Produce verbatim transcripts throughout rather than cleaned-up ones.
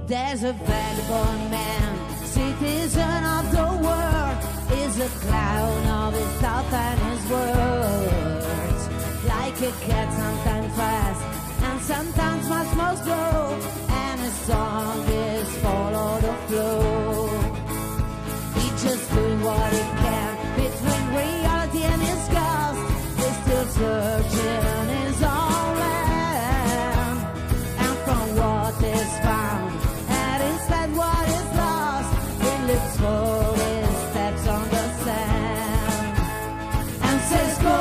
There's a vagabond man, citizen of the world, is a clown of his thoughts and his words. Like a cat, sometimes fast and sometimes much more slow, and his song is follow the flow. He's just doing what he can between reality and his ghost. He's still searching his own land, and from what is found and instead what is lost, he looks for his steps on the sand and says go.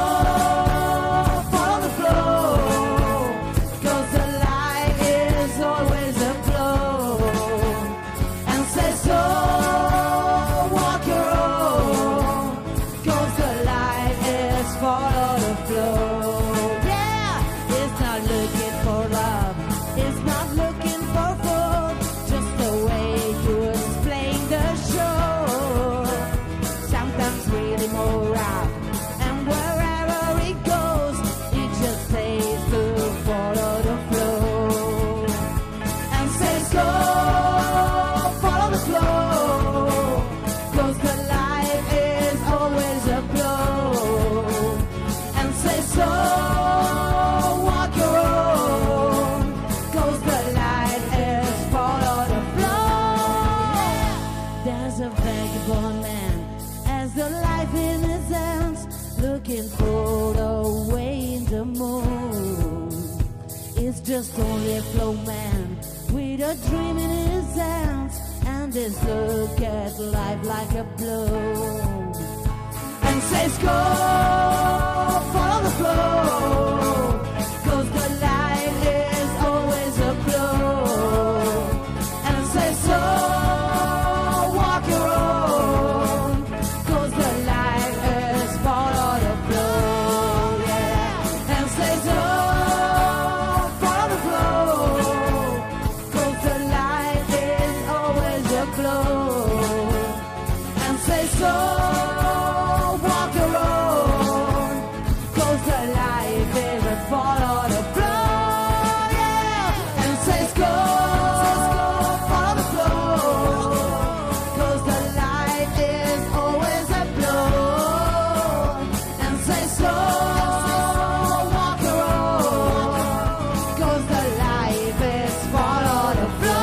Just only a flow man with a dream in his hands, and his look at life like a blow, and says go, follow the flow, 'cause the light is always a blow, and says so, walk your own, 'cause the light is follow the flow, yeah, and says so. So walk your own, 'cause the life is a follow the flow, yeah. And says go, follow the flow, 'cause the life is always a blow. And says so walk your own, 'cause the life is follow the flow.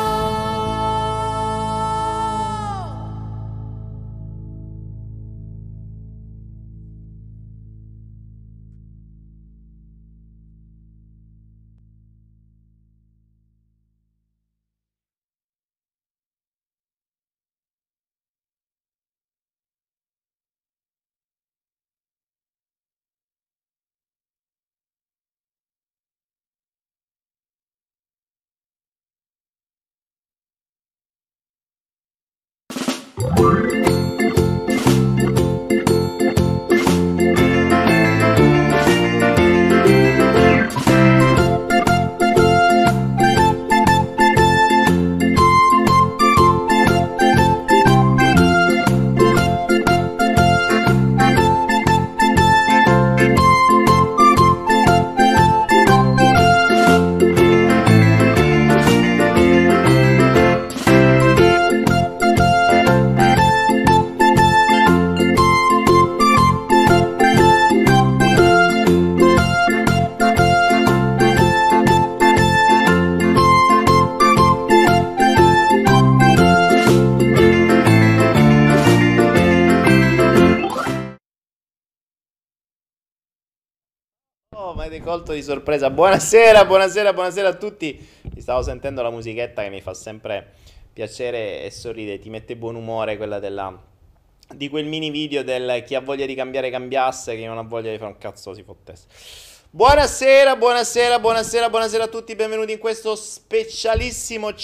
Mi avete colto di sorpresa. Buonasera, buonasera, buonasera a tutti. Vi stavo sentendo la musichetta che mi fa sempre piacere e sorride. Ti mette buon umore quella della di quel mini video del chi ha voglia di cambiare cambiasse, chi non ha voglia di fare un cazzo si fottesse. Buonasera, buonasera, buonasera, buonasera a tutti. Benvenuti in questo specialissimo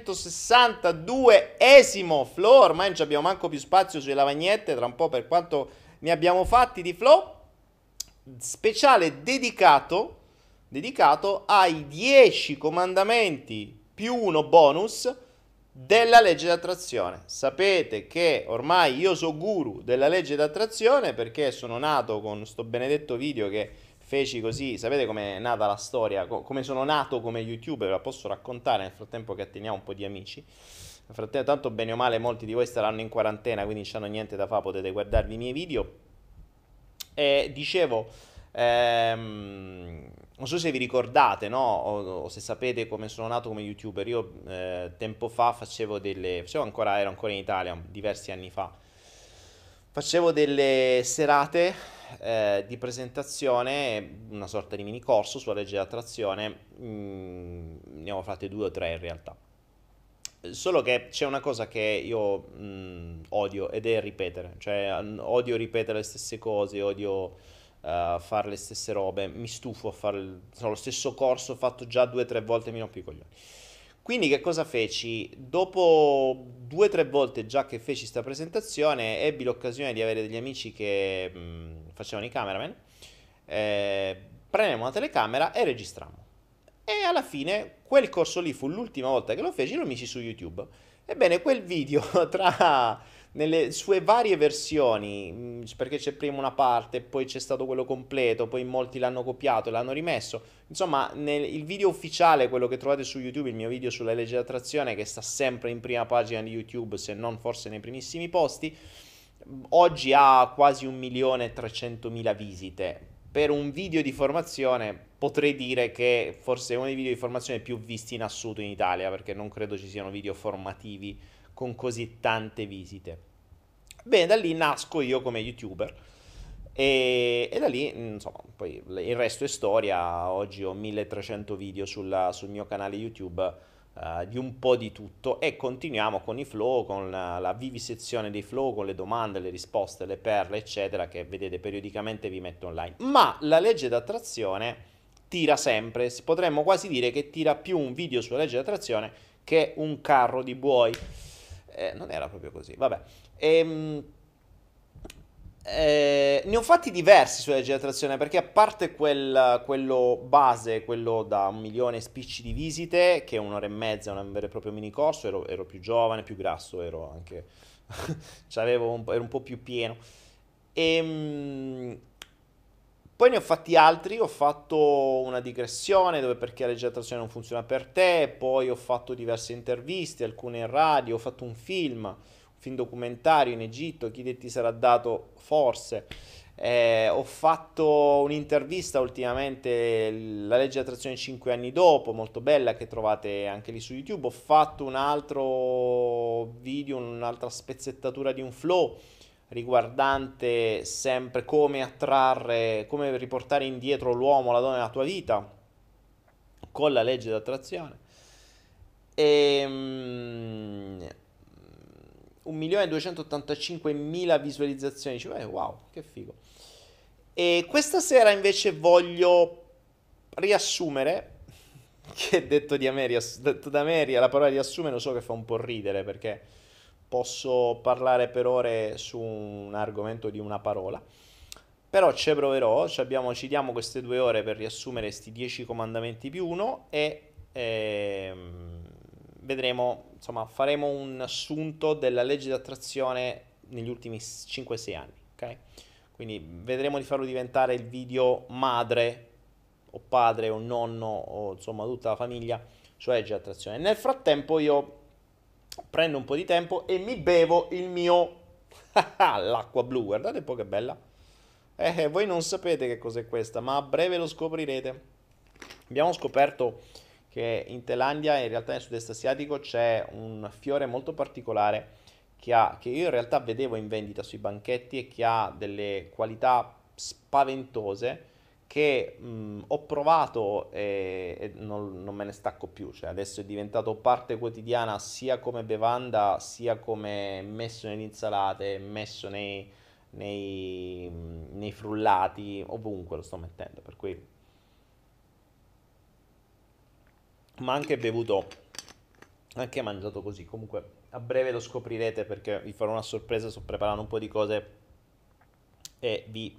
centosessantaduesimo flow. Ormai non abbiamo manco più spazio sulle lavagnette. Tra un po', per quanto ne abbiamo fatti di flow, speciale dedicato dedicato ai dieci comandamenti più uno bonus della legge d'attrazione. Sapete che ormai io sono guru della legge d'attrazione perché sono nato con sto benedetto video che feci così, sapete com'è nata la storia, co- come sono nato come YouTuber, ve la posso raccontare nel frattempo che atteniamo un po' di amici. Nel frattempo, tanto bene o male, molti di voi staranno in quarantena, quindi non hanno niente da fare, potete guardarvi i miei video. E dicevo, ehm, non so se vi ricordate, no? O, o se sapete come sono nato come YouTuber. Io eh, tempo fa facevo delle, facevo ancora, ero ancora in Italia, diversi anni fa. Facevo delle serate eh, di presentazione, una sorta di mini corso sulla legge dell'attrazione. Mm, ne avevo fatte due o tre in realtà. Solo che c'è una cosa che io mh, odio ed è ripetere, cioè mm, odio ripetere le stesse cose, odio eh, fare le stesse robe, mi stufo a fare il- so, lo stesso corso fatto già due o tre volte, mi rompo i coglioni. Quindi che cosa feci? Dopo due o tre volte già che feci questa presentazione, ebbi l'occasione di avere degli amici che mh, facevano i cameraman, eh, prendemmo una telecamera e registrammo. E alla fine quel corso lì fu l'ultima volta che lo feci, lo misi su YouTube. Ebbene, quel video tra nelle sue varie versioni, mh, perché c'è prima una parte, poi c'è stato quello completo, poi molti l'hanno copiato e l'hanno rimesso. Insomma, nel, il video ufficiale, quello che trovate su YouTube, il mio video sulla legge dell'attrazione, che sta sempre in prima pagina di YouTube, se non forse nei primissimi posti, oggi ha quasi un milione e trecentomila visite. Per un video di formazione potrei dire che forse è uno dei video di formazione più visti in assoluto in Italia, perché non credo ci siano video formativi con così tante visite. Bene, da lì nasco io come YouTuber e, e da lì, insomma, poi il resto è storia. Oggi ho milletrecento video sulla- sul mio canale YouTube, eh, di un po' di tutto e continuiamo con i flow, con la, la vivisezione dei flow, con le domande, le risposte, le perle, eccetera, che vedete periodicamente vi metto online. Ma la legge d'attrazione tira sempre, si- potremmo quasi dire che tira più un video sulla legge d'attrazione che un carro di buoi. Eh, non era proprio così, vabbè. Ehm, eh, ne ho fatti diversi sulla legge di attrazione perché a parte quel- quello base, quello da un milione e spicci di visite, che è un'ora e mezza, un vero e proprio mini corso, ero, ero più giovane, più grasso, ero anche, c'avevo un po', ero un po' più pieno. E, poi ne ho fatti altri, ho fatto una digressione dove perché la legge di attrazione non funziona per te, poi ho fatto diverse interviste, alcune in radio, ho fatto un film, un film documentario in Egitto, chi de ti sarà dato forse. Eh, ho fatto un'intervista ultimamente, la legge di attrazione cinque anni dopo, molto bella, che trovate anche lì su YouTube. Ho fatto un altro video, un'altra spezzettatura di un flow riguardante sempre come attrarre, come riportare indietro l'uomo, la donna nella tua vita con la legge d'attrazione. E mm, un milione e duecentottantacinquemila visualizzazioni. Dice, "Eh, wow, che figo." E questa sera invece voglio riassumere, che detto, di me, riass- detto da me, la parola riassumere lo so che fa un po' ridere perché posso parlare per ore su un argomento di una parola, però ci proverò, ci, abbiamo- ci diamo queste due ore per riassumere questi dieci comandamenti più uno e ehm, vedremo, insomma, faremo un assunto della legge di attrazione negli ultimi cinque sei anni, ok? Quindi vedremo di farlo diventare il video madre o padre o nonno o insomma tutta la famiglia sulla legge di attrazione. Nel frattempo io prendo un po' di tempo e mi bevo il mio l'acqua blu, guardate un po' che bella. Eh, voi non sapete che cos'è questa, ma a breve lo scoprirete. Abbiamo scoperto che in Thailandia, in realtà nel sud-est asiatico, c'è un fiore molto particolare che ha, che io in realtà vedevo in vendita sui banchetti e che ha delle qualità spaventose che mh, ho provato e, e non, non me ne stacco più, cioè adesso è diventato parte quotidiana sia come bevanda sia come messo nelle insalate, messo nei, nei, nei frullati, ovunque lo sto mettendo, per cui ma anche bevuto, anche mangiato così. Comunque a breve lo scoprirete perché vi farò una sorpresa, sto preparando un po' di cose e vi,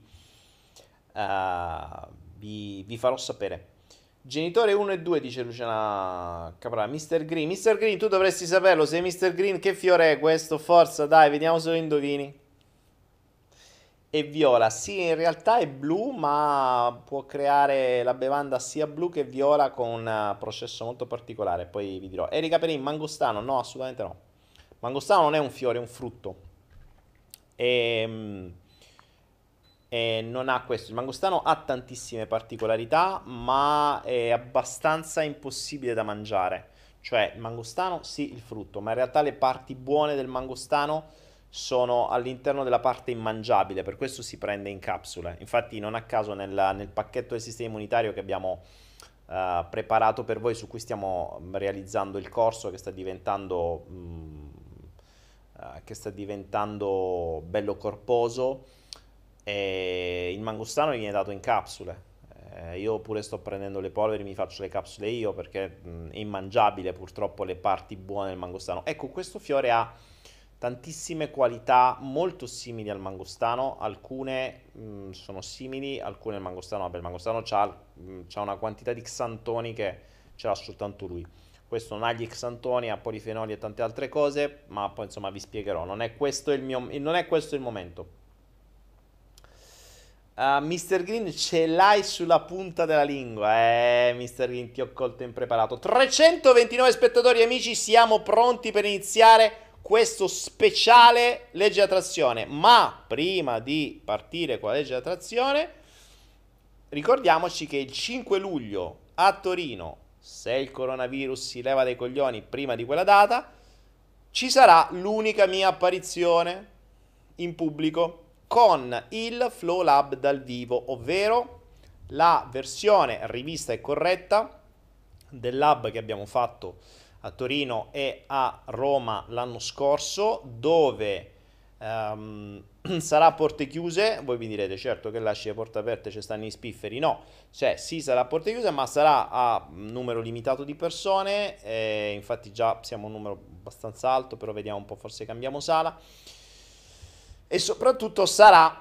eh, vi, vi farò sapere. Genitore uno e due, dice Luciana Caprara. mister Green, mister Green, tu dovresti saperlo. Sei mister Green, che fiore è questo? Forza, dai, vediamo se lo indovini. E viola, sì, in realtà è blu, ma può creare la bevanda sia blu che viola con un eh, processo molto particolare. Poi vi dirò. Erika Perin, mangostano? No, assolutamente no. Mangostano non è un fiore, è un frutto. E, e non ha questo. Il mangostano ha tantissime particolarità, ma è abbastanza impossibile da mangiare. Cioè, il mangostano, sì, il frutto, ma in realtà le parti buone del mangostano sono all'interno della parte immangiabile, per questo si prende in capsule. Infatti, non a caso nel, nel pacchetto del sistema immunitario che abbiamo eh, preparato per voi, su cui stiamo realizzando il corso che sta diventando, mh, eh, che sta diventando bello corposo, e il mangostano viene dato in capsule. Eh, io pure sto prendendo le polveri, mi faccio le capsule io perché mh, è immangiabile purtroppo le parti buone del mangostano. Ecco, questo fiore ha tantissime qualità molto simili al mangostano, alcune mh, sono simili, alcune il mangostano, vabbè, il mangostano ha una quantità di xantoni che ce l'ha soltanto lui. Questo non ha gli xantoni, ha polifenoli e tante altre cose, ma poi insomma vi spiegherò, non è questo il mio, non è questo il momento. Uh, mister Green, ce l'hai sulla punta della lingua. Eh, mister Green, ti ho colto impreparato. trecentoventinove spettatori, amici, siamo pronti per iniziare questo speciale legge di attrazione. Ma prima di partire con la legge di attrazione, ricordiamoci che il cinque luglio a Torino, se il coronavirus si leva dai coglioni prima di quella data, ci sarà l'unica mia apparizione in pubblico con il Flow Lab dal vivo, ovvero la versione rivista e corretta del lab che abbiamo fatto a Torino e a Roma l'anno scorso, dove um, sarà a porte chiuse. Voi vi direte, certo che lasci le porte aperte, ci stanno i spifferi. No, cioè sì, sarà a porte chiuse, ma sarà a numero limitato di persone. E infatti già siamo a un numero abbastanza alto, però vediamo un po', forse cambiamo sala. E soprattutto sarà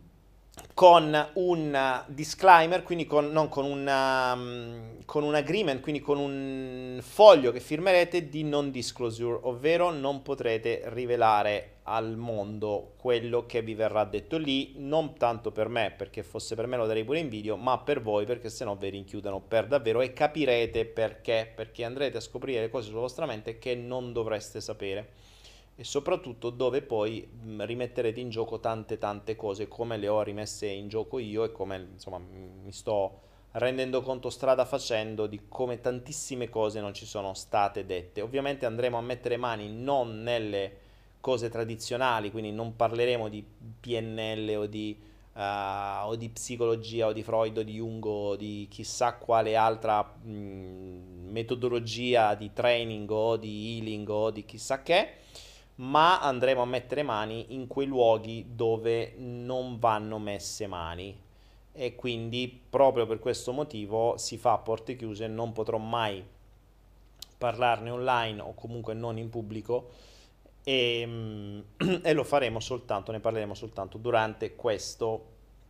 con un disclaimer, quindi con, non con un, um, con un agreement, quindi con un foglio che firmerete di non disclosure, ovvero non potrete rivelare al mondo quello che vi verrà detto lì, non tanto per me, perché fosse per me lo darei pure in video, ma per voi, perché sennò vi rinchiudono per davvero e capirete perché, perché andrete a scoprire le cose sulla vostra mente che non dovreste sapere. E soprattutto dove poi mh, rimetterete in gioco tante tante cose, come le ho rimesse in gioco io e come insomma mi sto rendendo conto strada facendo di come tantissime cose non ci sono state dette. Ovviamente andremo a mettere mani non nelle cose tradizionali, quindi non parleremo di P N L o di, uh, o di psicologia o di Freud o di Jung o di chissà quale altra mh, metodologia di training o di healing o di chissà che, ma andremo a mettere mani in quei luoghi dove non vanno messe mani, e quindi proprio per questo motivo si fa a porte chiuse. Non potrò mai parlarne online o comunque non in pubblico, e, e lo faremo soltanto, ne parleremo soltanto durante questo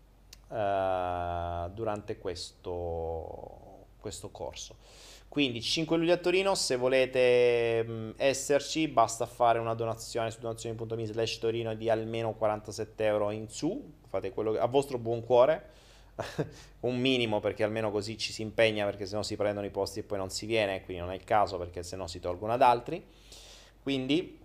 uh, durante questo questo corso. Quindi cinque luglio a Torino, se volete mh, esserci basta fare una donazione su donazioni punto me slash Torino di almeno quarantasette euro in su, fate quello che, a vostro buon cuore, un minimo, perché almeno così ci si impegna, perché sennò si prendono i posti e poi non si viene, quindi non è il caso, perché sennò si tolgono ad altri. Quindi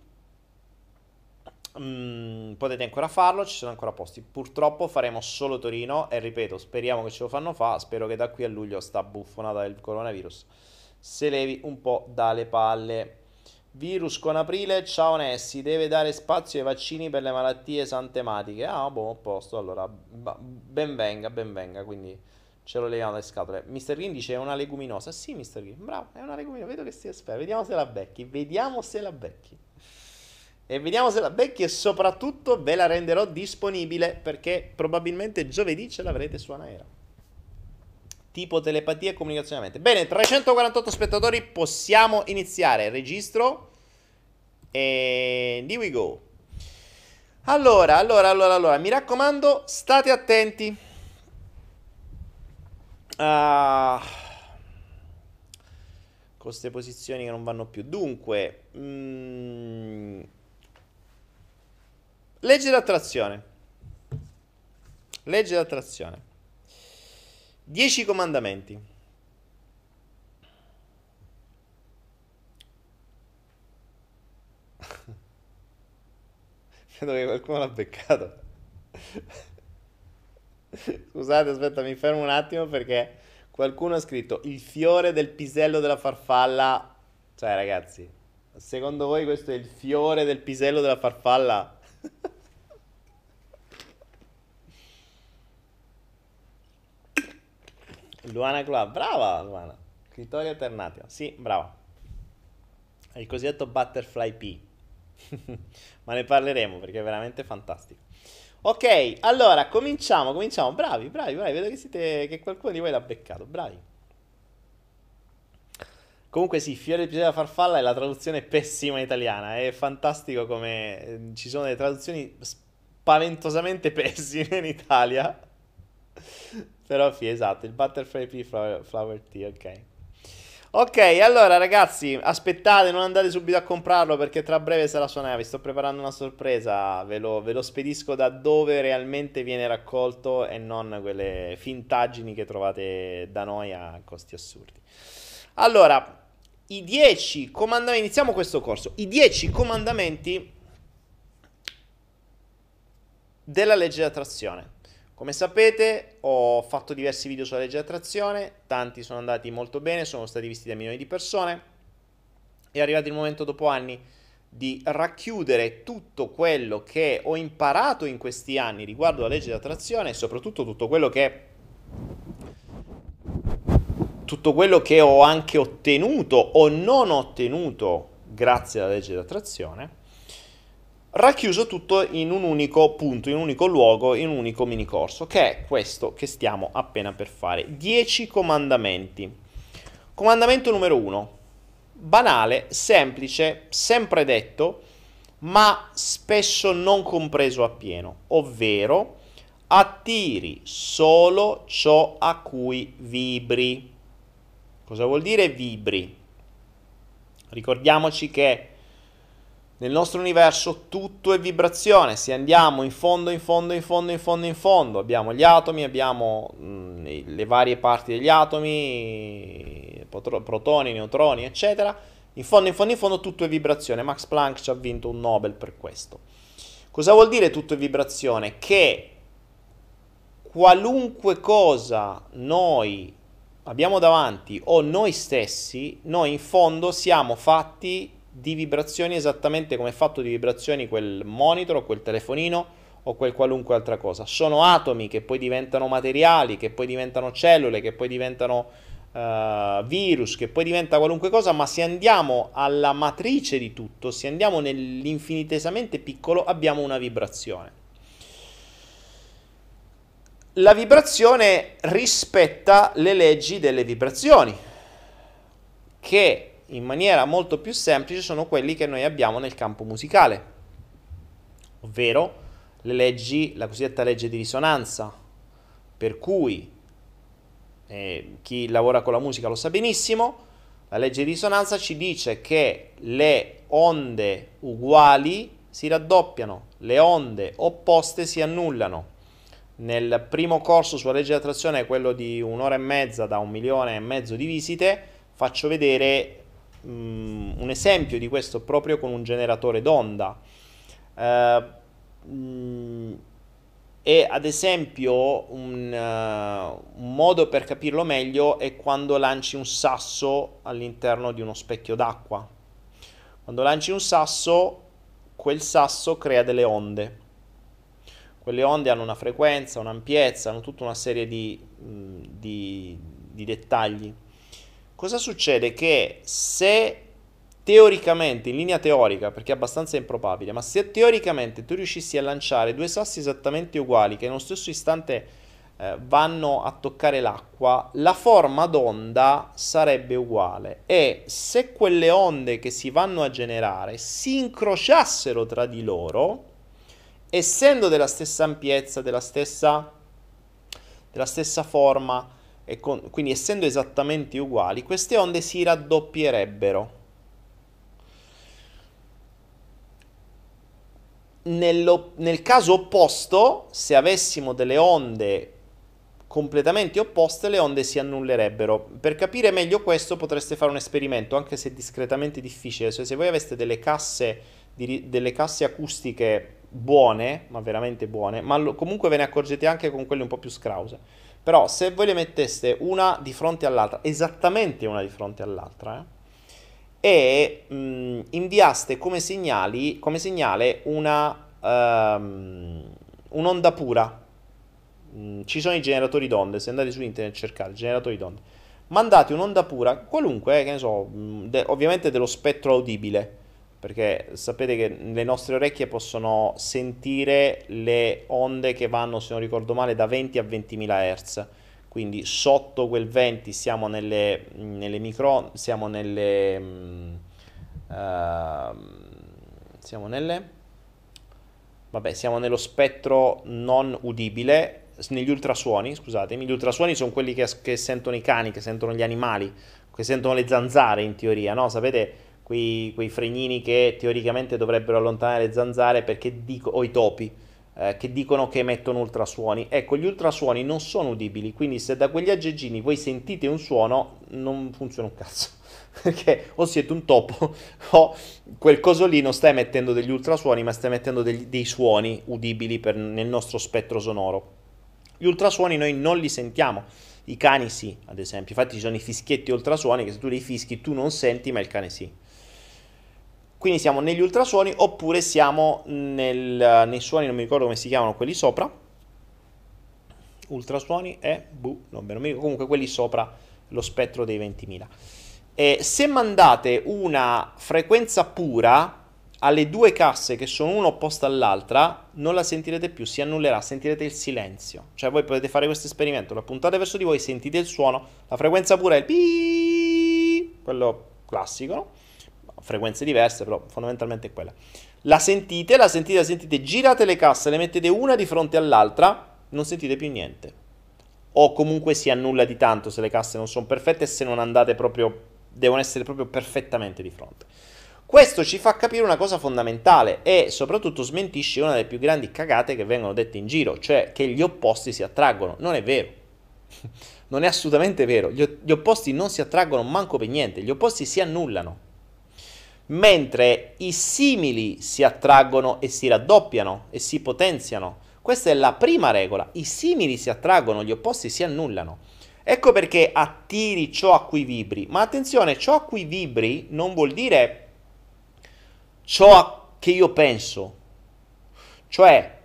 mh, potete ancora farlo, ci sono ancora posti. Purtroppo faremo solo Torino e ripeto, speriamo che ce lo fanno fa, spero che da qui a luglio sta buffonata del coronavirus se levi un po' dalle palle. Virus con aprile, ciao Nessi, deve dare spazio ai vaccini per le malattie santematiche. Ah, boh, a posto, allora, ben venga, ben venga, quindi ce lo leviamo dalle scatole. mister Green dice è una leguminosa. Sì, mister Green, bravo, è una leguminosa, vedo che si aspetta, vediamo se la becchi, vediamo se la becchi. E vediamo se la becchi e soprattutto ve la renderò disponibile, perché probabilmente giovedì ce l'avrete su Anaera. Tipo telepatia e comunicazione a mente. Bene, trecentoquarantotto spettatori, possiamo iniziare. Registro. E here we go. Allora, allora, allora, allora, mi raccomando, state attenti. Ah, con queste posizioni che non vanno più. Dunque, mm, legge d'attrazione. Legge d'attrazione. Dieci comandamenti. Vedo che qualcuno l'ha beccato. Scusate, aspetta, mi fermo un attimo perché qualcuno ha scritto il fiore del pisello della farfalla. Cioè, ragazzi, secondo voi questo è il fiore del pisello della farfalla? Luana Club, brava Luana. Scrittori alternativo, sì, brava. È il cosiddetto Butterfly P. Ma ne parleremo perché è veramente fantastico. Ok, allora cominciamo, cominciamo. Bravi, bravi, bravi. Vedo che siete, che qualcuno di voi l'ha beccato. Bravi. Comunque sì, Fiore del pisello della farfalla è la traduzione pessima italiana. È fantastico come eh, ci sono delle traduzioni spaventosamente pessime in Italia. Però sì, esatto, il Butterfly Pea Flower, Flower Tea, ok. Ok, allora ragazzi, aspettate, non andate subito a comprarlo perché tra breve sarà su neve. Vi sto preparando una sorpresa, ve lo, ve lo spedisco da dove realmente viene raccolto e non quelle fintaggini che trovate da noi a costi assurdi. Allora, i dieci comandamenti, iniziamo questo corso. I dieci comandamenti della legge di attrazione. Come sapete, ho fatto diversi video sulla legge di attrazione, tanti sono andati molto bene, sono stati visti da milioni di persone. È arrivato il momento, dopo anni, di racchiudere tutto quello che ho imparato in questi anni riguardo alla legge di attrazione e soprattutto tutto quello che tutto quello che ho anche ottenuto o non ottenuto grazie alla legge di attrazione, racchiuso tutto in un unico punto, in un unico luogo, in un unico mini corso, che è questo che stiamo appena per fare. dieci comandamenti. Comandamento numero uno. Banale, semplice, sempre detto, ma spesso non compreso appieno, ovvero attiri solo ciò a cui vibri. Cosa vuol dire vibri? Ricordiamoci che nel nostro universo tutto è vibrazione. Se andiamo in fondo, in fondo, in fondo, in fondo, in fondo, abbiamo gli atomi, abbiamo mh, le varie parti degli atomi, protoni, neutroni, eccetera. In fondo, in fondo, in fondo tutto è vibrazione. Max Planck ci ha vinto un Nobel per questo. Cosa vuol dire tutto è vibrazione? Che qualunque cosa noi abbiamo davanti o noi stessi, noi in fondo siamo fatti di vibrazioni esattamente come è fatto di vibrazioni quel monitor o quel telefonino o quel qualunque altra cosa. Sono atomi che poi diventano materiali, che poi diventano cellule, che poi diventano uh, virus, che poi diventa qualunque cosa, ma se andiamo alla matrice di tutto, se andiamo nell'infinitesamente piccolo, abbiamo una vibrazione. La vibrazione rispetta le leggi delle vibrazioni, che in maniera molto più semplice sono quelli che noi abbiamo nel campo musicale, ovvero le leggi, la cosiddetta legge di risonanza, per cui eh, chi lavora con la musica lo sa benissimo, la legge di risonanza ci dice che le onde uguali si raddoppiano, le onde opposte si annullano. Nel primo corso sulla legge di attrazione, quello di un'ora e mezza da un milione e mezzo di visite, faccio vedere un esempio di questo proprio con un generatore d'onda uh, mm, e ad esempio un, uh, un modo per capirlo meglio è quando lanci un sasso all'interno di uno specchio d'acqua. Quando lanci un sasso, quel sasso crea delle onde. Quelle onde hanno una frequenza, un'ampiezza, hanno tutta una serie di, mm, di, di dettagli. Cosa succede? Che se teoricamente, in linea teorica, perché è abbastanza improbabile, ma se teoricamente tu riuscissi a lanciare due sassi esattamente uguali che nello stesso istante eh, vanno a toccare l'acqua, la forma d'onda sarebbe uguale e se quelle onde che si vanno a generare si incrociassero tra di loro, essendo della stessa ampiezza, della stessa, della stessa forma, e con, quindi essendo esattamente uguali, queste onde si raddoppierebbero. Nello- nel caso opposto, se avessimo delle onde completamente opposte, le onde si annullerebbero. Per capire meglio questo potreste fare un esperimento, anche se discretamente difficile. Cioè, se voi aveste delle casse, di ri- delle casse acustiche buone, ma veramente buone, ma lo- comunque ve ne accorgete anche con quelle un po' più scrause. Però se voi le metteste una di fronte all'altra, esattamente una di fronte all'altra, eh, e mh, inviaste come segnali, come segnale una, ehm, un'onda pura. Mm, ci sono i generatori d'onde, se andate su internet e cercate generatori d'onde, mandate un'onda pura, qualunque, eh, che ne so, mm, de- ovviamente dello spettro audibile, perché sapete che le nostre orecchie possono sentire le onde che vanno, se non ricordo male, da venti a ventimila hertz. Quindi sotto quel venti siamo nelle, nelle micro, siamo nelle, mm, ehm, siamo nelle, vabbè, siamo nello spettro non udibile, negli ultrasuoni, scusatemi, gli ultrasuoni sono quelli che, che sentono i cani, che sentono gli animali, che sentono le zanzare in teoria, no? Sapete, quei, quei fregnini che teoricamente dovrebbero allontanare le zanzare perché dico, o i topi, eh, che dicono che emettono ultrasuoni. Ecco, gli ultrasuoni non sono udibili, quindi se da quegli aggeggini voi sentite un suono, non funziona un cazzo. Perché o siete un topo o quel coso lì non sta emettendo degli ultrasuoni, ma sta emettendo degli- dei suoni udibili per- nel nostro spettro sonoro. Gli ultrasuoni noi non li sentiamo, i cani sì, ad esempio. Infatti ci sono i fischietti ultrasuoni che se tu li fischi tu non senti, ma il cane sì. Quindi siamo negli ultrasuoni oppure siamo nel- nei suoni, non mi ricordo come si chiamano quelli sopra. Ultrasuoni e buh, non me lo ricordo, comunque quelli sopra lo spettro dei ventimila. E se mandate una frequenza pura alle due casse che sono una opposta all'altra, non la sentirete più, si annullerà, sentirete il silenzio. Cioè voi potete fare questo esperimento, la puntate verso di voi, sentite il suono, la frequenza pura è il pi, quello classico, no? Frequenze diverse, però fondamentalmente è quella. La sentite, la sentite, la sentite, girate le casse, le mettete una di fronte all'altra, non sentite più niente. O comunque si annulla di tanto se le casse non sono perfette e se non andate proprio, devono essere proprio perfettamente di fronte. Questo ci fa capire una cosa fondamentale e soprattutto smentisce una delle più grandi cagate che vengono dette in giro, cioè che gli opposti si attraggono. Non è vero. Non è assolutamente vero. Gli, gli opposti non si attraggono manco per niente, gli opposti si annullano. Mentre i simili si attraggono e si raddoppiano e si potenziano. Questa è la prima regola. I simili si attraggono, gli opposti si annullano. Ecco perché attiri ciò a cui vibri. Ma attenzione, ciò a cui vibri non vuol dire ciò che io penso. Cioè,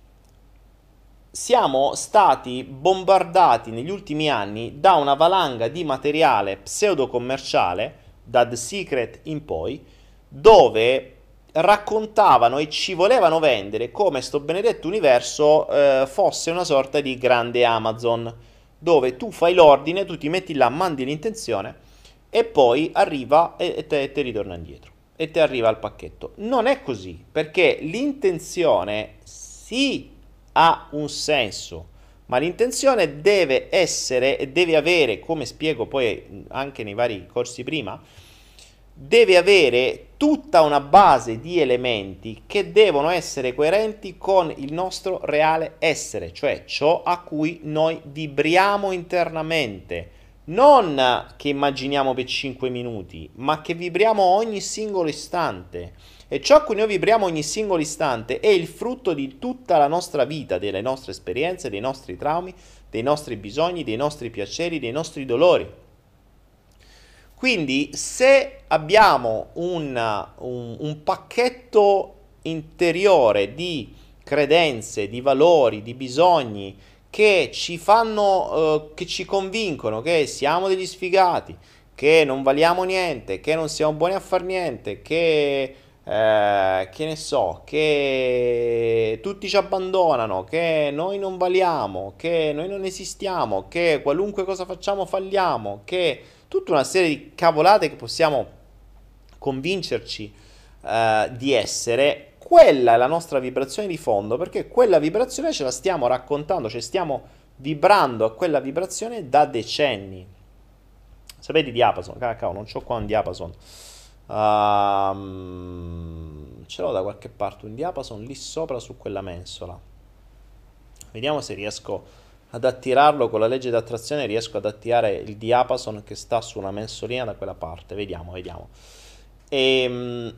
siamo stati bombardati negli ultimi anni da una valanga di materiale pseudo-commerciale, da The Secret in poi, dove raccontavano e ci volevano vendere come sto benedetto universo eh, fosse una sorta di grande Amazon, dove tu fai l'ordine, tu ti metti là, mandi l'intenzione e poi arriva e, e te, te ritorna indietro e ti arriva il pacchetto. Non è così, perché l'intenzione sì ha un senso, ma l'intenzione deve essere e deve avere, come spiego poi anche nei vari corsi prima, deve avere tutta una base di elementi che devono essere coerenti con il nostro reale essere, cioè ciò a cui noi vibriamo internamente. Non che immaginiamo per cinque minuti, ma che vibriamo ogni singolo istante. E ciò a cui noi vibriamo ogni singolo istante è il frutto di tutta la nostra vita, delle nostre esperienze, dei nostri traumi, dei nostri bisogni, dei nostri piaceri, dei nostri dolori. Quindi se abbiamo un, un, un pacchetto interiore di credenze, di valori, di bisogni che ci fanno, eh, che ci convincono che siamo degli sfigati, che non valiamo niente, che non siamo buoni a far niente, che, eh, che ne so, che tutti ci abbandonano, che noi non valiamo, che noi non esistiamo, che qualunque cosa facciamo falliamo, che tutta una serie di cavolate che possiamo convincerci eh, di essere, quella è la nostra vibrazione di fondo, perché quella vibrazione ce la stiamo raccontando, cioè stiamo vibrando a quella vibrazione da decenni. Sapete i diapason? Cacao, non c'ho qua un diapason. Um, ce l'ho da qualche parte un diapason lì sopra su quella mensola. Vediamo se riesco ad attirarlo con la legge d'attrazione, riesco ad attirare il diapason che sta su una mensolina da quella parte. Vediamo, vediamo. E,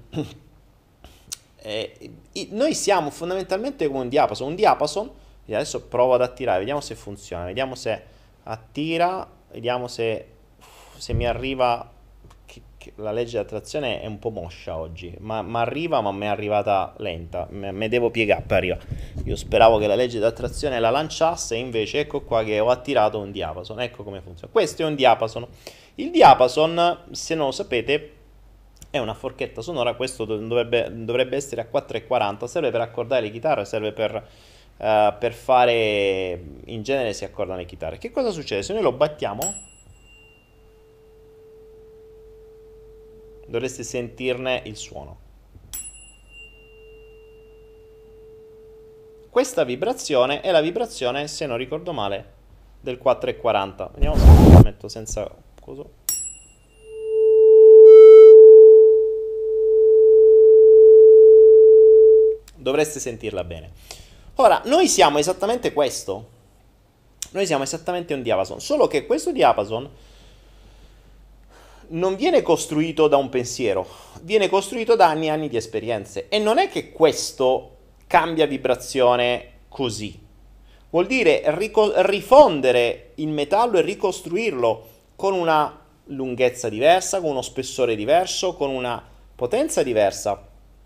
e, e, noi siamo fondamentalmente come un diapason. Un diapason, adesso provo ad attirare, vediamo se funziona, vediamo se attira, vediamo se, se mi arriva. La legge di attrazione è un po' moscia oggi, ma, ma arriva, ma mi è arrivata lenta, me, me devo piegare per arrivare. Io speravo che la legge di attrazione la lanciasse, invece ecco qua che ho attirato un diapason. Ecco come funziona. Questo è un diapason. Il diapason, se non lo sapete, è una forchetta sonora. Questo dovrebbe, dovrebbe essere a quattro e quaranta, serve per accordare le chitarre, serve per, uh, per fare, in genere si accordano le chitarre. Che cosa succede? Se noi lo battiamo, dovreste sentirne il suono. Questa vibrazione è la vibrazione, se non ricordo male, del quattro e quaranta. Vediamo se lo metto senza coso. Dovreste sentirla bene. Ora, noi siamo esattamente questo. Noi siamo esattamente un diapason, solo che questo diapason non viene costruito da un pensiero, viene costruito da anni e anni di esperienze. E non è che questo cambia vibrazione così. Vuol dire rifondere il metallo e ricostruirlo con una lunghezza diversa, con uno spessore diverso, con una potenza diversa.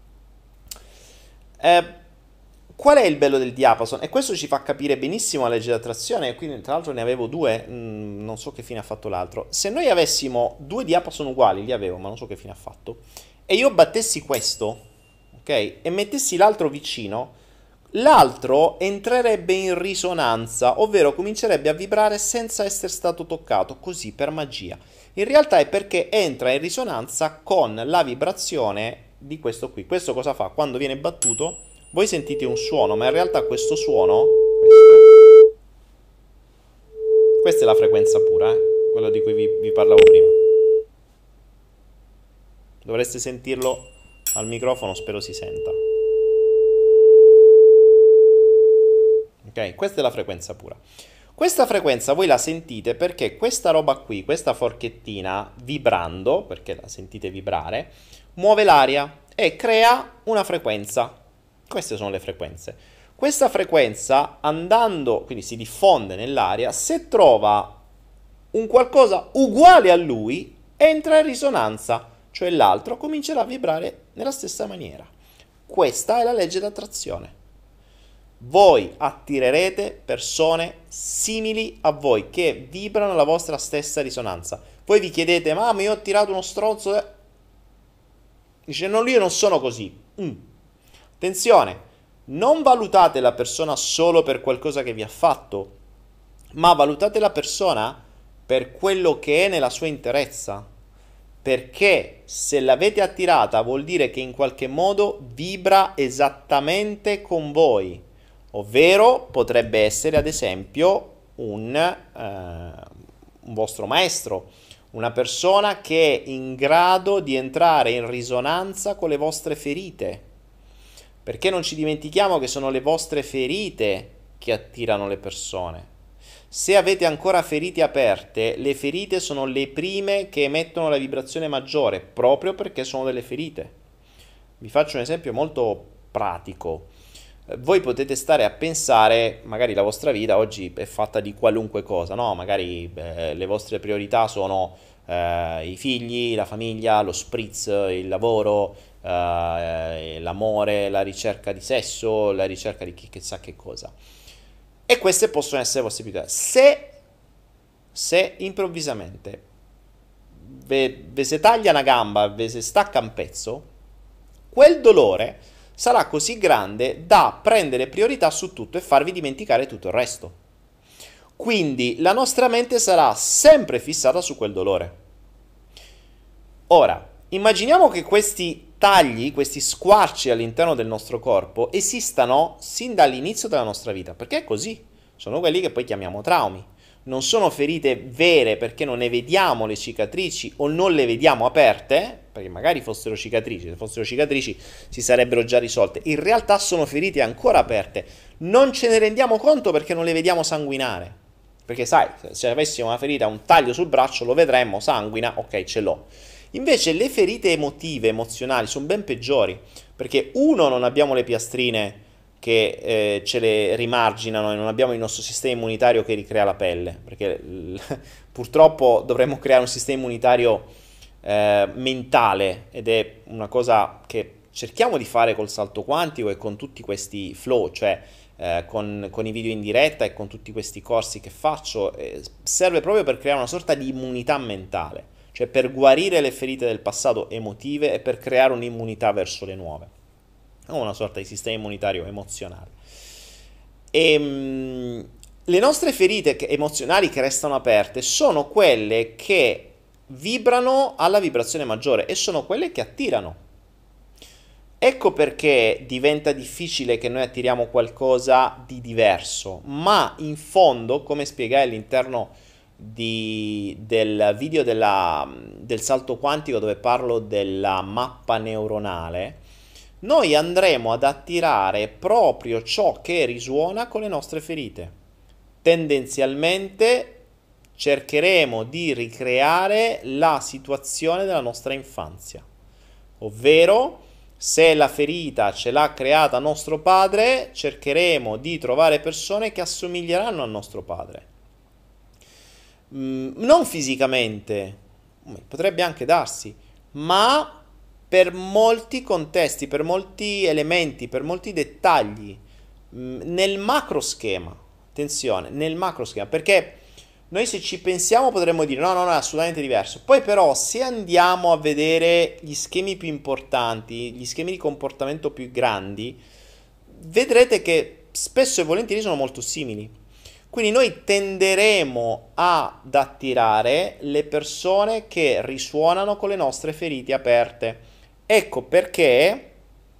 Eh, Qual è il bello del diapason? E questo ci fa capire benissimo la legge di attrazione, quindi tra l'altro ne avevo due, mh, non so che fine ha fatto l'altro. Se noi avessimo due diapason uguali, li avevo, ma non so che fine ha fatto, e io battessi questo, ok, e mettessi l'altro vicino, l'altro entrerebbe in risonanza, ovvero comincerebbe a vibrare senza essere stato toccato, così per magia. In realtà è perché entra in risonanza con la vibrazione di questo qui. Questo cosa fa? Quando viene battuto, voi sentite un suono, ma in realtà questo suono, questo, questa è la frequenza pura, eh? Quello di cui vi, vi parlavo prima. Dovreste sentirlo al microfono, spero si senta. Ok, questa è la frequenza pura. Questa frequenza voi la sentite perché questa roba qui, questa forchettina, vibrando, perché la sentite vibrare, muove l'aria e crea una frequenza. Queste sono le frequenze. Questa frequenza, andando, quindi si diffonde nell'aria, se trova un qualcosa uguale a lui, entra in risonanza, cioè l'altro comincerà a vibrare nella stessa maniera. Questa è la legge d'attrazione. Voi attirerete persone simili a voi, che vibrano la vostra stessa risonanza. Voi vi chiedete, ma io ho tirato uno stronzo, dice, no, io non sono così. Mm. Attenzione, non valutate la persona solo per qualcosa che vi ha fatto, ma valutate la persona per quello che è nella sua interezza. Perché se l'avete attirata vuol dire che in qualche modo vibra esattamente con voi. Ovvero potrebbe essere ad esempio un, eh, un vostro maestro, una persona che è in grado di entrare in risonanza con le vostre ferite. Perché non ci dimentichiamo che sono le vostre ferite che attirano le persone. Se avete ancora ferite aperte, le ferite sono le prime che emettono la vibrazione maggiore, proprio perché sono delle ferite. Vi faccio un esempio molto pratico. Voi potete stare a pensare, magari la vostra vita oggi è fatta di qualunque cosa, no? Magari eh, le vostre priorità sono eh, i figli, la famiglia, lo spritz, il lavoro, eh, l'amore, la ricerca di sesso, la ricerca di chi che sa che cosa. E queste possono essere le vostre priorità. Se, se improvvisamente ve, ve se taglia una gamba, ve se stacca un pezzo, quel dolore sarà così grande da prendere priorità su tutto e farvi dimenticare tutto il resto. Quindi la nostra mente sarà sempre fissata su quel dolore. Ora, immaginiamo che questi tagli, questi squarci all'interno del nostro corpo esistano sin dall'inizio della nostra vita, perché è così. Sono quelli che poi chiamiamo traumi. non sono ferite vere perché non ne vediamo le cicatrici o non le vediamo aperte, perché magari fossero cicatrici, se fossero cicatrici si sarebbero già risolte, in realtà sono ferite ancora aperte, non ce ne rendiamo conto perché non le vediamo sanguinare, perché sai, se avessimo una ferita, un taglio sul braccio, lo vedremmo, sanguina, ok, ce l'ho. Invece le ferite emotive, emozionali, sono ben peggiori, perché uno, non abbiamo le piastrine che eh, ce le rimarginano e non abbiamo il nostro sistema immunitario che ricrea la pelle, perché l- purtroppo dovremmo creare un sistema immunitario eh, mentale, ed è una cosa che cerchiamo di fare col salto quantico e con tutti questi flow, cioè eh, con, con i video in diretta e con tutti questi corsi che faccio, eh, serve proprio per creare una sorta di immunità mentale, cioè per guarire le ferite del passato emotive e per creare un'immunità verso le nuove, una sorta di sistema immunitario emozionale. E, mh, le nostre ferite che, emozionali che restano aperte sono quelle che vibrano alla vibrazione maggiore e sono quelle che attirano. Ecco perché diventa difficile che noi attiriamo qualcosa di diverso, ma in fondo, come spiegai all'interno di, del video della, del salto quantico dove parlo della mappa neuronale, noi andremo ad attirare proprio ciò che risuona con le nostre ferite. Tendenzialmente cercheremo di ricreare la situazione della nostra infanzia, ovvero se la ferita ce l'ha creata nostro padre, cercheremo di trovare persone che assomiglieranno al nostro padre. Mm, non fisicamente, potrebbe anche darsi, ma per molti contesti, per molti elementi, per molti dettagli, mh, nel macro schema, attenzione, nel macro schema, perché noi se ci pensiamo potremmo dire no, no, no, è assolutamente diverso. Poi però se andiamo a vedere gli schemi più importanti, gli schemi di comportamento più grandi, vedrete che spesso e volentieri sono molto simili. Quindi noi tenderemo ad attirare le persone che risuonano con le nostre ferite aperte. Ecco perché,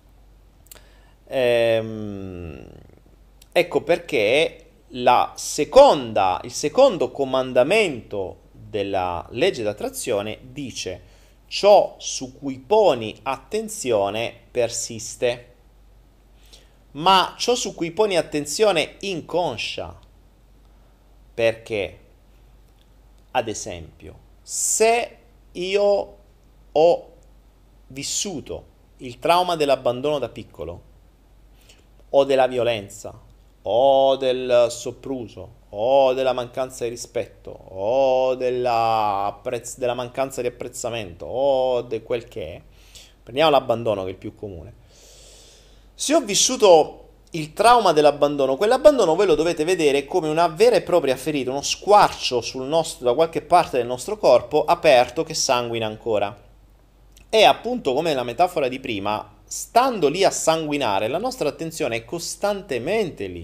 ehm, ecco perché la seconda, il secondo comandamento della legge d'attrazione dice: ciò su cui poni attenzione persiste, ma ciò su cui poni attenzione inconscia. Perché, ad esempio, se io ho vissuto il trauma dell'abbandono da piccolo, o della violenza, o del sopruso, o della mancanza di rispetto, o della, apprezz- della mancanza di apprezzamento, o di quel che è, prendiamo l'abbandono che è il più comune. Se ho vissuto il trauma dell'abbandono, quell'abbandono voi lo dovete vedere come una vera e propria ferita, uno squarcio sul nostro, da qualche parte del nostro corpo aperto che sanguina ancora. E appunto, come nella metafora di prima, stando lì a sanguinare, la nostra attenzione è costantemente lì,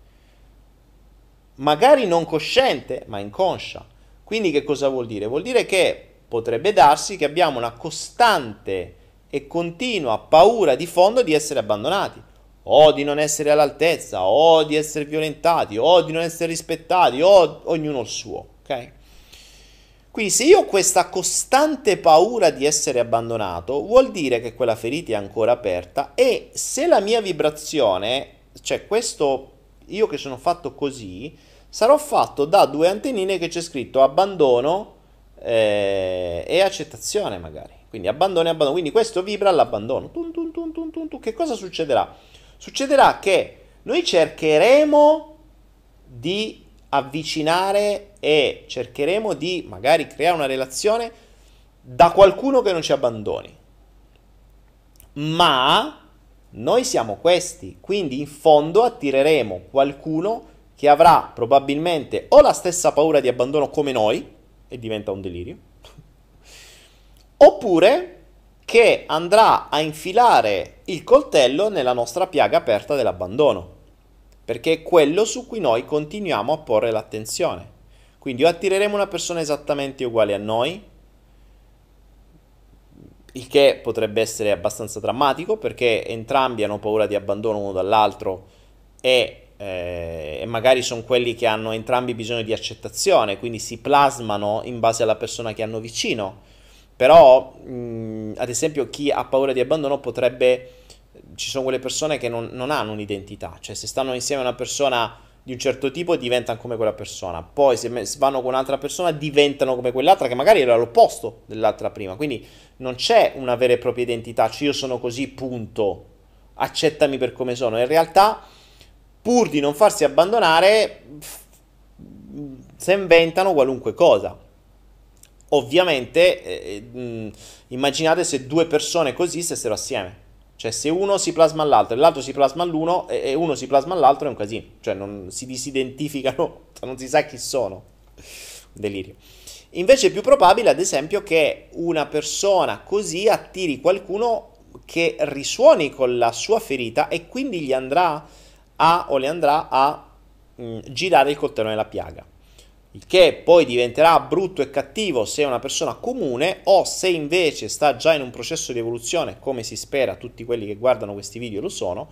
magari non cosciente, ma inconscia. Quindi che cosa vuol dire? Vuol dire che potrebbe darsi che abbiamo una costante e continua paura di fondo di essere abbandonati, o di non essere all'altezza, o di essere violentati, o di non essere rispettati, o ognuno il suo, ok? Quindi se io ho questa costante paura di essere abbandonato, vuol dire che quella ferita è ancora aperta, e se la mia vibrazione, cioè questo io che sono fatto così, sarò fatto da due antennine che c'è scritto abbandono eh, e accettazione magari. Quindi abbandono e abbandono, quindi questo vibra all'abbandono. Tum, tum, tum, tum, tum, tum. Che cosa succederà? Succederà che noi cercheremo di avvicinare e cercheremo di magari creare una relazione da qualcuno che non ci abbandoni, ma noi siamo questi, quindi in fondo attireremo qualcuno che avrà probabilmente o la stessa paura di abbandono come noi e diventa un delirio, oppure che andrà a infilare il coltello nella nostra piaga aperta dell'abbandono, perché è quello su cui noi continuiamo a porre l'attenzione. Quindi o attireremo una persona esattamente uguale a noi, il che potrebbe essere abbastanza drammatico, perché entrambi hanno paura di abbandono uno dall'altro e eh, e magari sono quelli che hanno entrambi bisogno di accettazione, quindi si plasmano in base alla persona che hanno vicino. Però, mh, ad esempio, chi ha paura di abbandono potrebbe... Ci sono quelle persone che non, non hanno un'identità, cioè se stanno insieme a una persona di un certo tipo diventano come quella persona, poi se vanno con un'altra persona diventano come quell'altra che magari era l'opposto dell'altra prima, quindi non c'è una vera e propria identità, cioè io sono così, punto, accettami per come sono. In realtà, pur di non farsi abbandonare, si inventano qualunque cosa. Ovviamente, eh, mh, immaginate se due persone così stessero assieme. Cioè se uno si plasma all'altro e l'altro si plasma all'uno e uno si plasma all'altro è un casino. Cioè non si disidentificano, non si sa chi sono. Delirio. Invece è più probabile, ad esempio, che una persona così attiri qualcuno che risuoni con la sua ferita e quindi gli andrà a o le andrà a mh, girare il coltello nella piaga. Il che poi diventerà brutto e cattivo se è una persona comune, o se invece sta già in un processo di evoluzione, come si spera, tutti quelli che guardano questi video lo sono,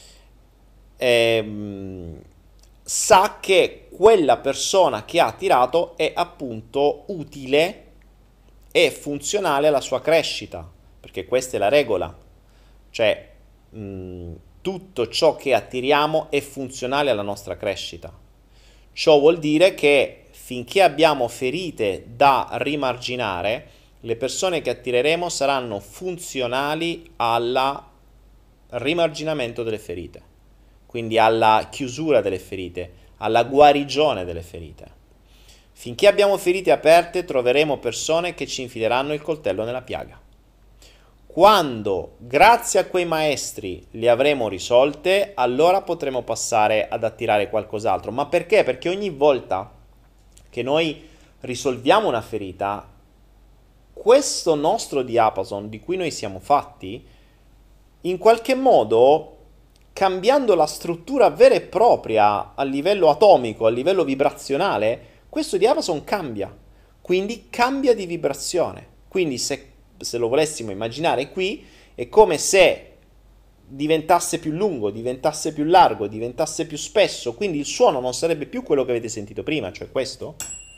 ehm, sa che quella persona che ha tirato è appunto utile e funzionale alla sua crescita, perché questa è la regola, cioè mh, tutto ciò che attiriamo è funzionale alla nostra crescita. Ciò vuol dire che finché abbiamo ferite da rimarginare, le persone che attireremo saranno funzionali al rimarginamento delle ferite, quindi alla chiusura delle ferite, alla guarigione delle ferite. Finché abbiamo ferite aperte, troveremo persone che ci infileranno il coltello nella piaga. Quando, grazie a quei maestri, le avremo risolte, allora potremo passare ad attirare qualcos'altro. Ma perché? Perché ogni volta che noi risolviamo una ferita, questo nostro diapason di cui noi siamo fatti, in qualche modo, cambiando la struttura vera e propria a livello atomico, a livello vibrazionale, questo diapason cambia, quindi cambia di vibrazione. Quindi se, se lo volessimo immaginare qui, è come se diventasse più lungo, diventasse più largo, diventasse più spesso, quindi il suono non sarebbe più quello che avete sentito prima, cioè questo,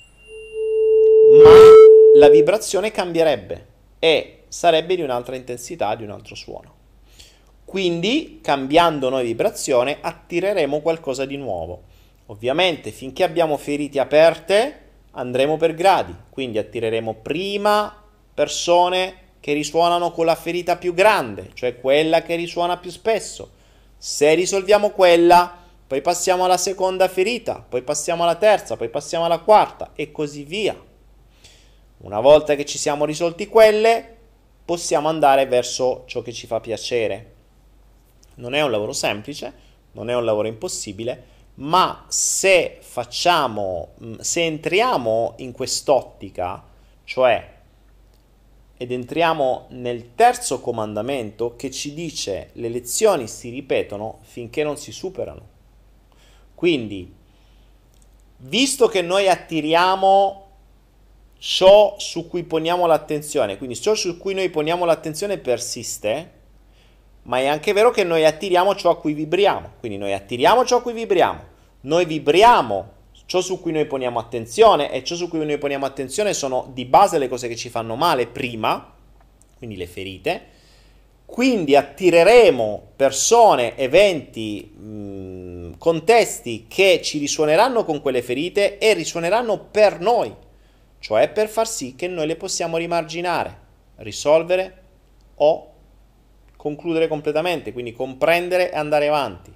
ma la vibrazione cambierebbe e sarebbe di un'altra intensità, di un altro suono. Quindi, cambiando noi vibrazione, attireremo qualcosa di nuovo. Ovviamente, finché abbiamo ferite aperte, andremo per gradi, quindi attireremo prima persone che risuonano con la ferita più grande, cioè quella che risuona più spesso. Se risolviamo quella, poi passiamo alla seconda ferita, poi passiamo alla terza, poi passiamo alla quarta e così via. Una volta che ci siamo risolti quelle, possiamo andare verso ciò che ci fa piacere. Non è un lavoro semplice, non è un lavoro impossibile, ma se facciamo, se entriamo in quest'ottica, cioè ed entriamo nel terzo comandamento che ci dice le lezioni si ripetono finché non si superano. Quindi, visto che noi attiriamo ciò su cui poniamo l'attenzione, quindi ciò su cui noi poniamo l'attenzione persiste, ma è anche vero che noi attiriamo ciò a cui vibriamo, quindi noi attiriamo ciò a cui vibriamo, noi vibriamo ciò su cui noi poniamo attenzione, e ciò su cui noi poniamo attenzione sono di base le cose che ci fanno male prima, quindi le ferite, quindi attireremo persone, eventi, mh, contesti che ci risuoneranno con quelle ferite e risuoneranno per noi, cioè per far sì che noi le possiamo rimarginare, risolvere o concludere completamente, quindi comprendere e andare avanti.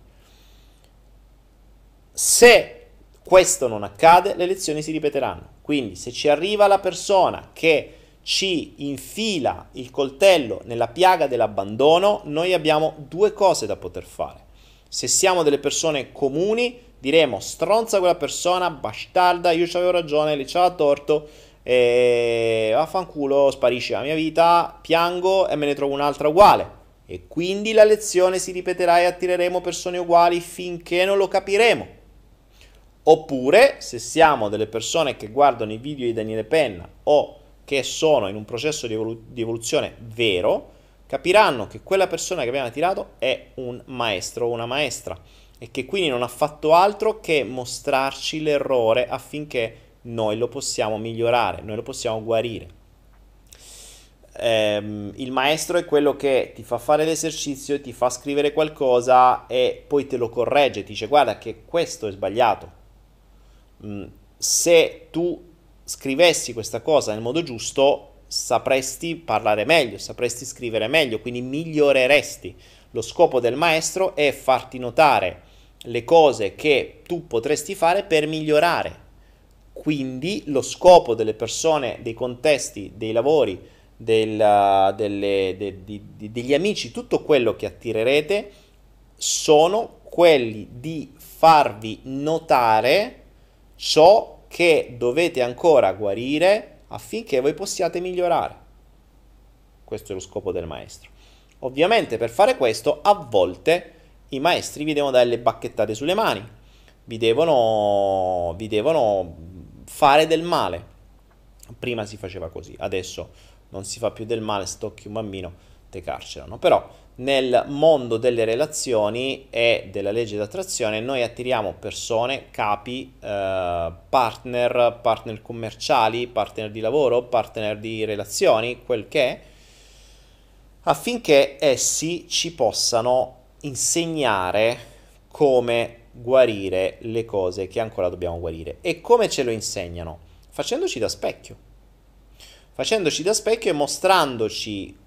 Se questo non accade, le lezioni si ripeteranno. Quindi se ci arriva la persona che ci infila il coltello nella piaga dell'abbandono, noi abbiamo due cose da poter fare. Se siamo delle persone comuni, diremo stronza quella persona, bastarda, io c'avevo ragione, lei c'aveva torto, e vaffanculo, sparisce la mia vita, piango e me ne trovo un'altra uguale. E quindi la lezione si ripeterà e attireremo persone uguali finché non lo capiremo. Oppure, se siamo delle persone che guardano i video di Daniele Penna o che sono in un processo di, evolu- di evoluzione vero, capiranno che quella persona che abbiamo attirato è un maestro o una maestra e che quindi non ha fatto altro che mostrarci l'errore affinché noi lo possiamo migliorare, noi lo possiamo guarire. Ehm, il maestro è quello che ti fa fare l'esercizio, ti fa scrivere qualcosa e poi te lo corregge, ti dice guarda che questo è sbagliato. Mm, se tu scrivessi questa cosa nel modo giusto, sapresti parlare meglio, sapresti scrivere meglio, quindi miglioreresti. Lo scopo del maestro è farti notare le cose che tu potresti fare per migliorare. Quindi lo scopo delle persone, dei contesti, dei lavori, del, delle, de, di, di, degli amici, tutto quello che attirerete sono quelli di farvi notare ciò che dovete ancora guarire affinché voi possiate migliorare. Questo è lo scopo del maestro. Ovviamente per fare questo a volte i maestri vi devono dare le bacchettate sulle mani, vi devono, vi devono fare del male. Prima si faceva così, adesso non si fa più del male, se tocchi un bambino te carcerano. Però nel mondo delle relazioni e della legge d'attrazione noi attiriamo persone, capi, eh, partner, partner commerciali, partner di lavoro, partner di relazioni, quel che è, affinché essi ci possano insegnare come guarire le cose che ancora dobbiamo guarire. E come ce lo insegnano? Facendoci da specchio. Facendoci da specchio e mostrandoci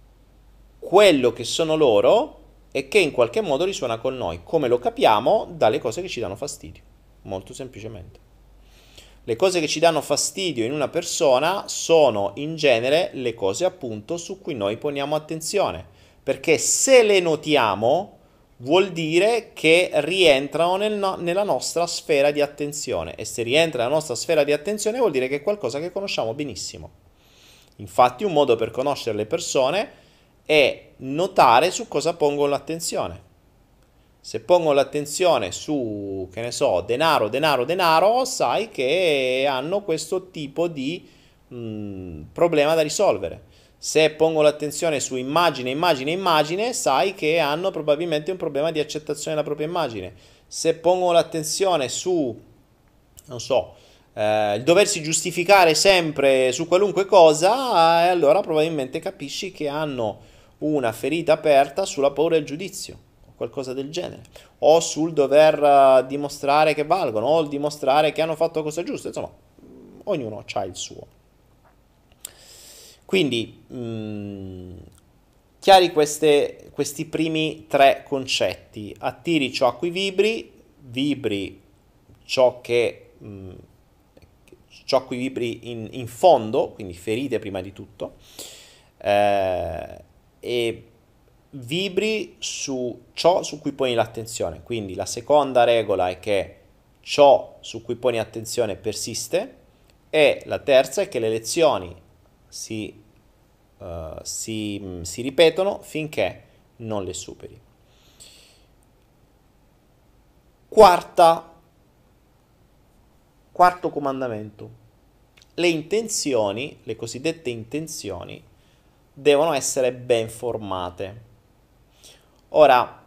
quello che sono loro e che in qualche modo risuona con noi. Come lo capiamo? Dalle cose che ci danno fastidio. Molto semplicemente. Le cose che ci danno fastidio in una persona sono in genere le cose appunto su cui noi poniamo attenzione, perché se le notiamo vuol dire che rientrano nel no- nella nostra sfera di attenzione, e se rientra nella nostra sfera di attenzione vuol dire che è qualcosa che conosciamo benissimo. Infatti un modo per conoscere le persone è notare su cosa pongono l'attenzione. Se pongo l'attenzione su, che ne so, denaro, denaro, denaro, sai che hanno questo tipo di mh, problema da risolvere. Se pongo l'attenzione su immagine, immagine, immagine, sai che hanno probabilmente un problema di accettazione della propria immagine. Se pongo l'attenzione su, non so, eh, il doversi giustificare sempre su qualunque cosa, eh, allora probabilmente capisci che hanno una ferita aperta sulla paura del giudizio. Qualcosa del genere, o sul dover uh, dimostrare che valgono, o il dimostrare che hanno fatto cosa giusta. Insomma, ognuno ha il suo. Quindi mh, chiari queste, questi primi tre concetti: attiri ciò a cui vibri, vibri ciò che mh, ciò a cui vibri in, in fondo, quindi ferite prima di tutto, eh, e vibri su ciò su cui poni l'attenzione. Quindi la seconda regola è che ciò su cui poni attenzione persiste, e la terza è che le lezioni si, uh, si, si ripetono finché non le superi. Quarta, quarto comandamento: le intenzioni, le cosiddette intenzioni, devono essere ben formate. Ora,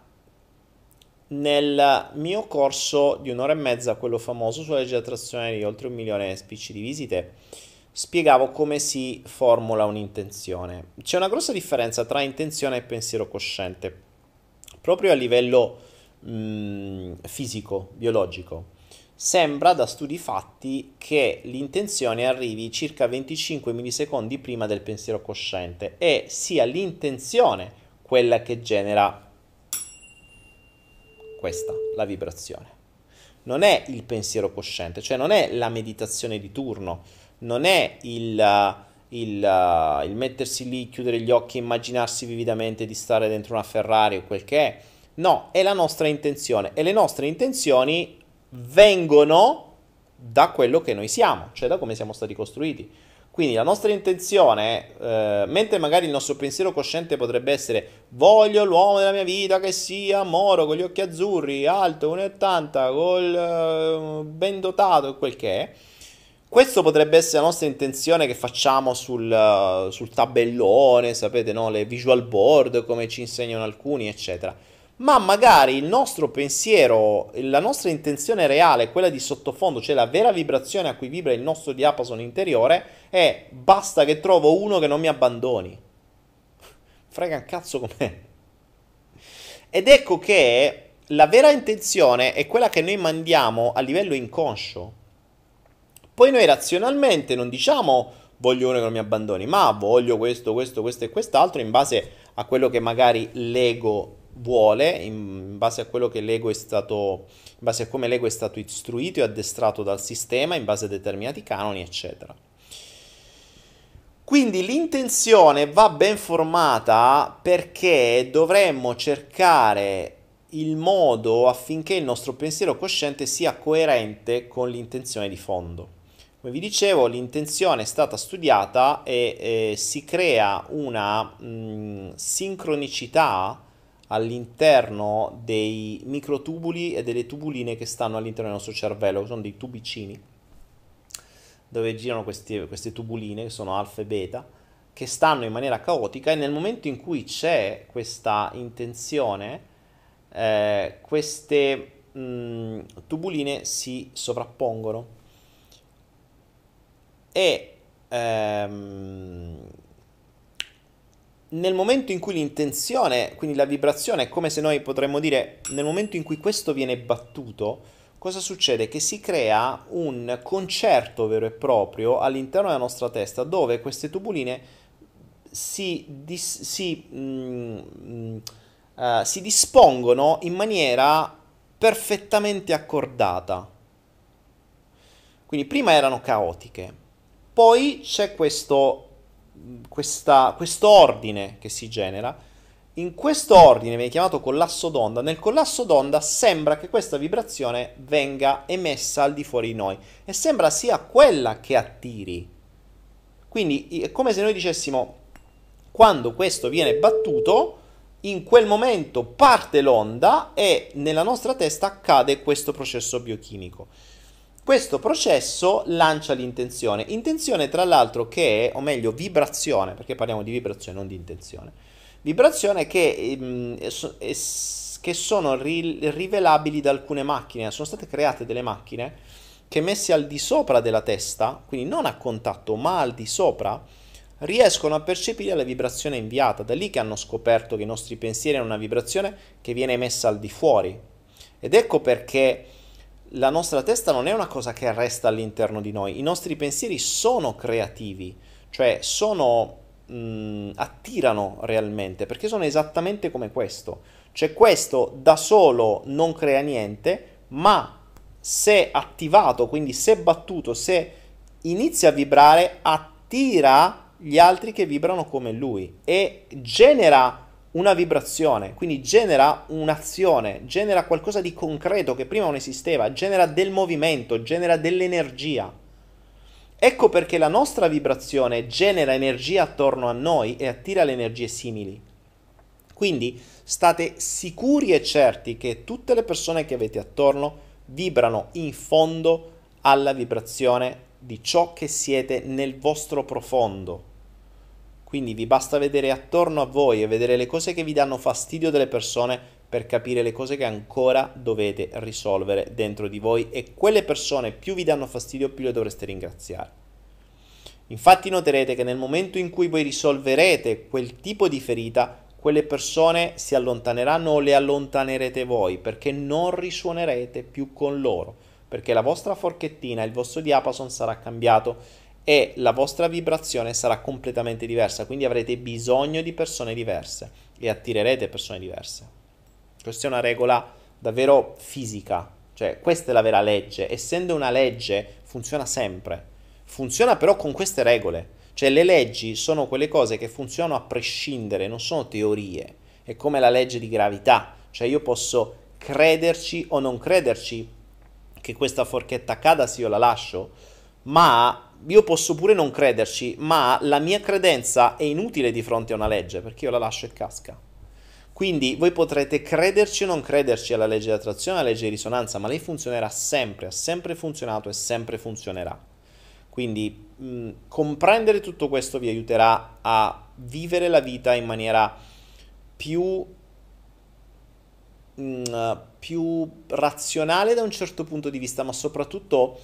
nel mio corso di un'ora e mezza, quello famoso sulla legge d'attrazione di oltre un milione di spicci di visite, spiegavo come si formula un'intenzione. C'è una grossa differenza tra intenzione e pensiero cosciente, proprio a livello mh, fisico, biologico. Sembra da studi fatti che l'intenzione arrivi circa venticinque millisecondi prima del pensiero cosciente e sia l'intenzione quella che genera questa, la vibrazione. Non è il pensiero cosciente, cioè non è la meditazione di turno, non è il, il, il mettersi lì, chiudere gli occhi e immaginarsi vividamente di stare dentro una Ferrari o quel che è. No, è la nostra intenzione, e le nostre intenzioni vengono da quello che noi siamo, cioè da come siamo stati costruiti. Quindi la nostra intenzione, eh, mentre magari il nostro pensiero cosciente potrebbe essere: voglio l'uomo della mia vita che sia moro, con gli occhi azzurri, alto, uno e ottanta, col eh, ben dotato e quel che è. Questo potrebbe essere la nostra intenzione che facciamo sul, uh, sul tabellone, sapete, no? Le visual board, come ci insegnano alcuni, eccetera. ma magari il nostro pensiero, la nostra intenzione reale, quella di sottofondo, cioè la vera vibrazione a cui vibra il nostro diapason interiore, è basta che trovo uno che non mi abbandoni. Frega un cazzo com'è. Ed ecco che la vera intenzione è quella che noi mandiamo a livello inconscio. Poi noi razionalmente non diciamo voglio uno che non mi abbandoni, ma voglio questo, questo, questo e quest'altro in base a quello che magari l'ego vuole, in base a quello che l'ego è stato, in base a come l'ego è stato istruito e addestrato dal sistema, in base a determinati canoni, eccetera. Quindi l'intenzione va ben formata perché dovremmo cercare il modo affinché il nostro pensiero cosciente sia coerente con l'intenzione di fondo. Come vi dicevo, l'intenzione è stata studiata e eh, si crea una mh, sincronicità all'interno dei microtubuli e delle tubuline che stanno all'interno del nostro cervello, che sono dei tubicini, dove girano questi, queste tubuline, che sono alfa e beta, che stanno in maniera caotica e nel momento in cui c'è questa intenzione, eh, queste mh, tubuline si sovrappongono e ehm, nel momento in cui l'intenzione, quindi la vibrazione, è come se noi potremmo dire, nel momento in cui questo viene battuto, cosa succede? Che si crea un concerto vero e proprio all'interno della nostra testa dove queste tubuline si, dis- si, mm, mm, eh, si dispongono in maniera perfettamente accordata. Quindi prima erano caotiche, poi c'è questo, questa, questo ordine che si genera. In questo ordine viene chiamato collasso d'onda. Nel collasso d'onda sembra che questa vibrazione venga emessa al di fuori di noi e sembra sia quella che attiri. Quindi è come se noi dicessimo, quando questo viene battuto, in quel momento parte l'onda e nella nostra testa accade questo processo biochimico. Questo processo lancia l'intenzione. Intenzione, tra l'altro, che è, o meglio, vibrazione, perché parliamo di vibrazione, non di intenzione. Vibrazione che, ehm, è, è, che sono ri, rivelabili da alcune macchine. Sono state create delle macchine che, messe al di sopra della testa, quindi non a contatto, ma al di sopra, riescono a percepire la vibrazione inviata. Da lì che hanno scoperto che i nostri pensieri hanno una vibrazione che viene emessa al di fuori. Ed ecco perché la nostra testa non è una cosa che resta all'interno di noi. I nostri pensieri sono creativi, cioè sono mh, attirano realmente, perché sono esattamente come questo. Cioè questo da solo non crea niente, ma se attivato, quindi se battuto, se inizia a vibrare, attira gli altri che vibrano come lui e genera una vibrazione, quindi genera un'azione, genera qualcosa di concreto che prima non esisteva, genera del movimento, genera dell'energia. Ecco perché la nostra vibrazione genera energia attorno a noi e attira le energie simili. Quindi state sicuri e certi che tutte le persone che avete attorno vibrano in fondo alla vibrazione di ciò che siete nel vostro profondo. Quindi vi basta vedere attorno a voi e vedere le cose che vi danno fastidio delle persone per capire le cose che ancora dovete risolvere dentro di voi e quelle persone più vi danno fastidio più le dovreste ringraziare. Infatti noterete che nel momento in cui voi risolverete quel tipo di ferita, quelle persone si allontaneranno o le allontanerete voi perché non risuonerete più con loro, perché la vostra forchettina, il vostro diapason sarà cambiato e la vostra vibrazione sarà completamente diversa, quindi avrete bisogno di persone diverse e attirerete persone diverse. Questa è una regola davvero fisica, cioè questa è la vera legge. Essendo una legge funziona sempre, funziona però con queste regole, cioè le leggi sono quelle cose che funzionano a prescindere, non sono teorie, è come la legge di gravità, cioè io posso crederci o non crederci che questa forchetta cada se io la lascio, ma io posso pure non crederci, ma la mia credenza è inutile di fronte a una legge, perché io la lascio e casca. Quindi voi potrete crederci o non crederci alla legge di attrazione, alla legge di risonanza, ma lei funzionerà sempre, ha sempre funzionato e sempre funzionerà. Quindi mh, comprendere tutto questo vi aiuterà a vivere la vita in maniera più mh, più razionale da un certo punto di vista, ma soprattutto,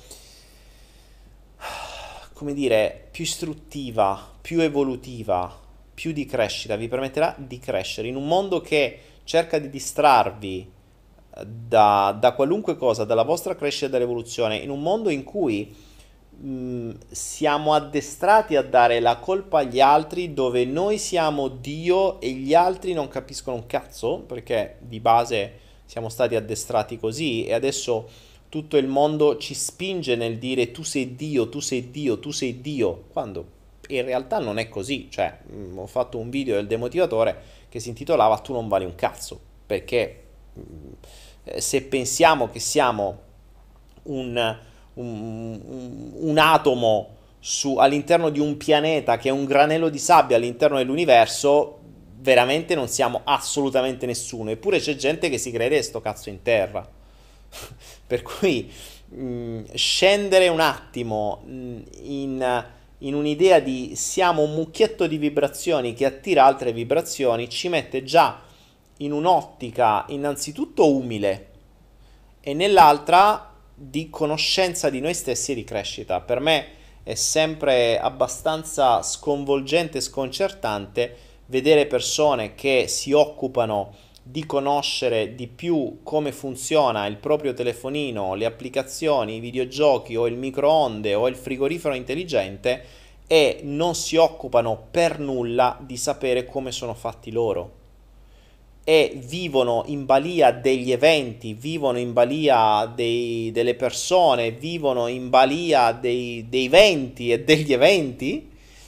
come dire, più istruttiva, più evolutiva, più di crescita, vi permetterà di crescere in un mondo che cerca di distrarvi da, da qualunque cosa, dalla vostra crescita e dall'evoluzione, in un mondo in cui mh, siamo addestrati a dare la colpa agli altri, dove noi siamo Dio e gli altri non capiscono un cazzo, perché di base siamo stati addestrati così e adesso tutto il mondo ci spinge nel dire tu sei Dio, tu sei Dio, tu sei Dio, quando in realtà non è così. Cioè, mh, ho fatto un video del demotivatore che si intitolava Tu non vali un cazzo, perché mh, eh, se pensiamo che siamo un, un, un- un atomo su- all'interno di un pianeta che è un granello di sabbia all'interno dell'universo, veramente non siamo assolutamente nessuno, eppure c'è gente che si crede sto cazzo in terra. Per cui mh, scendere un attimo mh, in, in un'idea di siamo un mucchietto di vibrazioni che attira altre vibrazioni ci mette già in un'ottica innanzitutto umile e nell'altra di conoscenza di noi stessi e di crescita. Per me è sempre abbastanza sconvolgente e sconcertante vedere persone che si occupano di conoscere di più come funziona il proprio telefonino, le applicazioni, i videogiochi o il microonde o il frigorifero intelligente e non si occupano per nulla di sapere come sono fatti loro e vivono in balia degli eventi, vivono in balia dei- delle persone, vivono in balia dei, dei venti e degli eventi,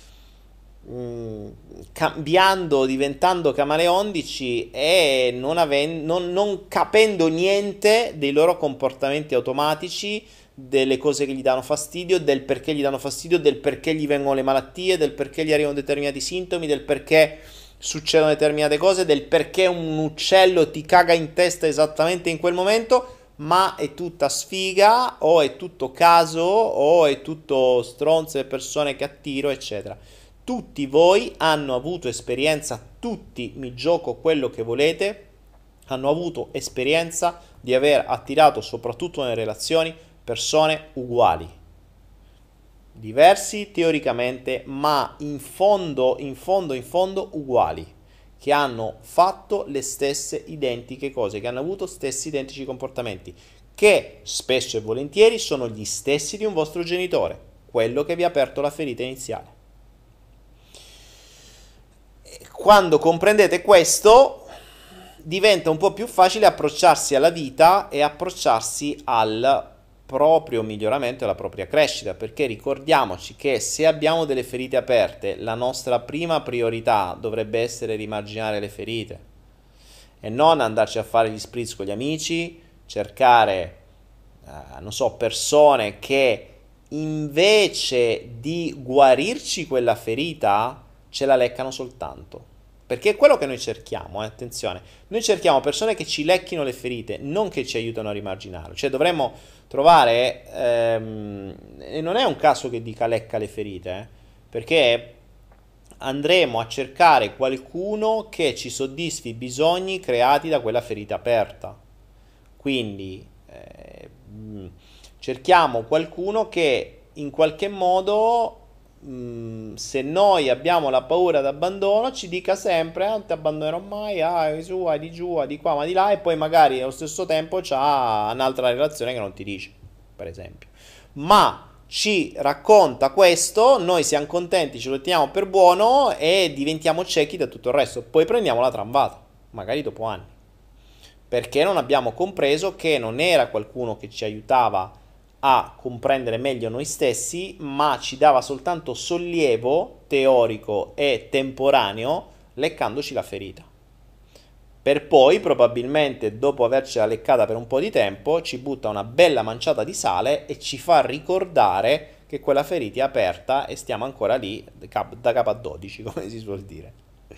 mh, cambiando, diventando camaleondici e non, aven- non- non capendo niente dei loro comportamenti automatici, delle cose che gli danno fastidio, del perché gli danno fastidio, del perché gli vengono le malattie, del perché gli arrivano determinati sintomi, del perché succedono determinate cose, del perché un uccello ti caga in testa esattamente in quel momento, ma è tutta sfiga o è tutto caso o è tutto stronze e persone che attiro, eccetera. Tutti voi hanno avuto esperienza, tutti, mi gioco quello che volete, hanno avuto esperienza di aver attirato, soprattutto nelle relazioni, persone uguali, diversi teoricamente, ma in fondo, in fondo, in fondo uguali, che hanno fatto le stesse identiche cose, che hanno avuto stessi identici comportamenti, che spesso e volentieri sono gli stessi di un vostro genitore, quello che vi ha aperto la ferita iniziale. Quando comprendete questo, diventa un po' più facile approcciarsi alla vita e approcciarsi al proprio miglioramento e alla propria crescita, perché ricordiamoci che se abbiamo delle ferite aperte, la nostra prima priorità dovrebbe essere rimarginare le ferite e non andarci a fare gli spritz con gli amici, cercare, eh, non so, persone che invece di guarirci quella ferita ce la leccano soltanto. Perché è quello che noi cerchiamo, eh, attenzione. Noi cerchiamo persone che ci lecchino le ferite, non che ci aiutano a rimarginarle. Cioè dovremmo trovare, ehm, e non è un caso che dica lecca le ferite, eh, perché andremo a cercare qualcuno che ci soddisfi i bisogni creati da quella ferita aperta. Quindi eh, mh, cerchiamo qualcuno che in qualche modo, mh, se noi abbiamo la paura d'abbandono, ci dica sempre: "Ah, non ti abbandonerò mai, ah, di su, ah, di giù, ah, di qua, ma di là", e poi magari allo stesso tempo c'ha un'altra relazione che non ti dice, per esempio. Ma ci racconta questo, noi siamo contenti, ce lo teniamo per buono e diventiamo ciechi da tutto il resto. Poi prendiamo la tramvata, magari dopo anni, perché non abbiamo compreso che non era qualcuno che ci aiutava a comprendere meglio noi stessi, ma ci dava soltanto sollievo teorico e temporaneo, leccandoci la ferita. Per poi, probabilmente, dopo avercela leccata per un po' di tempo, ci butta una bella manciata di sale e ci fa ricordare che quella ferita è aperta e stiamo ancora lì da capo a dodici, come si suol dire.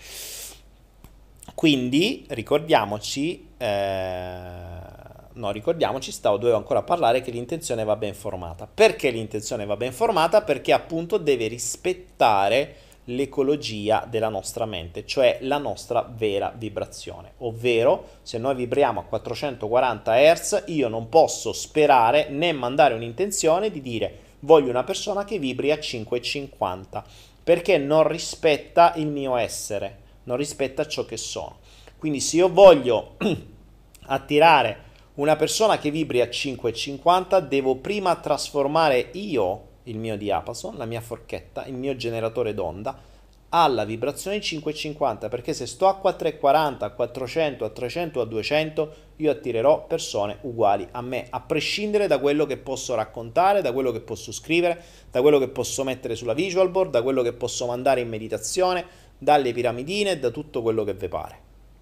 Quindi ricordiamoci, eh, no, ricordiamoci, stavo, dovevo ancora parlare che l'intenzione va ben formata. Perché l'intenzione va ben formata? Perché appunto deve rispettare l'ecologia della nostra mente, cioè la nostra vera vibrazione. Ovvero, se noi vibriamo a quattrocentoquaranta hertz, io non posso sperare né mandare un'intenzione di dire voglio una persona che vibri a cinquecentocinquanta, perché non rispetta il mio essere, non rispetta ciò che sono. Quindi se io voglio attirare una persona che vibri a cinquecentocinquanta, devo prima trasformare io il mio diapason, la mia forchetta, il mio generatore d'onda alla vibrazione cinquecentocinquanta, perché se sto a quattrocentoquaranta, a quattrocento, a trecento, a duecento, io attirerò persone uguali a me, a prescindere da quello che posso raccontare, da quello che posso scrivere, da quello che posso mettere sulla visual board, da quello che posso mandare in meditazione, dalle piramidine, da tutto quello che vi pare.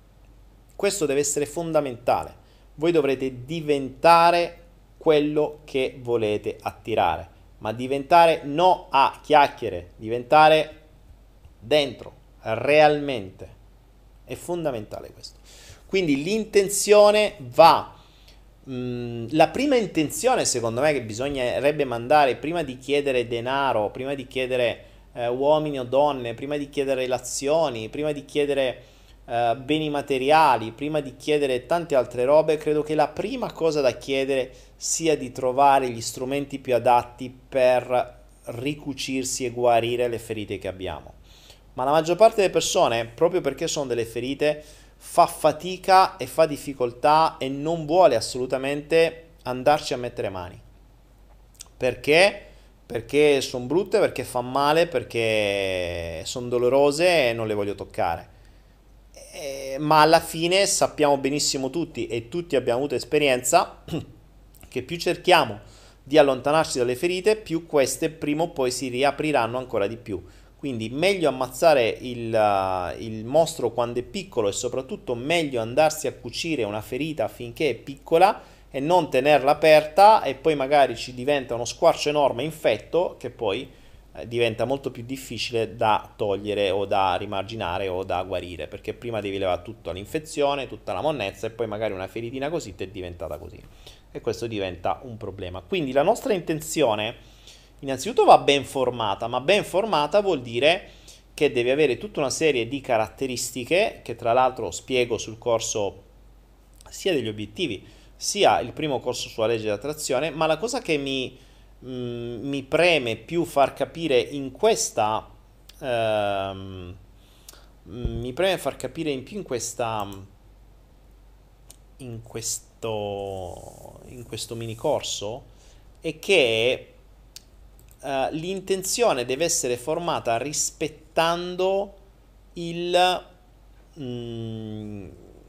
Questo deve essere fondamentale. Voi dovrete diventare quello che volete attirare, ma diventare no a chiacchiere, diventare dentro, realmente. È fondamentale questo. Quindi l'intenzione va, mh, la prima intenzione secondo me che bisognerebbe mandare prima di chiedere denaro, prima di chiedere eh, uomini o donne, prima di chiedere relazioni, prima di chiedere eh, beni materiali, prima di chiedere tante altre robe, credo che la prima cosa da chiedere sia di trovare gli strumenti più adatti per ricucirsi e guarire le ferite che abbiamo. Ma la maggior parte delle persone, proprio perché sono delle ferite, fa fatica e fa difficoltà e non vuole assolutamente andarci a mettere mani. Perché? Perché sono brutte, perché fa male, perché sono dolorose e non le voglio toccare. Eh, ma alla fine sappiamo benissimo tutti, e tutti abbiamo avuto esperienza, che più cerchiamo di allontanarci dalle ferite, più queste prima o poi si riapriranno ancora di più. Quindi meglio ammazzare il, uh, il mostro quando è piccolo, e soprattutto meglio andarsi a cucire una ferita finché è piccola e non tenerla aperta, e poi magari ci diventa uno squarcio enorme infetto che poi eh, diventa molto più difficile da togliere o da rimarginare o da guarire, perché prima devi levare tutta l'infezione, tutta la monnezza, e poi magari una feritina così ti è diventata così, e questo diventa un problema. Quindi la nostra intenzione innanzitutto va ben formata, ma ben formata vuol dire che deve avere tutta una serie di caratteristiche che tra l'altro spiego sul corso sia degli obiettivi sia il primo corso sulla legge dell'attrazione. Ma la cosa che mi, mh, mi preme più far capire in questa ehm, mi preme far capire in più in questa in questo in questo mini corso è che Uh, l'intenzione deve essere formata rispettando il mm,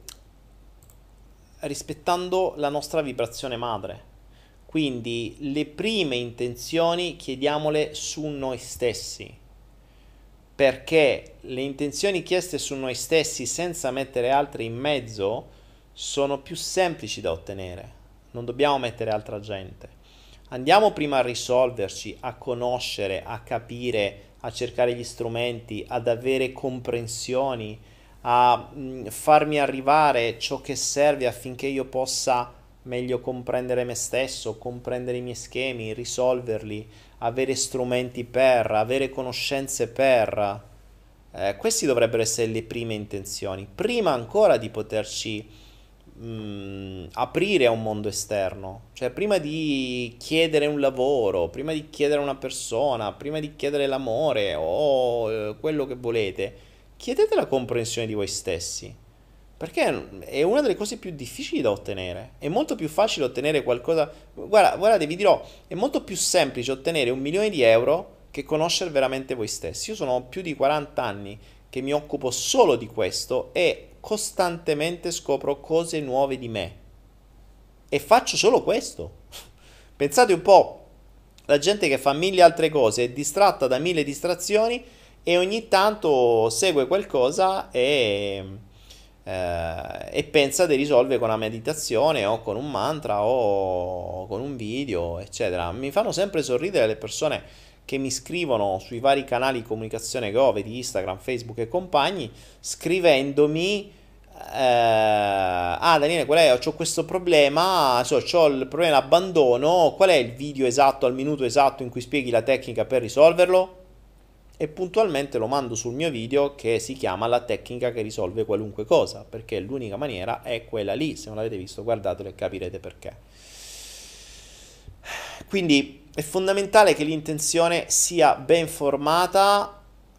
rispettando la nostra vibrazione madre. Quindi le prime intenzioni chiediamole su noi stessi, perché le intenzioni chieste su noi stessi senza mettere altre in mezzo sono più semplici da ottenere. Non dobbiamo mettere altra gente. Andiamo prima a risolverci, a conoscere, a capire, a cercare gli strumenti, ad avere comprensioni, a mh, farmi arrivare ciò che serve affinché io possa meglio comprendere me stesso, comprendere i miei schemi, risolverli, avere strumenti per, avere conoscenze per. Eh, queste dovrebbero essere le prime intenzioni, prima ancora di poterci mh, aprire a un mondo esterno. Cioè prima di chiedere un lavoro, prima di chiedere una persona, prima di chiedere l'amore o eh, quello che volete, chiedete la comprensione di voi stessi, perché è una delle cose più difficili da ottenere. È molto più facile ottenere qualcosa. Guarda, guardate, vi dirò, è molto più semplice ottenere un milione di euro che conoscere veramente voi stessi. Io sono più di quaranta anni che mi occupo solo di questo e costantemente scopro cose nuove di me. E faccio solo questo. Pensate un po', la gente che fa mille altre cose è distratta da mille distrazioni e ogni tanto segue qualcosa e, eh, e pensa di risolvere con una meditazione o con un mantra o con un video, eccetera. Mi fanno sempre sorridere le persone che mi scrivono sui vari canali di comunicazione che ho, di Instagram, Facebook e compagni, scrivendomi eh, ah Daniele, qual è? Ho questo problema, so, ho il problema dell'abbandono, qual è il video esatto al minuto esatto in cui spieghi la tecnica per risolverlo? e puntualmente lo mando sul mio video che si chiama La tecnica che risolve qualunque cosa, perché l'unica maniera è quella lì. Se non l'avete visto, guardatelo e capirete perché. Quindi è fondamentale che l'intenzione sia ben formata,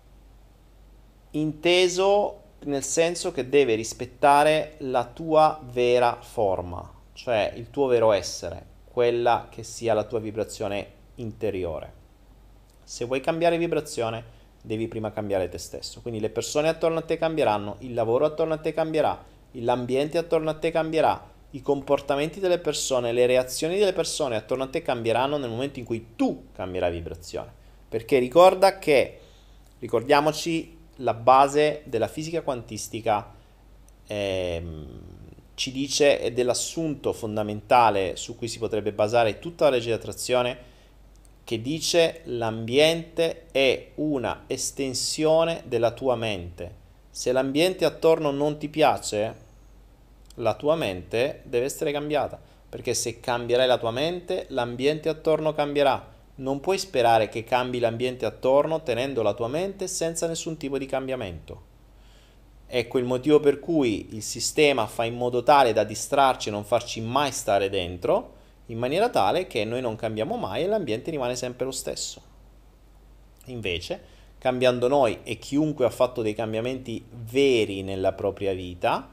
inteso nel senso che deve rispettare la tua vera forma, cioè il tuo vero essere, quella che sia la tua vibrazione interiore. Se vuoi cambiare vibrazione, devi prima cambiare te stesso. Quindi le persone attorno a te cambieranno, il lavoro attorno a te cambierà, l'ambiente attorno a te cambierà, i comportamenti delle persone, le reazioni delle persone attorno a te cambieranno nel momento in cui tu cambierai vibrazione. Perché ricorda che, ricordiamoci, la base della fisica quantistica ehm, ci dice, e dell'assunto fondamentale su cui si potrebbe basare tutta la legge di attrazione, che dice: l'ambiente è una estensione della tua mente. Se l'ambiente attorno non ti piace, la tua mente deve essere cambiata, perché se cambierai la tua mente, l'ambiente attorno cambierà. Non puoi sperare che cambi l'ambiente attorno tenendo la tua mente senza nessun tipo di cambiamento. Ecco il motivo per cui il sistema fa in modo tale da distrarci e non farci mai stare dentro, in maniera tale che noi non cambiamo mai e l'ambiente rimane sempre lo stesso. Invece, cambiando noi e chiunque ha fatto dei cambiamenti veri nella propria vita,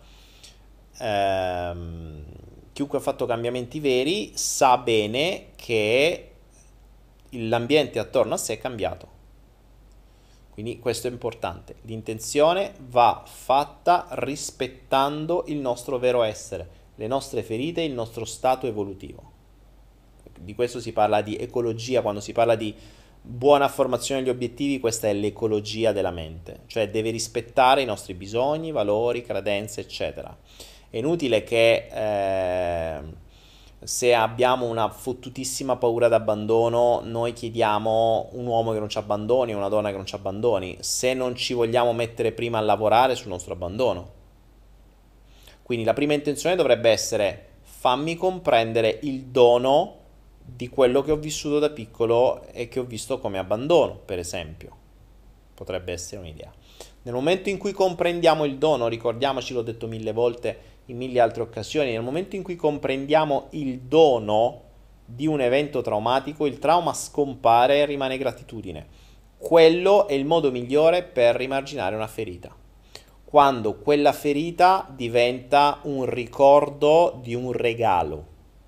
ehm, chiunque ha fatto cambiamenti veri sa bene che l'ambiente attorno a sé è cambiato. Quindi questo è importante. L'intenzione va fatta rispettando il nostro vero essere, le nostre ferite e il nostro stato evolutivo. Di questo si parla di ecologia, quando si parla di buona formazione degli obiettivi, questa è l'ecologia della mente, cioè deve rispettare i nostri bisogni, valori, credenze, eccetera. È inutile che eh, se abbiamo una fottutissima paura d'abbandono, noi chiediamo un uomo che non ci abbandoni, una donna che non ci abbandoni, se non ci vogliamo mettere prima a lavorare sul nostro abbandono. Quindi la prima intenzione dovrebbe essere: fammi comprendere il dono di quello che ho vissuto da piccolo e che ho visto come abbandono, per esempio. Potrebbe essere un'idea. Nel momento in cui comprendiamo il dono, ricordiamoci, l'ho detto mille volte in mille altre occasioni, nel momento in cui comprendiamo il dono di un evento traumatico, il trauma scompare e rimane gratitudine. Quello è il modo migliore per rimarginare una ferita. Quando quella ferita diventa un ricordo di un regalo.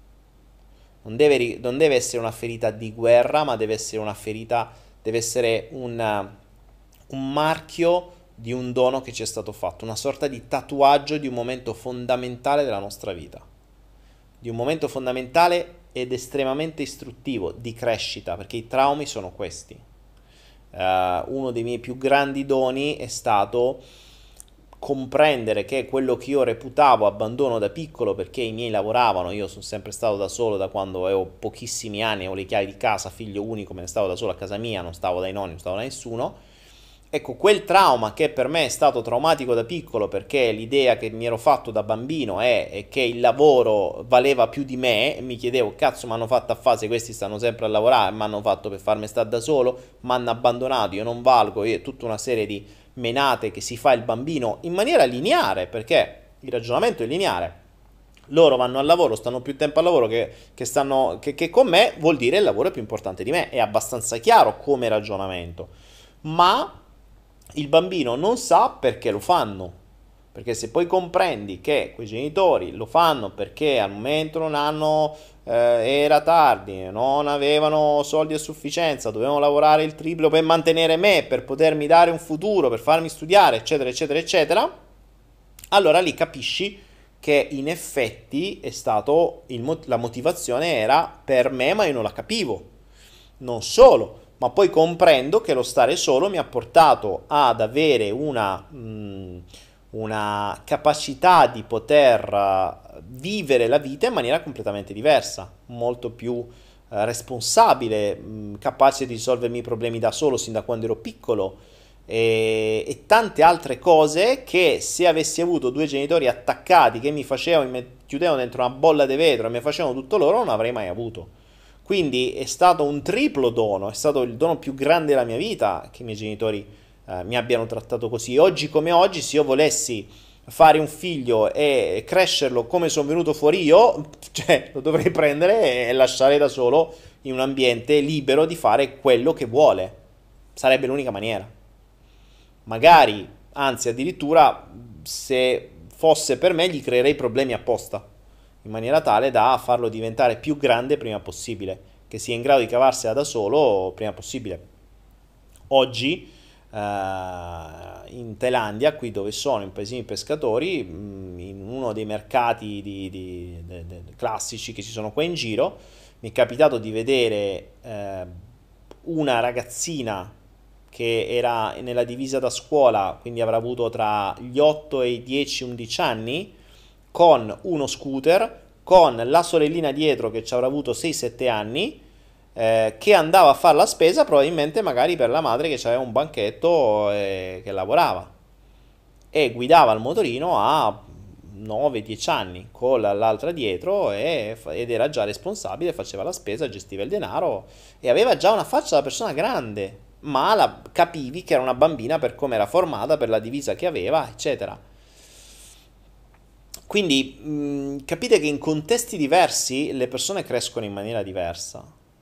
Non deve, non deve essere una ferita di guerra, ma deve essere una ferita, deve essere una, un marchio di un dono che ci è stato fatto, una sorta di tatuaggio di un momento fondamentale della nostra vita, di un momento fondamentale ed estremamente istruttivo, di crescita, perché i traumi sono questi. Uh, uno dei miei più grandi doni è stato comprendere che quello che io reputavo abbandono da piccolo, perché i miei lavoravano, io sono sempre stato da solo da quando avevo pochissimi anni, avevo le chiavi di casa, figlio unico, me ne stavo da solo a casa mia, non stavo dai nonni, non stavo da nessuno. Ecco, quel trauma che per me è stato traumatico da piccolo, perché l'idea che mi ero fatto da bambino è, è che il lavoro valeva più di me, e mi chiedevo: cazzo, mi hanno fatto a fase, questi stanno sempre a lavorare, mi hanno fatto per farmi stare da solo, mi hanno abbandonato, io non valgo, io, tutta una serie di menate che si fa il bambino in maniera lineare, perché il ragionamento è lineare. Loro vanno al lavoro, stanno più tempo al lavoro che, che, stanno, che, che con me, vuol dire il lavoro è più importante di me, è abbastanza chiaro come ragionamento, ma il bambino non sa perché lo fanno, perché se poi comprendi che quei genitori lo fanno perché al momento non hanno, eh, era tardi, non avevano soldi a sufficienza, dovevano lavorare il triplo per mantenere me, per potermi dare un futuro, per farmi studiare, eccetera, eccetera, eccetera, allora lì capisci che in effetti è stato il mot- la motivazione era per me, ma io non la capivo. Non solo, ma poi comprendo che lo stare solo mi ha portato ad avere una, mh, una capacità di poter uh, vivere la vita in maniera completamente diversa, molto più uh, responsabile, mh, capace di risolvermi i problemi da solo sin da quando ero piccolo e, e tante altre cose che se avessi avuto due genitori attaccati che mi facevano, mi chiudevano dentro una bolla di vetro e mi facevano tutto loro, non avrei mai avuto. Quindi è stato un triplo dono, è stato il dono più grande della mia vita che i miei genitori eh, mi abbiano trattato così. Oggi come oggi, se io volessi fare un figlio e crescerlo come sono venuto fuori io, cioè lo dovrei prendere e lasciare da solo in un ambiente libero di fare quello che vuole. Sarebbe l'unica maniera. Magari, anzi addirittura, se fosse per me, gli creerei problemi apposta, in maniera tale da farlo diventare più grande prima possibile, che sia in grado di cavarsela da solo prima possibile. Oggi, eh, in Thailandia, qui dove sono, in paesini pescatori, mh, in uno dei mercati di, di- de- de- classici che ci sono qua in giro, mi è capitato di vedere eh, una ragazzina che era nella divisa da scuola, quindi avrà avuto tra gli otto e i dieci undici anni, con uno scooter, con la sorellina dietro che ci avrà avuto sei sette anni, eh, che andava a fare la spesa probabilmente magari per la madre che aveva un banchetto e che lavorava, e guidava il motorino a nove dieci anni con l'altra dietro e- ed era già responsabile, faceva la spesa, gestiva il denaro e aveva già una faccia da persona grande, ma la, capivi che era una bambina per come era formata, per la divisa che aveva, eccetera. Quindi mh, capite che in contesti diversi le persone crescono in maniera diversa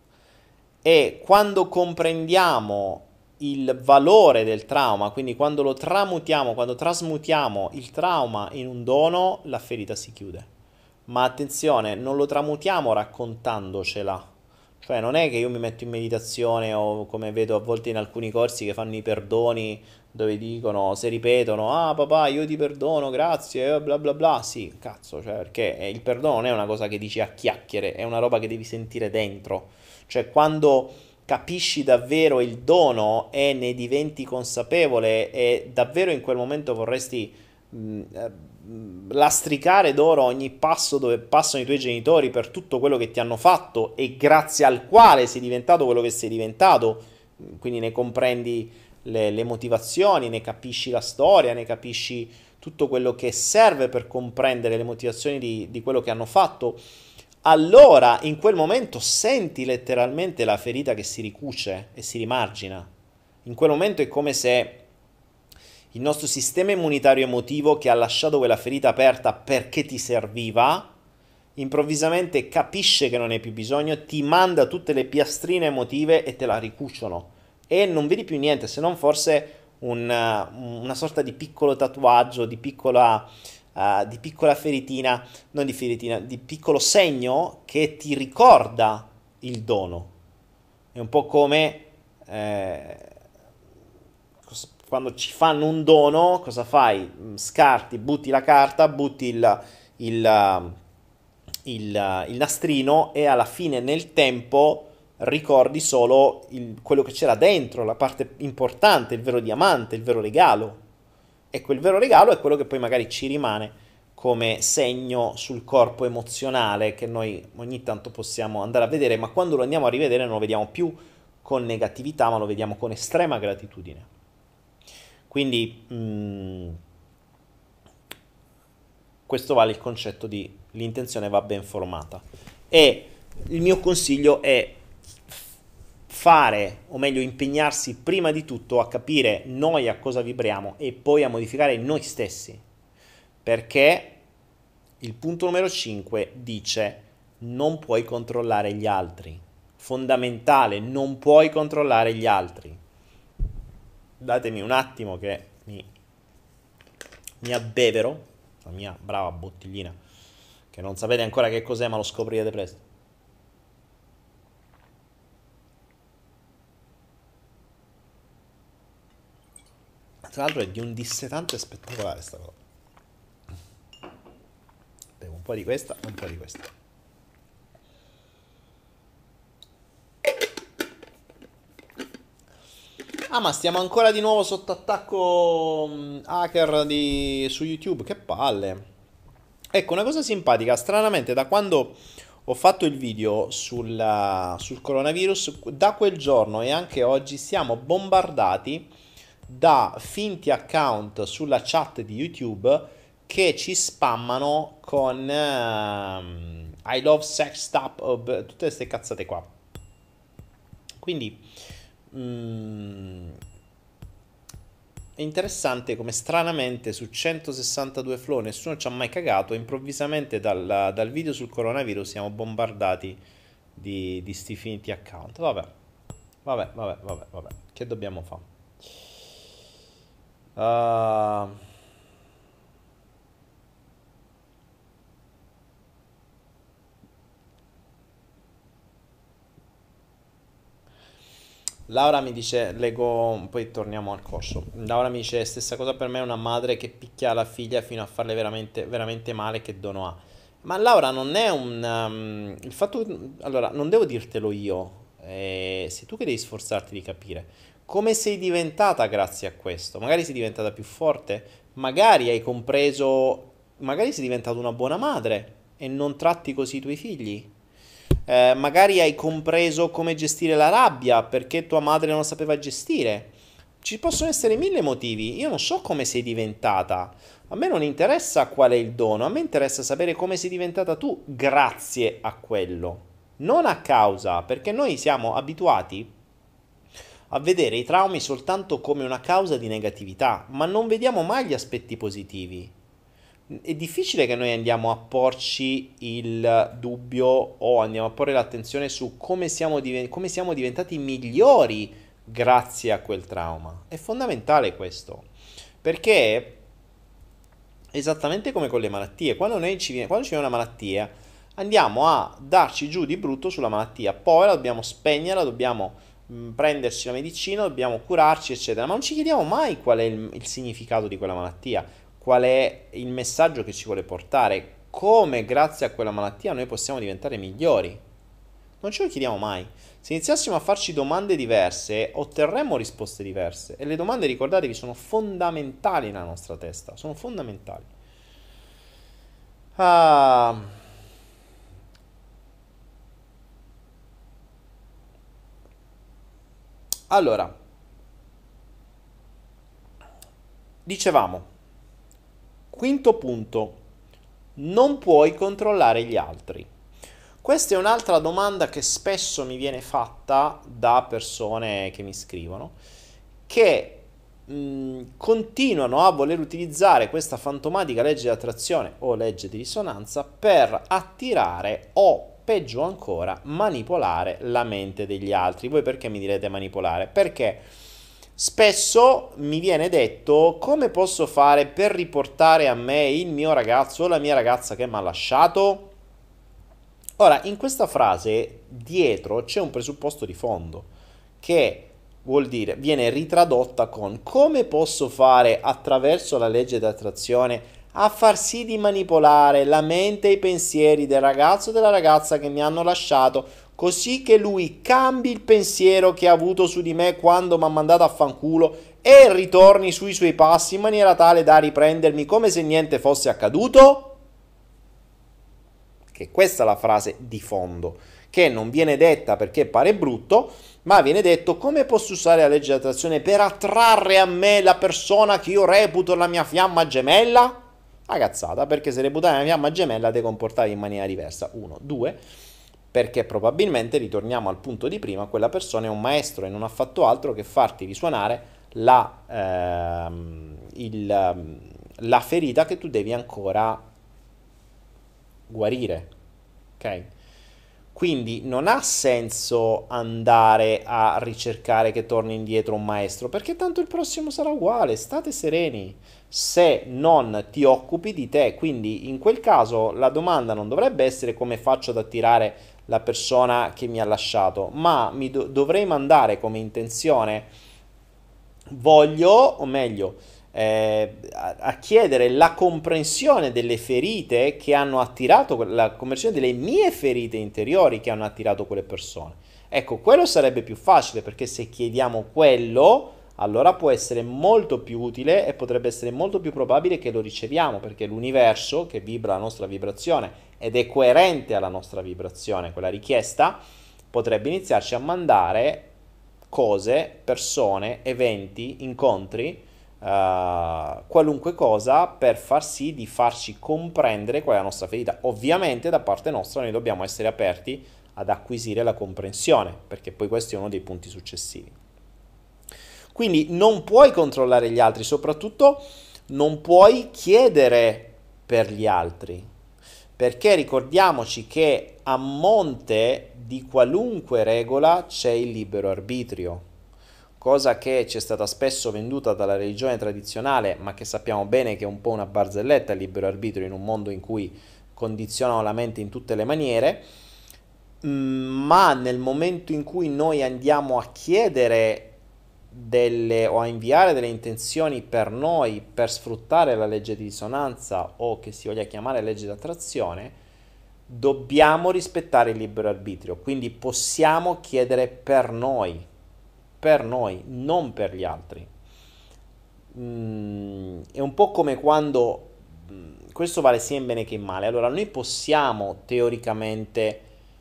e quando comprendiamo il valore del trauma, quindi quando lo tramutiamo, quando trasmutiamo il trauma in un dono, la ferita si chiude. Ma attenzione, non lo tramutiamo raccontandocela. Cioè non è che io mi metto in meditazione o come vedo a volte in alcuni corsi che fanno i perdoni dove dicono, se ripetono, ah papà io ti perdono, grazie, eh, bla bla bla. Sì, cazzo, cioè perché eh, il perdono non è una cosa che dici a chiacchiere, è una roba che devi sentire dentro. Cioè quando capisci davvero il dono e ne diventi consapevole e davvero in quel momento vorresti mh, eh, mh, lastricare d'oro ogni passo dove passano i tuoi genitori per tutto quello che ti hanno fatto e grazie al quale sei diventato quello che sei diventato, quindi ne comprendi le, le motivazioni, ne capisci la storia, ne capisci tutto quello che serve per comprendere le motivazioni di, di quello che hanno fatto, allora in quel momento senti letteralmente la ferita che si ricuce e si rimargina. In quel momento è come se il nostro sistema immunitario emotivo che ha lasciato quella ferita aperta perché ti serviva, improvvisamente capisce che non hai più bisogno, ti manda tutte le piastrine emotive e te la ricuciono. E non vedi più niente se non forse un, una sorta di piccolo tatuaggio, di piccola uh, di piccola feritina, non di feritina, di piccolo segno che ti ricorda il dono. È un po' come eh, quando ci fanno un dono, cosa fai? Scarti, butti la carta, butti il, il, il, il nastrino e alla fine nel tempo ricordi solo il, quello che c'era dentro, la parte importante, il vero diamante, il vero regalo. E quel vero regalo è quello che poi magari ci rimane come segno sul corpo emozionale che noi ogni tanto possiamo andare a vedere, ma quando lo andiamo a rivedere non lo vediamo più con negatività, ma lo vediamo con estrema gratitudine. Quindi mh, questo vale il concetto di l'intenzione va ben formata. E il mio consiglio è fare, o meglio impegnarsi prima di tutto a capire noi a cosa vibriamo e poi a modificare noi stessi, perché il punto numero cinque dice non puoi controllare gli altri, fondamentale, non puoi controllare gli altri. Datemi un attimo che mi, mi abbevero la mia brava bottiglina, che non sapete ancora che cos'è ma lo scoprirete presto. Tra l'altro è di un dissetante spettacolare sta cosa. Bevo un po' di questa e un po' di questa. Ah, ma stiamo ancora di nuovo sotto attacco mh, hacker di, su YouTube. Che palle. Ecco, una cosa simpatica. Stranamente, da quando ho fatto il video sul, sul coronavirus, da quel giorno e anche oggi siamo bombardati da finti account sulla chat di YouTube che ci spammano con uh, I love sex stop, tutte queste cazzate qua. Quindi mm, è interessante come stranamente su centosessantadue flow nessuno ci ha mai cagato e improvvisamente dal, dal video sul coronavirus siamo bombardati di, di sti finti account. Vabbè, vabbè, vabbè, vabbè, vabbè. Che dobbiamo fare? Uh, Laura mi dice, leggo, poi torniamo al corso. Laura mi dice, stessa cosa per me, una madre che picchia la figlia fino a farle veramente, veramente male, che dono ha. Ma Laura non è un... um, il fatto... Allora, non devo dirtelo io, eh, sei tu che devi sforzarti di capire. Come sei diventata grazie a questo? Magari sei diventata più forte, magari hai compreso... Magari sei diventata una buona madre e non tratti così i tuoi figli. Eh, magari hai compreso come gestire la rabbia perché tua madre non la sapeva gestire. Ci possono essere mille motivi. Io non so come sei diventata. A me non interessa qual è il dono, a me interessa sapere come sei diventata tu grazie a quello, non a causa, perché noi siamo abituati a vedere i traumi soltanto come una causa di negatività, ma non vediamo mai gli aspetti positivi. È difficile che noi andiamo a porci il dubbio o andiamo a porre l'attenzione su come siamo, diven- come siamo diventati migliori grazie a quel trauma. È fondamentale questo, perché esattamente come con le malattie, quando, noi ci viene, quando ci viene una malattia andiamo a darci giù di brutto sulla malattia, poi la dobbiamo spegnere, dobbiamo mh, prenderci la medicina, dobbiamo curarci eccetera, ma non ci chiediamo mai qual è il, il significato di quella malattia, qual è il messaggio che ci vuole portare, come grazie a quella malattia noi possiamo diventare migliori. Non ce lo chiediamo mai. Se iniziassimo a farci domande diverse, otterremmo risposte diverse. E le domande, ricordatevi, sono fondamentali nella nostra testa. Sono fondamentali. Ah. Allora, dicevamo, quinto punto, non puoi controllare gli altri. Questa è un'altra domanda che spesso mi viene fatta da persone che mi scrivono, che mh, continuano a voler utilizzare questa fantomatica legge di attrazione o legge di risonanza per attirare o, peggio ancora, manipolare la mente degli altri. Voi perché mi direte manipolare? Perché spesso mi viene detto: come posso fare per riportare a me il mio ragazzo o la mia ragazza che mi ha lasciato? Ora, in questa frase dietro c'è un presupposto di fondo che vuol dire, viene ritradotta con: come posso fare attraverso la legge d'attrazione a far sì di manipolare la mente e i pensieri del ragazzo o della ragazza che mi hanno lasciato, così che lui cambi il pensiero che ha avuto su di me quando mi ha mandato a fanculo e ritorni sui suoi passi in maniera tale da riprendermi come se niente fosse accaduto? Che questa è la frase di fondo, che non viene detta perché pare brutto, ma viene detto: come posso usare la legge di attrazione per attrarre a me la persona che io reputo la mia fiamma gemella? Una cazzata, perché se reputavi la fiamma gemella ti comportavi in maniera diversa. Uno, due, perché probabilmente, ritorniamo al punto di prima, quella persona è un maestro e non ha fatto altro che farti risuonare la, ehm, il, la ferita che tu devi ancora guarire, ok? Quindi non ha senso andare a ricercare che torni indietro un maestro, perché tanto il prossimo sarà uguale, state sereni, se non ti occupi di te. Quindi in quel caso la domanda non dovrebbe essere: come faccio ad attirare la persona che mi ha lasciato, ma mi do- dovrei mandare come intenzione: voglio, o meglio, eh, a, a chiedere la comprensione delle ferite che hanno attirato, la comprensione delle mie ferite interiori che hanno attirato quelle persone. Ecco, quello sarebbe più facile, perché se chiediamo quello, allora può essere molto più utile e potrebbe essere molto più probabile che lo riceviamo, perché l'universo, che vibra la nostra vibrazione ed è coerente alla nostra vibrazione, quella richiesta, potrebbe iniziarci a mandare cose, persone, eventi, incontri, Uh, qualunque cosa per far sì di farci comprendere qual è la nostra ferita. Ovviamente da parte nostra noi dobbiamo essere aperti ad acquisire la comprensione, perché poi questo è uno dei punti successivi. Quindi non puoi controllare gli altri, soprattutto non puoi chiedere per gli altri, perché ricordiamoci che a monte di qualunque regola c'è il libero arbitrio, cosa che ci è stata spesso venduta dalla religione tradizionale, ma che sappiamo bene che è un po' una barzelletta il libero arbitrio in un mondo in cui condizionano la mente in tutte le maniere. Ma nel momento in cui noi andiamo a chiedere delle o a inviare delle intenzioni per noi per sfruttare la legge di risonanza o che si voglia chiamare legge d'attrazione, dobbiamo rispettare il libero arbitrio, quindi possiamo chiedere per noi, per noi, non per gli altri. Mm, è un po' come quando, questo vale sia in bene che in male, allora noi possiamo teoricamente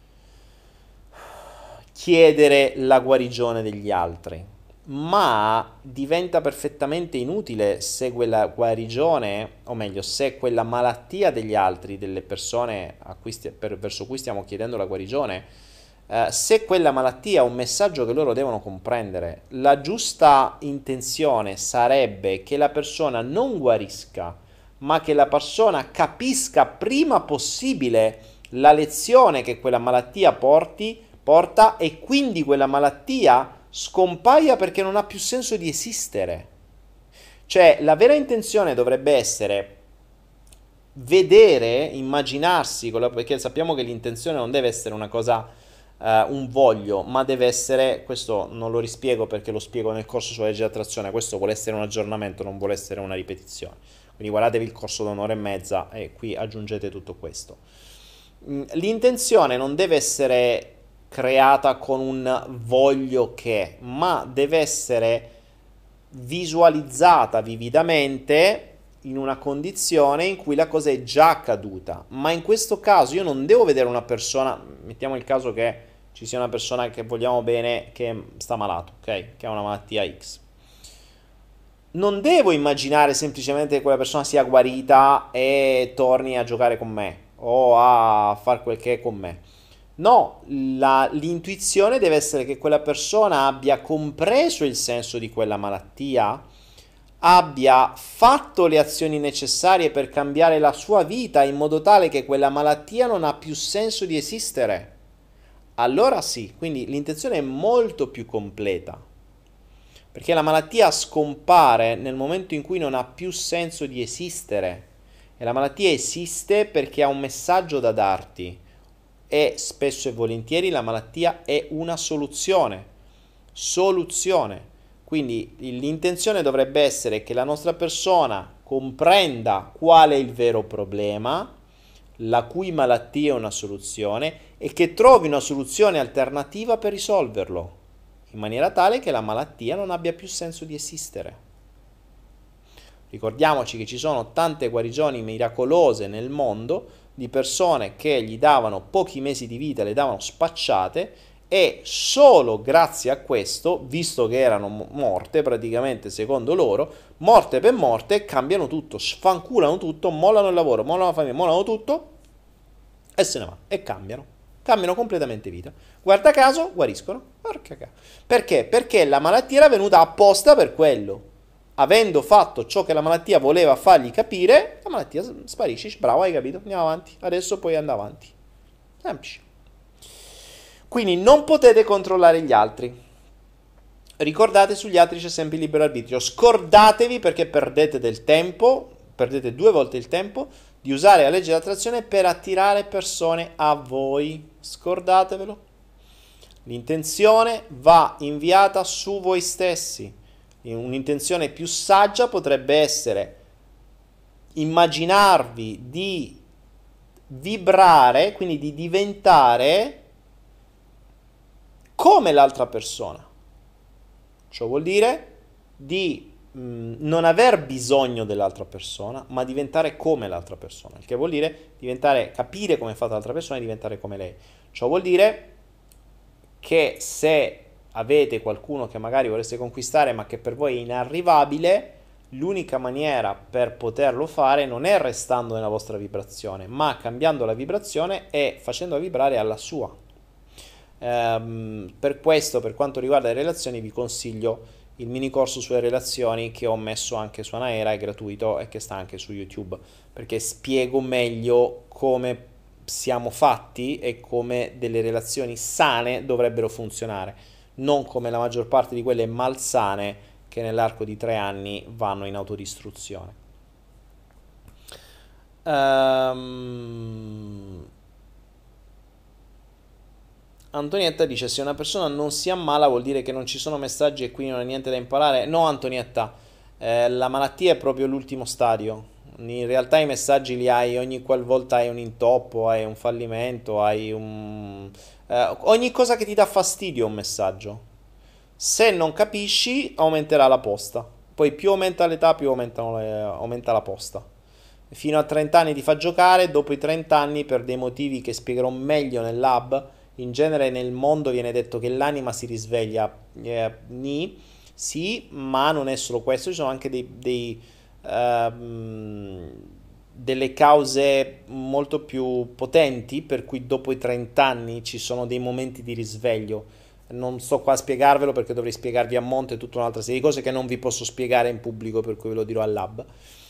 chiedere la guarigione degli altri, ma diventa perfettamente inutile se quella guarigione, o meglio, se quella malattia degli altri, delle persone a cui sti- per, verso cui stiamo chiedendo la guarigione, eh, se quella malattia è un messaggio che loro devono comprendere. La giusta intenzione sarebbe che la persona non guarisca, ma che la persona capisca prima possibile la lezione che quella malattia porti, porta e quindi quella malattia scompaia perché non ha più senso di esistere. Cioè, la vera intenzione dovrebbe essere vedere, immaginarsi, perché sappiamo che l'intenzione non deve essere una cosa, uh, un voglio, ma deve essere, questo non lo rispiego perché lo spiego nel corso sulla legge di attrazione, questo vuole essere un aggiornamento, non vuole essere una ripetizione. Quindi guardatevi il corso da un'ora e mezza e qui aggiungete tutto questo. L'intenzione non deve essere creata con un voglio che, ma deve essere visualizzata vividamente in una condizione in cui la cosa è già accaduta. Ma in questo caso io non devo vedere una persona, mettiamo il caso che ci sia una persona che vogliamo bene che sta malato, ok? Che ha una malattia X. Non devo immaginare semplicemente che quella persona sia guarita e torni a giocare con me o a far quel che è con me. No, la, l'intuizione deve essere che quella persona abbia compreso il senso di quella malattia, abbia fatto le azioni necessarie per cambiare la sua vita in modo tale che quella malattia non ha più senso di esistere. Allora sì, quindi l'intenzione è molto più completa, perché la malattia scompare nel momento in cui non ha più senso di esistere e la malattia esiste perché ha un messaggio da darti. E spesso e volentieri la malattia è una soluzione, soluzione. Quindi l'intenzione dovrebbe essere che la nostra persona comprenda qual è il vero problema, la cui malattia è una soluzione e che trovi una soluzione alternativa per risolverlo, in maniera tale che la malattia non abbia più senso di esistere. Ricordiamoci che ci sono tante guarigioni miracolose nel mondo di persone che gli davano pochi mesi di vita, le davano spacciate e solo grazie a questo, visto che erano morte praticamente secondo loro, morte per morte, cambiano tutto, sfanculano tutto, mollano il lavoro, mollano la famiglia, mollano tutto e se ne vanno e cambiano, cambiano completamente vita. Guarda caso, guariscono. Porca cazzo. Perché? Perché la malattia era venuta apposta per quello. Avendo fatto ciò che la malattia voleva fargli capire, la malattia sparisce. Bravo, hai capito? Andiamo avanti. Adesso puoi andare avanti. Semplice. Quindi non potete controllare gli altri. Ricordate, sugli altri c'è sempre il libero arbitrio. Scordatevi, perché perdete del tempo, perdete due volte il tempo, di usare la legge dell'attrazione per attirare persone a voi. Scordatevelo. L'intenzione va inviata su voi stessi. Un'intenzione più saggia potrebbe essere immaginarvi di vibrare, quindi di diventare come l'altra persona. Ciò vuol dire di mh, non aver bisogno dell'altra persona, ma diventare come l'altra persona, il che vuol dire diventare, capire come è fatta l'altra persona e diventare come lei. Ciò vuol dire che se avete qualcuno che magari vorreste conquistare ma che per voi è inarrivabile, l'unica maniera per poterlo fare non è restando nella vostra vibrazione, ma cambiando la vibrazione e facendola vibrare alla sua. Ehm, per questo, per quanto riguarda le relazioni, vi consiglio il mini corso sulle relazioni che ho messo anche su Anaera, è gratuito e che sta anche su YouTube, perché spiego meglio come siamo fatti e come delle relazioni sane dovrebbero funzionare, non come la maggior parte di quelle malsane che nell'arco di tre anni vanno in autodistruzione. Ehm, Antonietta dice: se una persona non si ammala vuol dire che non ci sono messaggi e quindi non ha niente da imparare. No, Antonietta, eh, la malattia è proprio l'ultimo stadio. In realtà i messaggi li hai ogni qualvolta hai un intoppo, hai un fallimento, hai un... eh, ogni cosa che ti dà fastidio è un messaggio. Se non capisci, aumenterà la posta. Poi più aumenta l'età, più aumentano le- aumenta la posta. Fino a trenta anni ti fa giocare, dopo i trenta anni, per dei motivi che spiegherò meglio nel lab, in genere nel mondo viene detto che l'anima si risveglia, eh, ni, sì, ma non è solo questo, ci sono anche dei, dei, ehm, delle cause molto più potenti per cui dopo i trenta anni ci sono dei momenti di risveglio. Non sto qua a spiegarvelo perché dovrei spiegarvi a monte tutta un'altra serie di cose che non vi posso spiegare in pubblico, per cui ve lo dirò al lab.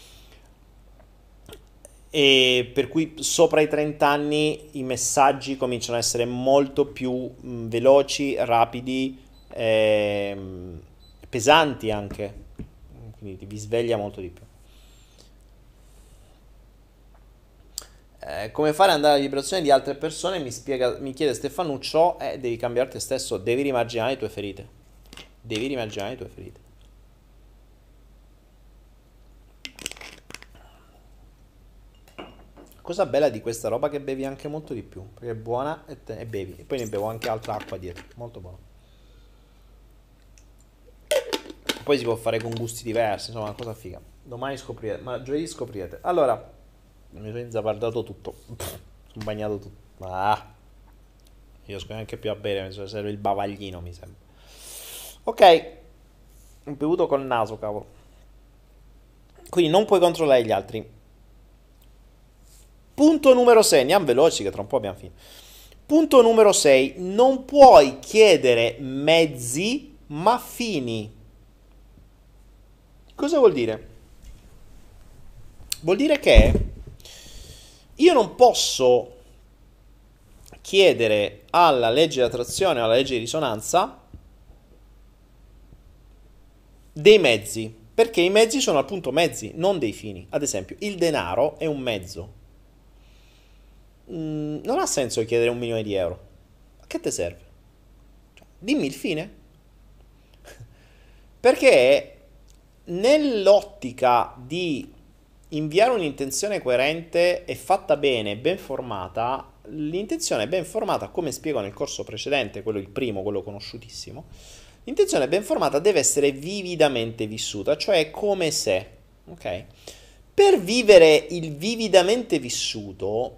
E per cui sopra i trenta anni i messaggi cominciano ad essere molto più mh, veloci, rapidi, ehm, pesanti anche, quindi vi sveglia molto di più. Eh, come fare ad andare alla vibrazione di altre persone? Mi spiega, mi chiede Stefanuccio. Eh, devi cambiare te stesso, devi rimarginare le tue ferite. Devi rimarginare le tue ferite. Cosa bella di questa roba che bevi anche molto di più, perché è buona e, te- e bevi. E poi ne bevo anche altra acqua dietro, molto buono. Poi si può fare con gusti diversi, insomma, una cosa figa. Domani scoprirete, ma giovedì scoprirete. Allora, mi sono inzapardato tutto. Sono bagnato tutto. Ah, io riesco neanche più a bere, mi serve il bavaglino, mi sembra. Ok, ho bevuto col naso, cavolo. Quindi non puoi controllare gli altri. Punto numero sei, andiamo veloci che tra un po' abbiamo finito. Punto numero sei, non puoi chiedere mezzi ma fini. Cosa vuol dire? Vuol dire che io non posso chiedere alla legge di attrazione o alla legge di risonanza dei mezzi, perché i mezzi sono appunto mezzi, non dei fini. Ad esempio, il denaro è un mezzo. Mm, non ha senso chiedere un milione di euro. A che ti serve? Cioè, dimmi il fine. Perché nell'ottica di inviare un'intenzione coerente e fatta bene, ben formata, l'intenzione ben formata, come spiego nel corso precedente, quello il primo, quello conosciutissimo, l'intenzione ben formata deve essere vividamente vissuta, cioè come se, ok? Per vivere il vividamente vissuto,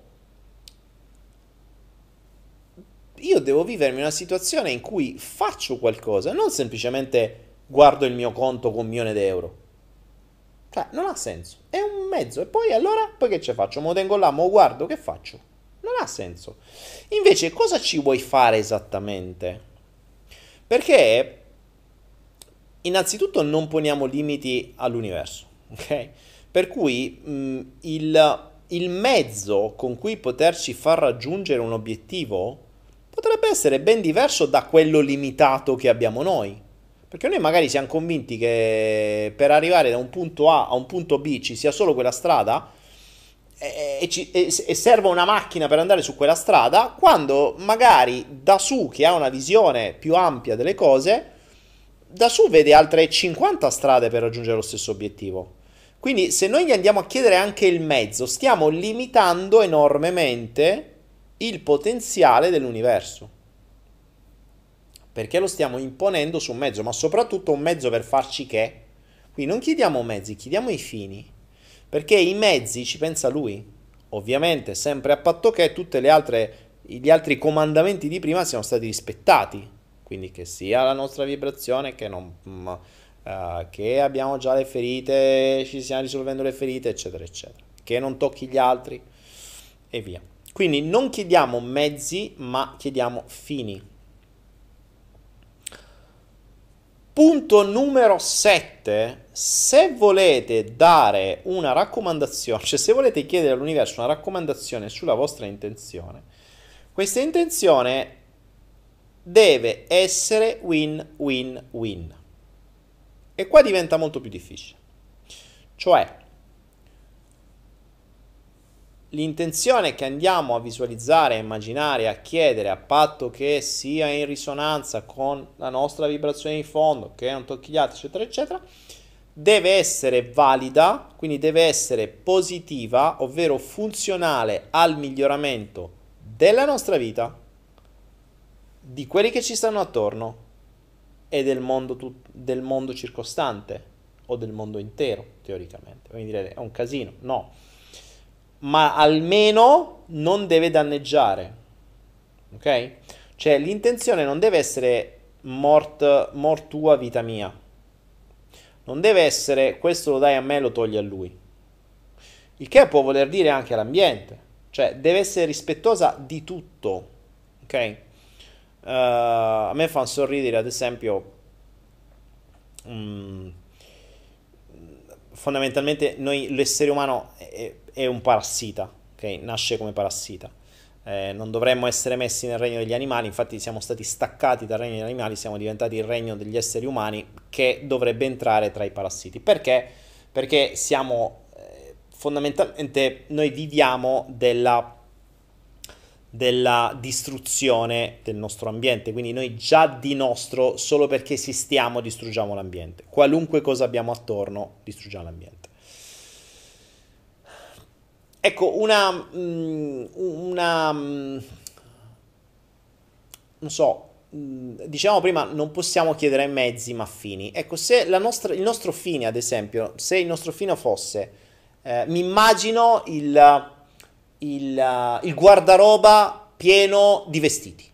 io devo vivermi una situazione in cui faccio qualcosa, non semplicemente guardo il mio conto con un milione di euro. Cioè, non ha senso. È un mezzo. E poi allora, poi che ci faccio? Me lo tengo là, me lo guardo, che faccio? Non ha senso. Invece, cosa ci vuoi fare esattamente? Perché, innanzitutto, non poniamo limiti all'universo, ok? Per cui mh, il, il mezzo con cui poterci far raggiungere un obiettivo potrebbe essere ben diverso da quello limitato che abbiamo noi. Perché noi magari siamo convinti che per arrivare da un punto A a un punto B ci sia solo quella strada e, e ci- e- e serva una macchina per andare su quella strada, quando magari da su, che ha una visione più ampia delle cose, da su vede altre cinquanta strade per raggiungere lo stesso obiettivo. Quindi se noi gli andiamo a chiedere anche il mezzo, stiamo limitando enormemente il potenziale dell'universo. Perché lo stiamo imponendo su un mezzo, ma soprattutto un mezzo per farci che. Qui non chiediamo mezzi, chiediamo i fini. Perché i mezzi ci pensa lui. Ovviamente, sempre a patto che tutti gli altri comandamenti di prima siano stati rispettati. Quindi che sia la nostra vibrazione, che, non, mm, eh, che abbiamo già le ferite, ci stiamo risolvendo le ferite, eccetera, eccetera. Che non tocchi gli altri e via. Quindi non chiediamo mezzi, ma chiediamo fini. Punto numero sette, se volete dare una raccomandazione, cioè se volete chiedere all'universo una raccomandazione sulla vostra intenzione, questa intenzione deve essere win-win-win. E qua diventa molto più difficile. Cioè, l'intenzione che andiamo a visualizzare, a immaginare, a chiedere, a patto che sia in risonanza con la nostra vibrazione di fondo, che non tocchi gli altri, eccetera, eccetera, deve essere valida, quindi deve essere positiva, ovvero funzionale al miglioramento della nostra vita, di quelli che ci stanno attorno e del mondo, tut- del mondo circostante, o del mondo intero, teoricamente. Quindi direte, è un casino. No. Ma almeno non deve danneggiare, ok? Cioè l'intenzione non deve essere mort, mort tua, vita mia, non deve essere questo lo dai a me, lo togli a lui, il che può voler dire anche all'ambiente, cioè deve essere rispettosa di tutto, ok? Uh, a me fa sorridere ad esempio um, fondamentalmente noi, l'essere umano è, è un parassita, ok? Nasce come parassita. Eh, non dovremmo essere messi nel regno degli animali, infatti siamo stati staccati dal regno degli animali, siamo diventati il regno degli esseri umani che dovrebbe entrare tra i parassiti. Perché? Perché siamo eh, fondamentalmente, noi viviamo della, della distruzione del nostro ambiente, quindi noi già di nostro, solo perché esistiamo, distruggiamo l'ambiente. Qualunque cosa abbiamo attorno, distruggiamo l'ambiente. Ecco, una, una, non so, diciamo prima, non possiamo chiedere mezzi ma fini. Ecco, se la nostra, il nostro fine, ad esempio, se il nostro fine fosse, eh, mi immagino il, il, il guardaroba pieno di vestiti.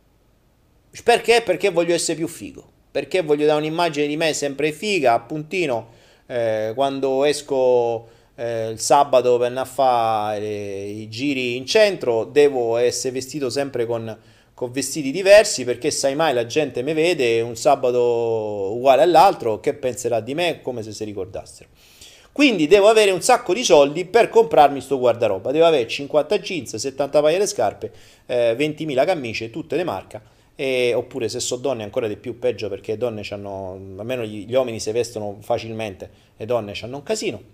Perché? Perché voglio essere più figo. Perché voglio dare un'immagine di me sempre figa, appuntino, eh, quando esco... Eh, il sabato per andare a fare i giri in centro devo essere vestito sempre con, con vestiti diversi, perché sai mai la gente mi vede un sabato uguale all'altro, che penserà di me, come se si ricordassero. Quindi devo avere un sacco di soldi per comprarmi sto guardaroba, devo avere cinquanta jeans, settanta paia di scarpe, eh, ventimila camicie, tutte le marche. E, oppure se so donne ancora di più, peggio, perché le donne c'hanno, almeno gli, gli uomini si vestono facilmente, le donne c'hanno un casino.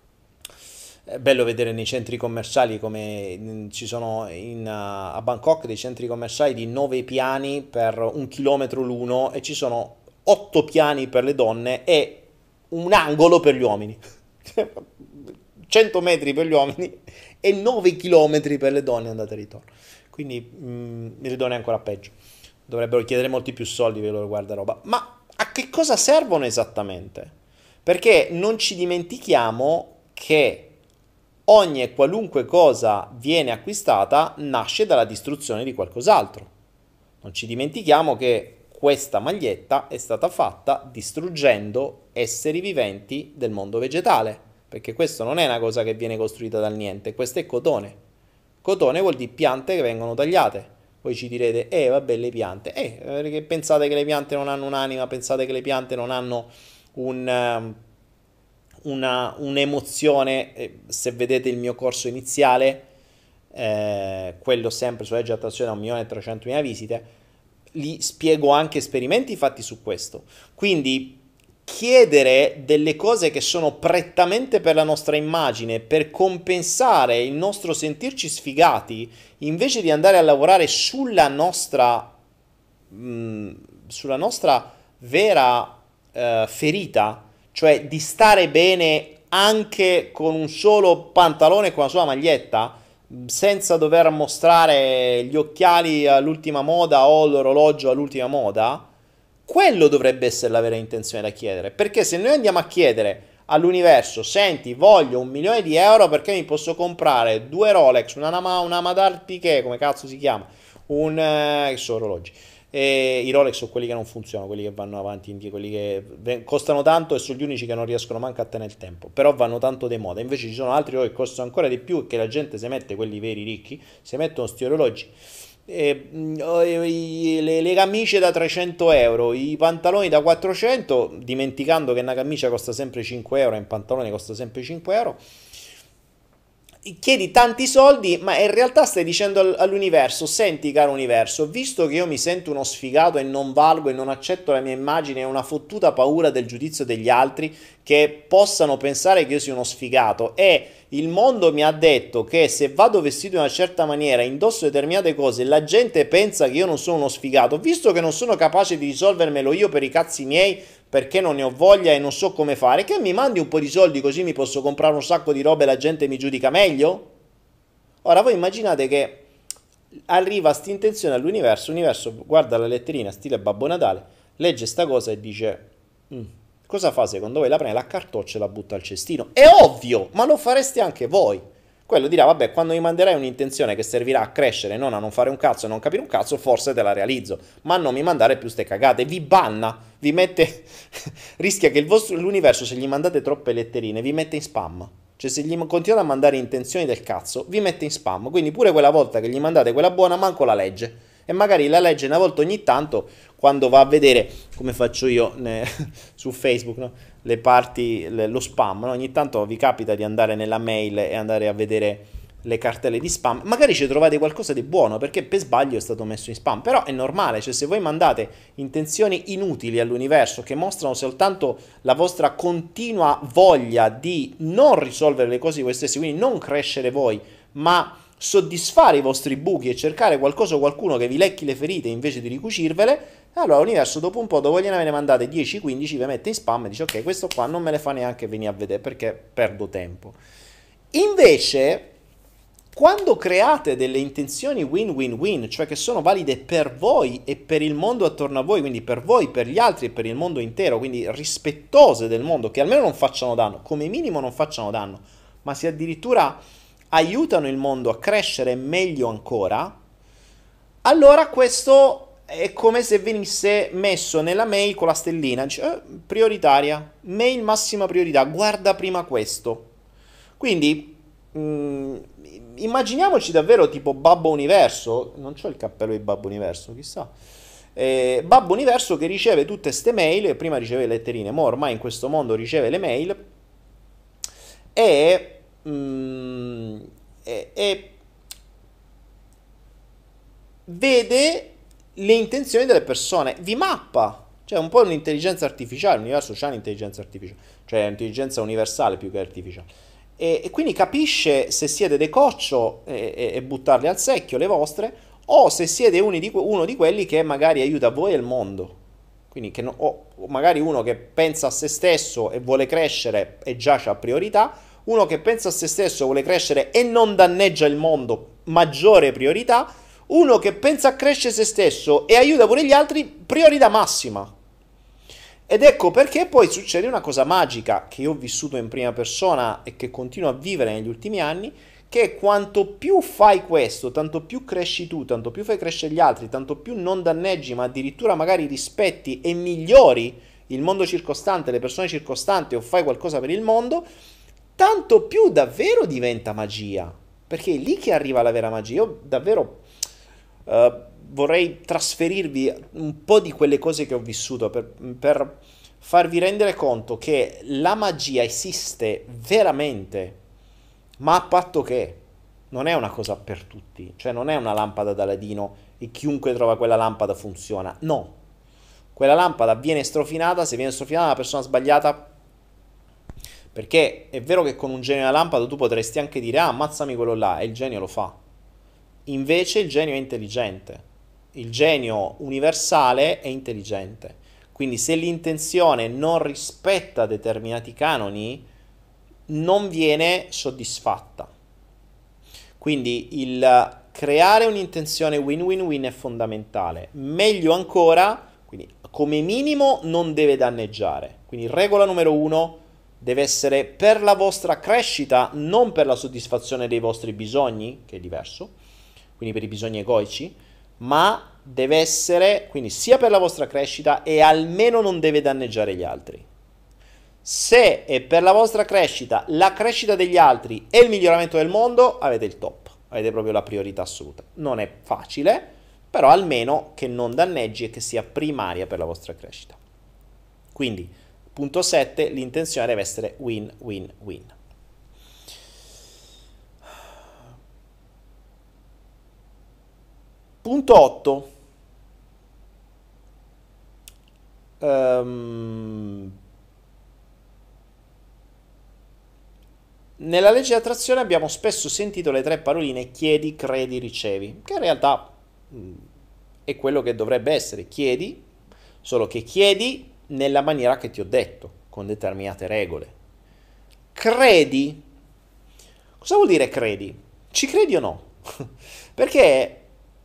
È bello vedere nei centri commerciali come ci sono in, uh, a Bangkok dei centri commerciali di nove piani per un chilometro l'uno, e ci sono otto piani per le donne e un angolo per gli uomini. cento metri per gli uomini e nove chilometri per le donne andate e ritorno. Quindi mh, le donne è ancora peggio. Dovrebbero chiedere molti più soldi per il loro guardaroba. Ma a che cosa servono esattamente? Perché non ci dimentichiamo che ogni e qualunque cosa viene acquistata nasce dalla distruzione di qualcos'altro. Non ci dimentichiamo che questa maglietta è stata fatta distruggendo esseri viventi del mondo vegetale, perché questo non è una cosa che viene costruita dal niente, questo è cotone. Cotone vuol dire piante che vengono tagliate. Voi ci direte, eh vabbè, le piante, eh, perché pensate che le piante non hanno un'anima, pensate che le piante non hanno un... Una, un'emozione. Eh, se vedete il mio corso iniziale, eh, quello sempre su legge di attrazione a un milione e trecentomila visite, lì spiego anche esperimenti fatti su questo. Quindi chiedere delle cose che sono prettamente per la nostra immagine, per compensare il nostro sentirci sfigati, invece di andare a lavorare sulla nostra mh, sulla nostra vera eh, ferita, cioè di stare bene anche con un solo pantalone e con la sua maglietta, senza dover mostrare gli occhiali all'ultima moda o l'orologio all'ultima moda, quello dovrebbe essere la vera intenzione da chiedere. Perché se noi andiamo a chiedere all'universo, senti, voglio un milione di euro perché mi posso comprare due Rolex, una, una Madame Piquet, come cazzo si chiama, un... Eh, che sono orologi. E i Rolex sono quelli che non funzionano, quelli che vanno avanti e indietro, quelli che costano tanto e sono gli unici che non riescono manco a tenere il tempo, però vanno tanto di moda. Invece ci sono altri che costano ancora di più e che la gente si mette, quelli veri ricchi, si mettono sti orologi eh, le, le camicie da trecento euro, i pantaloni da quattrocento, dimenticando che una camicia costa sempre cinque euro e un pantalone costa sempre cinque euro. Chiedi tanti soldi, ma in realtà stai dicendo all'universo: senti, caro universo, visto che io mi sento uno sfigato e non valgo e non accetto la mia immagine e ho una fottuta paura del giudizio degli altri che possano pensare che io sia uno sfigato, e il mondo mi ha detto che se vado vestito in una certa maniera, indosso determinate cose, la gente pensa che io non sono uno sfigato, visto che non sono capace di risolvermelo io per i cazzi miei, perché non ne ho voglia e non so come fare, che mi mandi un po' di soldi così mi posso comprare un sacco di robe e la gente mi giudica meglio? Ora voi immaginate che arriva sta intenzione all'universo, l'universo guarda la letterina stile Babbo Natale, legge sta cosa e dice: "Mm, cosa fa secondo voi?" La prende, la accartoccia e la butta al cestino. È ovvio, ma lo fareste anche voi. Quello dirà: vabbè, quando mi manderai un'intenzione che servirà a crescere, non a non fare un cazzo e non capire un cazzo, forse te la realizzo, ma non mi mandare più ste cagate. Vi banna, vi mette rischia che il vostro l'universo, se gli mandate troppe letterine, vi mette in spam. Cioè, se gli continuate a mandare intenzioni del cazzo, vi mette in spam. Quindi pure quella volta che gli mandate quella buona, manco la legge. E magari la legge una volta ogni tanto, quando va a vedere, come faccio io ne, su Facebook, no? Le parti, le, lo spam, no? Ogni tanto vi capita di andare nella mail e andare a vedere le cartelle di spam, magari ci trovate qualcosa di buono perché per sbaglio è stato messo in spam, però è normale, cioè se voi mandate intenzioni inutili all'universo che mostrano soltanto la vostra continua voglia di non risolvere le cose di voi stessi, quindi non crescere voi, ma soddisfare i vostri buchi e cercare qualcosa o qualcuno che vi lecchi le ferite invece di ricucirvele, allora l'universo dopo un po', dopo gliene avete mandate dieci quindici, vi mette in spam e dice: ok, questo qua non me le fa neanche venire a vedere perché perdo tempo. Invece, quando create delle intenzioni win-win-win, cioè che sono valide per voi e per il mondo attorno a voi, quindi per voi, per gli altri e per il mondo intero, quindi rispettose del mondo, che almeno non facciano danno, come minimo non facciano danno, ma se addirittura aiutano il mondo a crescere meglio ancora, allora questo è come se venisse messo nella mail con la stellina, cioè, eh, prioritaria, mail massima priorità, guarda prima questo. Quindi mh, immaginiamoci davvero tipo Babbo Universo, non c'ho il cappello di Babbo Universo, chissà, eh, Babbo Universo che riceve tutte ste mail, prima riceve le letterine, ma ormai in questo mondo riceve le mail e, mh, e, e vede le intenzioni delle persone, vi mappa, cioè un po' un'intelligenza artificiale, l'universo c'ha un'intelligenza artificiale, cioè un'intelligenza universale più che artificiale, e, e quindi capisce se siete dei coccio e, e, e buttarle al secchio le vostre, o se siete uno di, uno di quelli che magari aiuta voi e il mondo, quindi che no, o magari uno che pensa a se stesso e vuole crescere e già c'ha priorità, uno che pensa a se stesso, vuole crescere e non danneggia il mondo, maggiore priorità, uno che pensa a crescere se stesso e aiuta pure gli altri, priorità massima. Ed ecco perché poi succede una cosa magica che io ho vissuto in prima persona e che continuo a vivere negli ultimi anni, che quanto più fai questo, tanto più cresci tu, tanto più fai crescere gli altri, tanto più non danneggi, ma addirittura magari rispetti e migliori il mondo circostante, le persone circostanti, o fai qualcosa per il mondo, tanto più davvero diventa magia. Perché è lì che arriva la vera magia. Io davvero Uh, vorrei trasferirvi un po' di quelle cose che ho vissuto per, per farvi rendere conto che la magia esiste veramente, ma a patto che non è una cosa per tutti, cioè non è una lampada da ladino e chiunque trova quella lampada funziona, no, quella lampada viene strofinata, se viene strofinata da una persona sbagliata, perché è vero che con un genio della lampada tu potresti anche dire: ah, ammazzami quello là, e il genio lo fa. Invece il genio è intelligente, il genio universale è intelligente, quindi se l'intenzione non rispetta determinati canoni non viene soddisfatta. Quindi il creare un'intenzione win-win-win è fondamentale, meglio ancora, quindi come minimo non deve danneggiare, quindi regola numero uno deve essere per la vostra crescita, non per la soddisfazione dei vostri bisogni, che è diverso, quindi per i bisogni egoici, ma deve essere quindi sia per la vostra crescita e almeno non deve danneggiare gli altri. Se è per la vostra crescita, la crescita degli altri e il miglioramento del mondo, avete il top, avete proprio la priorità assoluta. Non è facile, però almeno che non danneggi e che sia primaria per la vostra crescita. Quindi, punto sette, l'intenzione deve essere win-win-win. Punto otto. Um, nella legge di attrazione abbiamo spesso sentito le tre paroline chiedi, credi, ricevi, che in realtà mh, è quello che dovrebbe essere. Chiedi, solo che chiedi nella maniera che ti ho detto, con determinate regole. Credi. Cosa vuol dire credi? Ci credi o no? Perché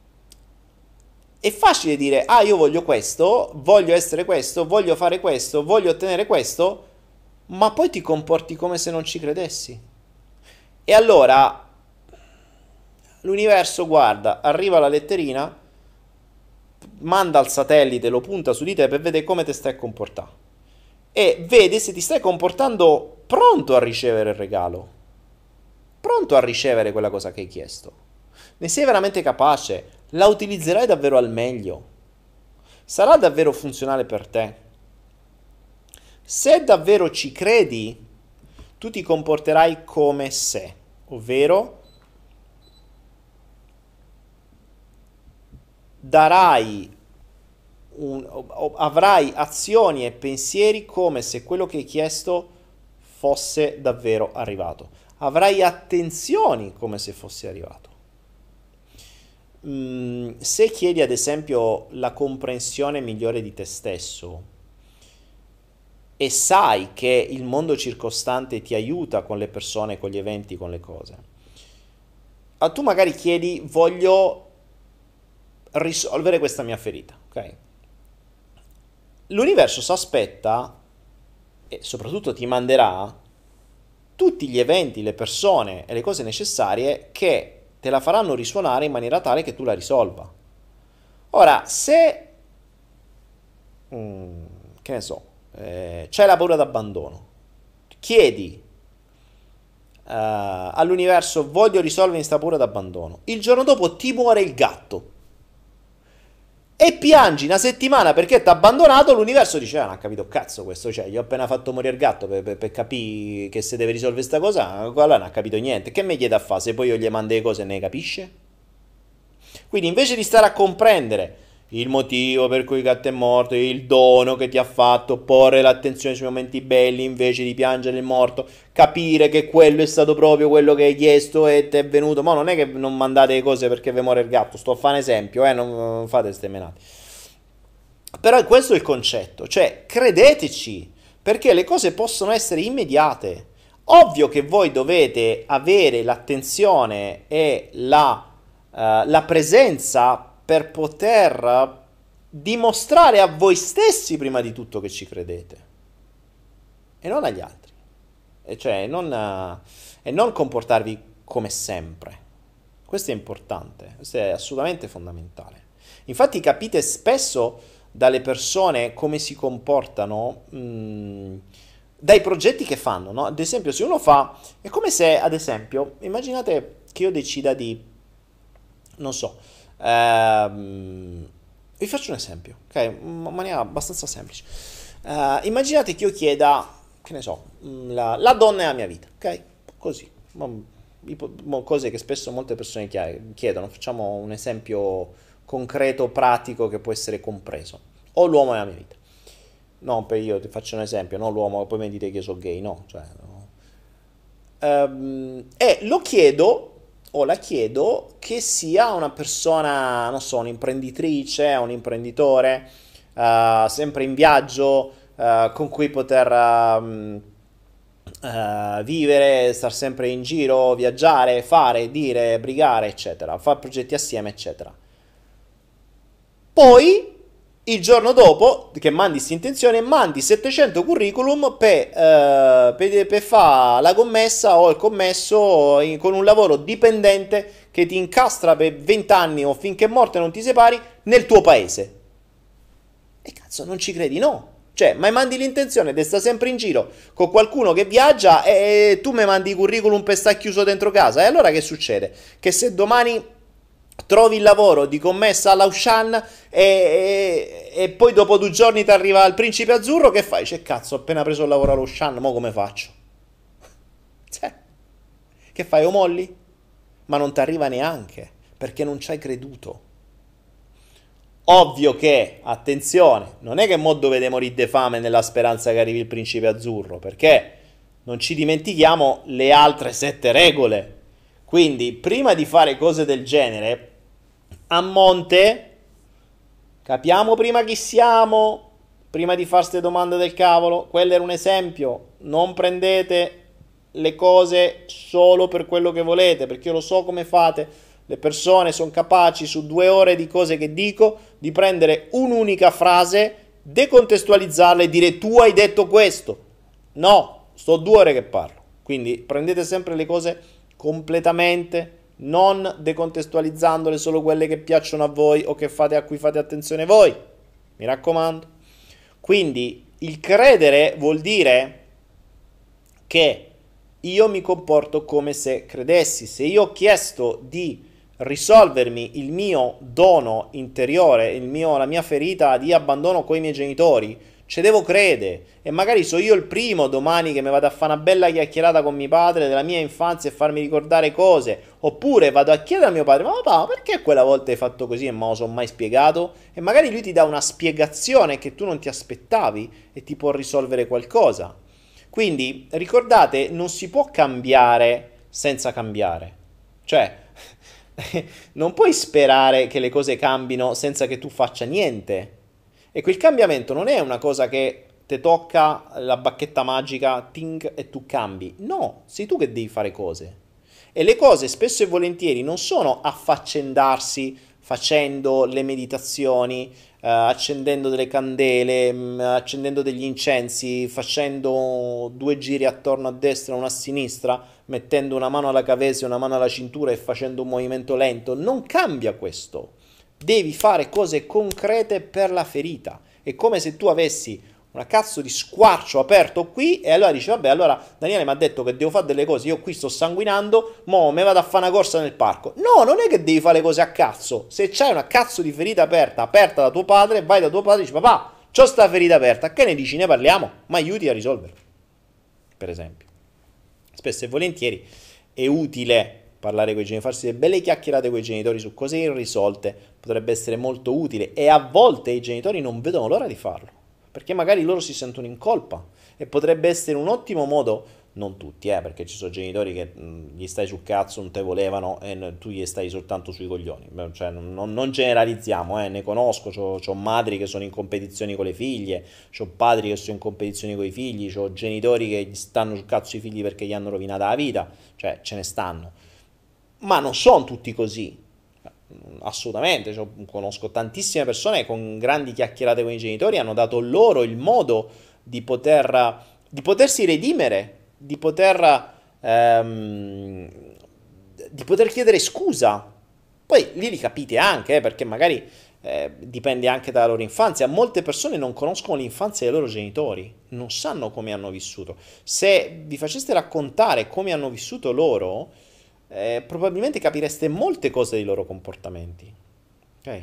è facile dire, ah, io voglio questo, voglio essere questo, voglio fare questo, voglio ottenere questo, ma poi ti comporti come se non ci credessi. E allora l'universo guarda, arriva la letterina, manda il satellite, lo punta su di te per vedere come ti stai comportando. E vede se ti stai comportando pronto a ricevere il regalo, pronto a ricevere quella cosa che hai chiesto. Ne sei veramente capace? La utilizzerai davvero al meglio? Sarà davvero funzionale per te? Se davvero ci credi, tu ti comporterai come se, ovvero darai un, avrai azioni e pensieri come se quello che hai chiesto fosse davvero arrivato. Avrai attenzioni come se fosse arrivato. Mm, se chiedi ad esempio la comprensione migliore di te stesso e sai che il mondo circostante ti aiuta con le persone, con gli eventi, con le cose, ah, tu magari chiedi voglio risolvere questa mia ferita, ok? L'universo si aspetta e soprattutto ti manderà tutti gli eventi, le persone e le cose necessarie che te la faranno risuonare in maniera tale che tu la risolva. Ora, se mm, che ne so, eh, c'hai la paura d'abbandono, chiedi uh, all'universo voglio risolvere questa paura d'abbandono, il giorno dopo ti muore il gatto e piangi una settimana perché ti ha abbandonato, l'universo dice ah, non ha capito cazzo questo, cioè gli ho appena fatto morire il gatto per, per, per capire che se deve risolvere questa cosa, allora non ha capito niente, che mi chiede a fare se poi io gli mando le cose e ne capisce? Quindi invece di stare a comprendere il motivo per cui il gatto è morto, il dono che ti ha fatto, porre l'attenzione sui momenti belli invece di piangere il morto, capire che quello è stato proprio quello che hai chiesto e ti è venuto, ma non è che non mandate le cose perché vi muore il gatto, sto a fare un esempio, eh, non, non fate ste menate. Però questo è il concetto, cioè credeteci, perché le cose possono essere immediate. Ovvio che voi dovete avere l'attenzione e la, uh, la presenza per poter dimostrare a voi stessi prima di tutto che ci credete e non agli altri, e cioè non, uh, e non comportarvi come sempre. Questo è importante, questo è assolutamente fondamentale. Infatti capite spesso dalle persone come si comportano mh, dai progetti che fanno, no? Ad esempio se uno fa, è come se ad esempio immaginate che io decida di, non so, Uh, vi faccio un esempio, ok? In maniera abbastanza semplice. Uh, immaginate che io chieda, che ne so, la, la donna è la mia vita, ok? Così, cose che spesso molte persone chiedono. Facciamo un esempio concreto, pratico, che può essere compreso. O l'uomo è la mia vita. No, per io ti faccio un esempio, no l'uomo, poi mi dite che io sono gay, no. Cioè, no. Um, e lo chiedo o la chiedo che sia una persona, non so, un'imprenditrice, un imprenditore, uh, sempre in viaggio, uh, con cui poter uh, uh, vivere, star sempre in giro, viaggiare, fare, dire, brigare, eccetera, fare progetti assieme, eccetera. Poi, il giorno dopo che mandi questa intenzione, mandi settecento curriculum per, uh, per, per fare la commessa o il commesso in, con un lavoro dipendente che ti incastra per venti anni o finché morte non ti separi nel tuo paese. E cazzo, non ci credi, no? Cioè, ma mandi l'intenzione di stare sempre in giro con qualcuno che viaggia e tu mi mandi i curriculum per stare chiuso dentro casa. E allora che succede? Che se domani trovi il lavoro di commessa all'Aushan e, e, e poi dopo due giorni ti arriva il principe azzurro, che fai? C'è cazzo, ho appena preso il lavoro all'Aushan, mo come faccio? Cioè, che fai, o molli? Ma non ti arriva neanche, perché non ci hai creduto. Ovvio che, attenzione, non è che mo dovete morire di fame nella speranza che arrivi il principe azzurro, perché non ci dimentichiamo le altre sette regole. Quindi, prima di fare cose del genere, a monte, capiamo prima chi siamo, prima di fare queste domande del cavolo. Quello era un esempio. Non prendete le cose solo per quello che volete, perché io lo so come fate. Le persone sono capaci, su due ore di cose che dico, di prendere un'unica frase, decontestualizzarla e dire tu hai detto questo. No, sto due ore che parlo. Quindi prendete sempre le cose completamente, non decontestualizzandole, solo quelle che piacciono a voi o che fate, a cui fate attenzione voi. Mi raccomando. Quindi il credere vuol dire che io mi comporto come se credessi. Se io ho chiesto di risolvermi il mio dono interiore, il mio, la mia ferita di abbandono coi miei genitori, ci devo credere, e magari so io il primo domani che mi vado a fare una bella chiacchierata con mio padre della mia infanzia e farmi ricordare cose, oppure vado a chiedere a mio padre, ma papà, perché quella volta hai fatto così e non me lo sono mai spiegato? E magari lui ti dà una spiegazione che tu non ti aspettavi e ti può risolvere qualcosa. Quindi ricordate, non si può cambiare senza cambiare, cioè non puoi sperare che le cose cambino senza che tu faccia niente. E quel cambiamento non è una cosa che ti tocca la bacchetta magica, ting, e tu cambi. No, sei tu che devi fare cose. E le cose spesso e volentieri non sono affaccendarsi facendo le meditazioni, eh, accendendo delle candele, mh, accendendo degli incensi, facendo due giri attorno a destra e uno a sinistra, mettendo una mano alla cavese e una mano alla cintura e facendo un movimento lento. Non cambia questo. Devi fare cose concrete per la ferita. È come se tu avessi una cazzo di squarcio aperto qui e allora dici vabbè, allora Daniele mi ha detto che devo fare delle cose, io qui sto sanguinando, mo me vado a fare una corsa nel parco. No, non è che devi fare le cose a cazzo. Se c'hai una cazzo di ferita aperta, aperta da tuo padre, vai da tuo padre e dici papà, c'ho sta ferita aperta, che ne dici, ne parliamo? Ma aiuti a risolverla, per esempio. Spesso e volentieri è utile parlare con i genitori, farsi delle belle chiacchierate con i genitori su cose irrisolte, potrebbe essere molto utile, e a volte i genitori non vedono l'ora di farlo, perché magari loro si sentono in colpa, e potrebbe essere un ottimo modo, non tutti, eh, perché ci sono genitori che mh, gli stai sul cazzo, non te volevano e n- tu gli stai soltanto sui coglioni, cioè non, non generalizziamo, eh, ne conosco, c'ho, c'ho madri che sono in competizioni con le figlie, c'ho padri che sono in competizioni con i figli, c'ho genitori che gli stanno sul cazzo i figli perché gli hanno rovinato la vita, cioè ce ne stanno. Ma non sono tutti così, assolutamente. Cioè, conosco tantissime persone che con grandi chiacchierate con i genitori hanno dato loro il modo di poter di potersi redimere, di poter ehm, di poter chiedere scusa. Poi lì li capite anche, eh, perché magari eh, dipende anche dalla loro infanzia. Molte persone non conoscono l'infanzia dei loro genitori, non sanno come hanno vissuto. Se vi faceste raccontare come hanno vissuto loro, Eh, probabilmente capireste molte cose dei loro comportamenti, ok?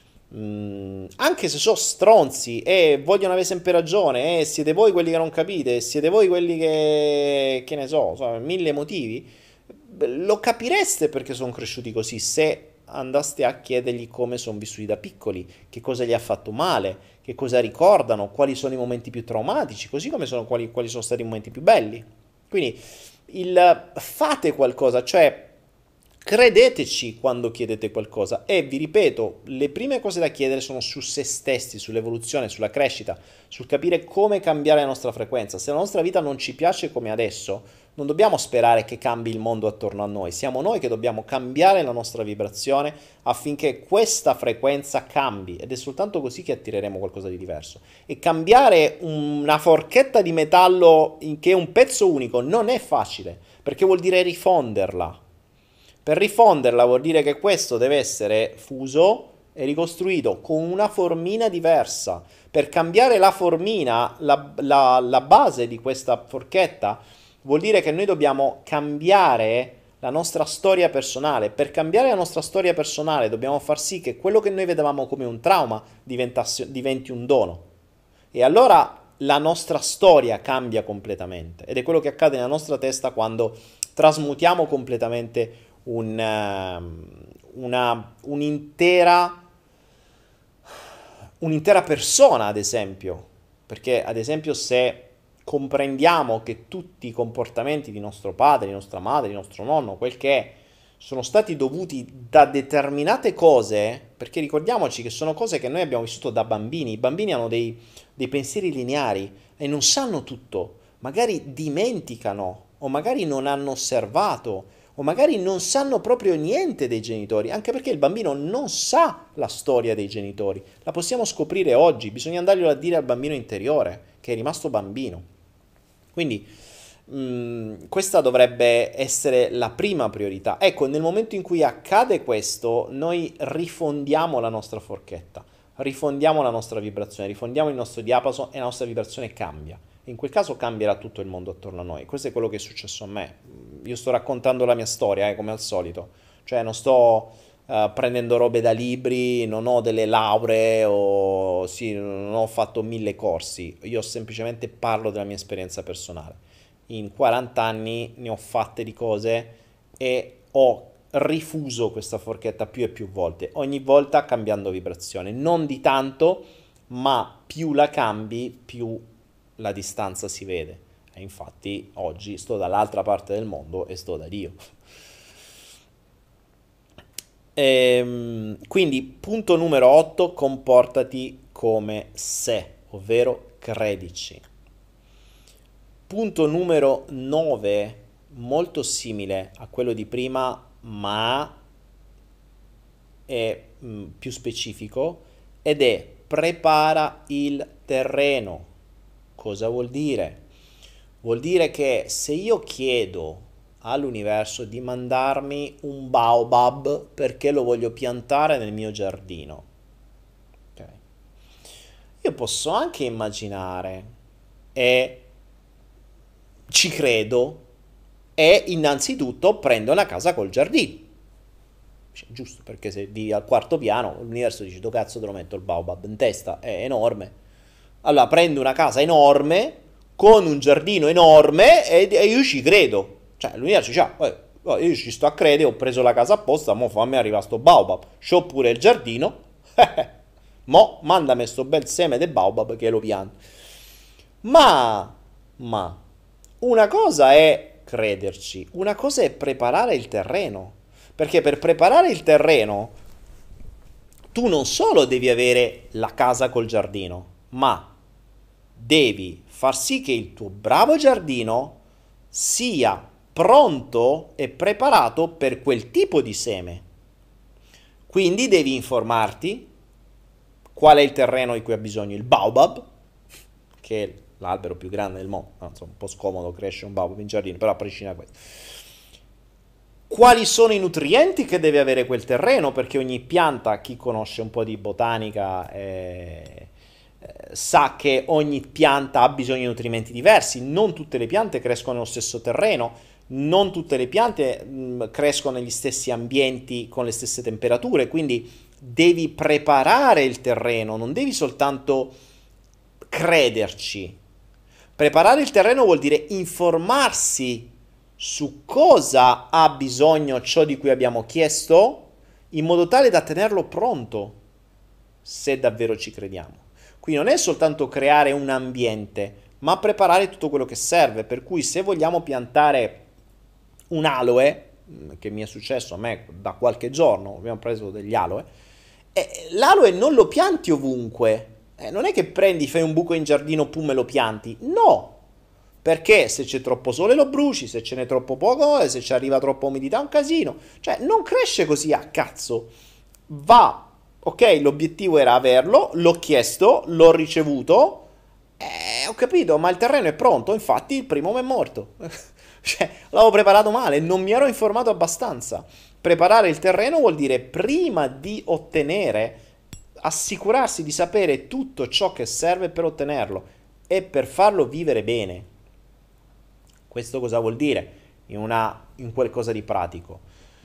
Mm, anche se sono stronzi e vogliono avere sempre ragione, e siete voi quelli che non capite, siete voi quelli che, che ne so, so, mille motivi, lo capireste perché sono cresciuti così, se andaste a chiedergli come sono vissuti da piccoli, che cosa gli ha fatto male, che cosa ricordano, quali sono i momenti più traumatici, così come sono quali, quali sono stati i momenti più belli. Quindi il fate qualcosa, cioè credeteci quando chiedete qualcosa, e vi ripeto, le prime cose da chiedere sono su se stessi, sull'evoluzione, sulla crescita, sul capire come cambiare la nostra frequenza. Se la nostra vita non ci piace come adesso, non dobbiamo sperare che cambi il mondo attorno a noi, siamo noi che dobbiamo cambiare la nostra vibrazione affinché questa frequenza cambi, ed è soltanto così che attireremo qualcosa di diverso. E cambiare una forchetta di metallo in che è un pezzo unico non è facile, perché vuol dire rifonderla. Per rifonderla vuol dire che questo deve essere fuso e ricostruito con una formina diversa. Per cambiare la formina, la, la, la base di questa forchetta, vuol dire che noi dobbiamo cambiare la nostra storia personale. Per cambiare la nostra storia personale dobbiamo far sì che quello che noi vedevamo come un trauma diventasse- diventi un dono. E allora la nostra storia cambia completamente. Ed è quello che accade nella nostra testa quando trasmutiamo completamente un, ehm, una, un'intera, un'intera persona, ad esempio. Perché, ad esempio, se comprendiamo che tutti i comportamenti di nostro padre, di nostra madre, di nostro nonno, quel che è, sono stati dovuti da determinate cose, perché ricordiamoci che sono cose che noi abbiamo vissuto da bambini. I bambini hanno dei, dei pensieri lineari e non sanno tutto, magari dimenticano o magari non hanno osservato o magari non sanno proprio niente dei genitori, anche perché il bambino non sa la storia dei genitori. La possiamo scoprire oggi, bisogna andarglielo a dire al bambino interiore, che è rimasto bambino. Quindi mh, questa dovrebbe essere la prima priorità. Ecco, nel momento in cui accade questo, noi rifondiamo la nostra forchetta, rifondiamo la nostra vibrazione, rifondiamo il nostro diapason e la nostra vibrazione cambia. In quel caso cambierà tutto il mondo attorno a noi. Questo è quello che è successo a me. Io sto raccontando la mia storia, eh, come al solito. Cioè, non sto uh, prendendo robe da libri, non ho delle lauree o sì, non ho fatto mille corsi. Io semplicemente parlo della mia esperienza personale. In quaranta anni ne ho fatte di cose e ho rifuso questa forchetta più e più volte, ogni volta cambiando vibrazione. Non di tanto, ma più la cambi, più la distanza si vede. E infatti oggi sto dall'altra parte del mondo e sto da Dio. Ehm, quindi punto numero otto, comportati come se, ovvero credici. Punto numero nove, molto simile a quello di prima, ma è mh, più specifico, ed è prepara il terreno. Cosa vuol dire? Vuol dire che se io chiedo all'universo di mandarmi un baobab perché lo voglio piantare nel mio giardino, okay, io posso anche immaginare e ci credo e innanzitutto prendo una casa col giardino. Cioè, giusto, perché se vivi al quarto piano l'universo dice: "Do cazzo te lo metto il baobab in testa, è enorme". Allora prendo una casa enorme con un giardino enorme e, e io ci credo. Cioè l'universo dice: "Ah, io ci sto a credere, ho preso la casa apposta, mo fammi arrivare sto baobab, c'ho pure il giardino, mo mandami sto bel seme di baobab che lo pianto". Ma, ma, una cosa è crederci, una cosa è preparare il terreno. Perché per preparare il terreno tu non solo devi avere la casa col giardino, ma devi far sì che il tuo bravo giardino sia pronto e preparato per quel tipo di seme. Quindi devi informarti qual è il terreno di cui ha bisogno il baobab, che è l'albero più grande del mondo. No, insomma, un po' scomodo cresce un baobab in giardino, però a prescindere da questo. Quali sono i nutrienti che deve avere quel terreno? Perché ogni pianta, chi conosce un po' di botanica, eh, eh, sa che ogni pianta ha bisogno di nutrimenti diversi. Non tutte le piante crescono nello stesso terreno, non tutte le piante mh, crescono negli stessi ambienti con le stesse temperature, quindi devi preparare il terreno, non devi soltanto crederci. Preparare il terreno vuol dire informarsi su cosa ha bisogno ciò di cui abbiamo chiesto, in modo tale da tenerlo pronto, se davvero ci crediamo. Quindi non è soltanto creare un ambiente, ma preparare tutto quello che serve. Per cui se vogliamo piantare un aloe, che mi è successo a me da qualche giorno, abbiamo preso degli aloe, e l'aloe non lo pianti ovunque. Eh, non è che prendi, fai un buco in giardino, pum, e lo pianti. No! Perché se c'è troppo sole lo bruci, se ce n'è troppo poco, se ci arriva troppa umidità è un casino. Cioè, non cresce così a cazzo. Va, ok, l'obiettivo era averlo, l'ho chiesto, l'ho ricevuto, eh, ho capito, ma il terreno è pronto, infatti il primo mi è morto. Cioè, l'avevo preparato male, non mi ero informato abbastanza. Preparare il terreno vuol dire, prima di ottenere, assicurarsi di sapere tutto ciò che serve per ottenerlo e per farlo vivere bene. Questo cosa vuol dire? in, una, in qualcosa di pratico.